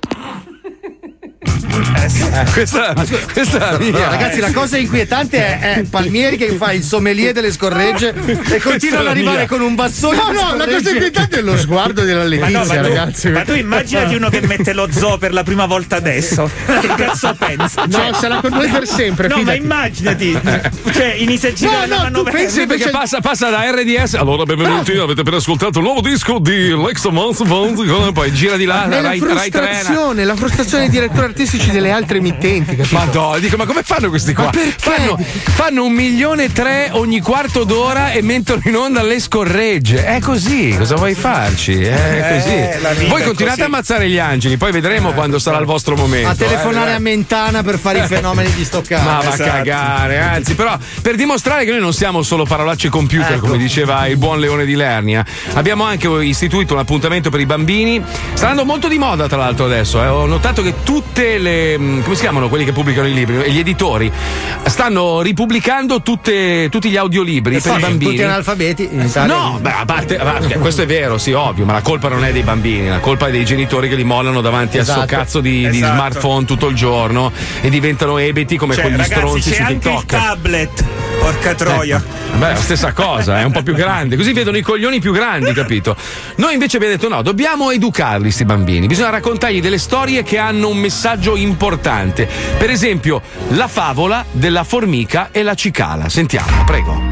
Eh, questa, questa è la mia. Allora, ragazzi, la cosa inquietante è, è Palmieri che fa il sommelier delle scorregge e continua ad è la arrivare mia. con un bassone. No, di no, la cosa scorregge. inquietante è lo sguardo della Ma, Letizia, no, ma, tu, ragazzi. ma tu immaginati uno che mette lo zoo per la prima volta adesso. Che cazzo pensa? No, sarà con noi per sempre. No, ma fidati. immaginati, cioè inizia a girare No, no, la tu manovella. pensi Sì, perché invece- passa, passa da R D S. Allora, benvenuti, avete appena ascoltato il nuovo disco di Lex Monster Bond. Poi gira di là, È la Rai, Rai Trena. frustrazione, la frustrazione dei direttori artistici delle altre emittenti, capito? Madonna, dico, ma come fanno questi qua? Ma perché? Fanno, fanno un milione e tre ogni quarto d'ora e mettono in onda le scorregge. È così, cosa vuoi farci? È Eh, la così. vita Voi è continuate così. a ammazzare gli angeli, poi vedremo quando sarà il vostro momento. A telefonare eh, a Mentana per fare i fenomeni di sto cazzo. Ma va a Esatto. cagare, anzi, però per dimostrare che noi non siamo solo parolacce computer, Ecco. come diceva il buon Leone di Lernia, abbiamo anche istituito un appuntamento per i bambini. Sta andando molto di moda, tra l'altro, adesso. Eh. Ho notato che tutte le. come si chiamano quelli che pubblicano i libri? Gli editori stanno ripubblicando tutte, tutti gli audiolibri per i Infatti, bambini. tutti analfabeti in Italia. No, beh, a parte, a parte- questo è vero, sì, ovvio, ma la colpa non è dei bambini, la colpa è dei genitori che li mollano davanti a Esatto. sto cazzo di, di Esatto. smartphone tutto il giorno e diventano ebeti come Cioè, quegli ragazzi, stronzi c'è su anche il TikTok. tablet. Porca troia. Beh, è la stessa cosa, è un po' più grande, così vedono i coglioni più grandi, capito? Noi invece abbiamo detto no, dobbiamo educarli sti bambini, bisogna raccontargli delle storie che hanno un messaggio importante. Per esempio, la favola della formica e la cicala. Sentiamo, prego.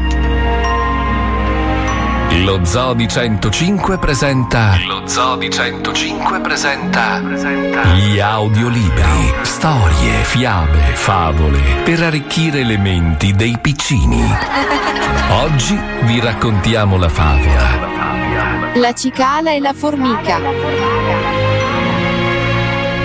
Lo Zoo di centocinque presenta Lo Zoo di centocinque presenta gli audiolibri, storie, fiabe, favole per arricchire le menti dei piccini. Oggi vi raccontiamo la favola La cicala e la formica.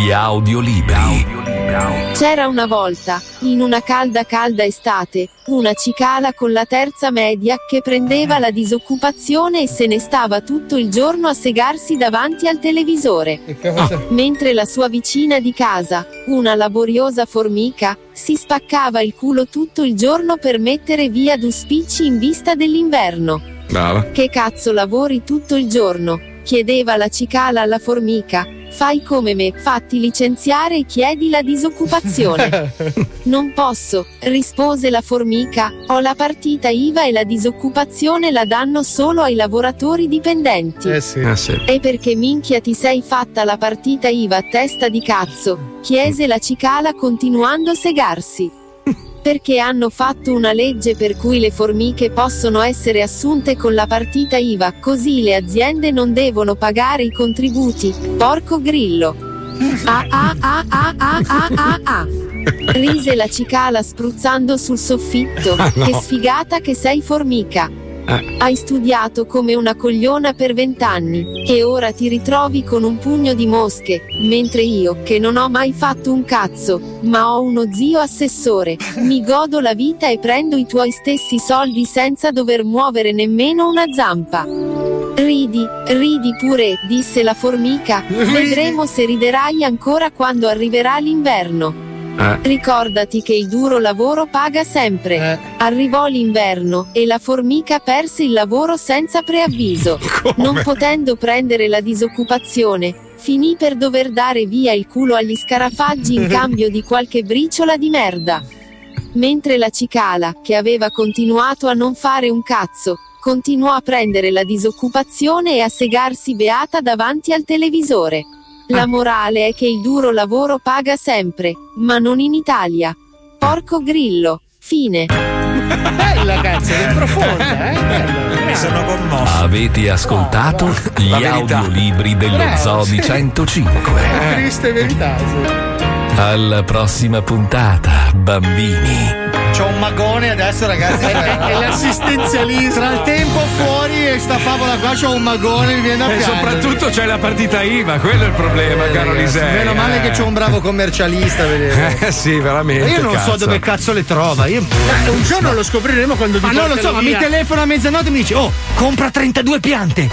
Gli audiolibri. C'era una volta, in una calda calda estate, una cicala con la terza media che prendeva la disoccupazione e se ne stava tutto il giorno a segarsi davanti al televisore. Ah. Mentre la sua vicina di casa, una laboriosa formica, si spaccava il culo tutto il giorno per mettere via due spicci in vista dell'inverno. Brava. Che cazzo lavori tutto il giorno? Chiedeva la cicala alla formica. Fai come me, fatti licenziare e chiedi la disoccupazione. Non posso, rispose la formica, ho la partita I V A e la disoccupazione la danno solo ai lavoratori dipendenti. Eh sì. Eh sì. E perché minchia ti sei fatta la partita I V A, testa di cazzo? Chiese la cicala continuando a segarsi. Perché hanno fatto una legge per cui le formiche possono essere assunte con la partita I V A, così le aziende non devono pagare i contributi. Porco grillo. Ah ah ah ah ah ah ah ah. Rise la cicala spruzzando sul soffitto. Ah, no. Che sfigata che sei, formica. Eh. Hai studiato come una cogliona per vent'anni, e ora ti ritrovi con un pugno di mosche, mentre io, che non ho mai fatto un cazzo, ma ho uno zio assessore, mi godo la vita e prendo i tuoi stessi soldi senza dover muovere nemmeno una zampa. Ridi, ridi pure, disse la formica, vedremo se riderai ancora quando arriverà l'inverno. Eh. Ricordati che il duro lavoro paga sempre. Eh. Arrivò l'inverno e la formica perse il lavoro senza preavviso. Non potendo prendere la disoccupazione, finì per dover dare via il culo agli scarafaggi in cambio di qualche briciola di merda. Mentre la cicala, che aveva continuato a non fare un cazzo, continuò a prendere la disoccupazione e a segarsi beata davanti al televisore. La morale è che il duro lavoro paga sempre, ma non in Italia. Porco grillo. Fine. Bella cazzo, è profonda, eh? Bella. Sono commosso. Avete ascoltato gli La verità. audiolibri dello Bravo, Zoo di sì. centocinque. Triste verità. Sì. Alla prossima puntata, bambini. C'ho un magone adesso, ragazzi. È l'assistenzialismo. Tra il tempo fuori e sta favola qua c'ho un magone, mi viene da E piangere. soprattutto c'è la partita I V A, quello è il problema, Eh, caro ragazzi, Lisei. meno male eh. che c'ho un bravo commercialista, vedete. Eh sì, veramente. Io non cazzo. so dove cazzo le trova. Io... Eh, un giorno lo scopriremo quando ti Ma non lo portano so, ma mi via. telefona a mezzanotte e mi dice: oh, compra trentadue piante.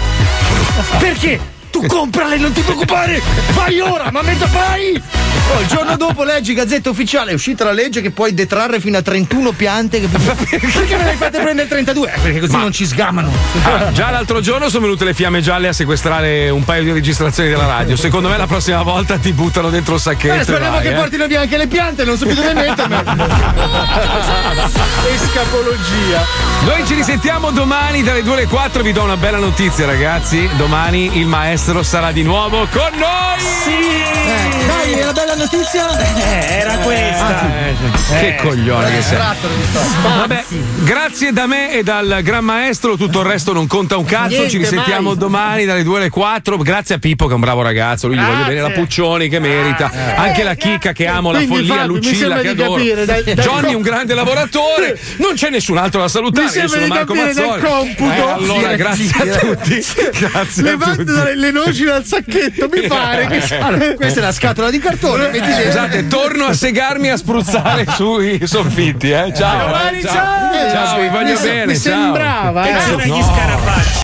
Perché? Tu comprale, non ti preoccupare! Fai ora, ma mezzo fai! Oh, il giorno dopo leggi Gazzetta Ufficiale, è uscita la legge che puoi detrarre fino a trentuno piante. Che... Perché me le fate prendere trentadue? Eh, perché così Ma- non ci sgamano. Ah, già l'altro giorno sono venute le fiamme gialle a sequestrare un paio di registrazioni della radio. Secondo me la prossima volta ti buttano dentro il sacchetto. Beh, e speriamo vai, che eh. portino via anche le piante, non so più dove mettermi. Escapologia. Noi ci risentiamo domani dalle due alle quattro. Vi do una bella notizia, ragazzi. Domani il maestro sarà di nuovo con noi. Eh, dai, è una bella notizia? Eh, era questa. Eh, che coglione che sei. Trattalo di sto. Vabbè, grazie da me e dal gran maestro, tutto il resto non conta un cazzo. Niente, ci risentiamo mai. domani dalle due alle quattro. Grazie a Pippo che è un bravo ragazzo, lui gli voglio bene, la Puccioni che merita, anche la Chicca che amo, la Quindi, follia, Fabio, mi Lucilla sembra che di adoro. capire, dai- dai- Johnny un grande lavoratore, non c'è nessun altro da salutare. Mi sembra io sono di Marco capire Mazzoli. del computo. Eh, allora, Sì, grazie sì, a tutti. Grazie a Levante tutti. dalle- le noci dal sacchetto, mi pare che Allora, questa è la scatola di cartone. metti dentro. Scusate, torno a segarmi e a spruzzare sui soffitti, eh. Ciao. Domani, eh, ciao. Ciao, vi voglio Mi- bene. mi ciao. sembrava, eh. Attenzione agli No. scarafaggi.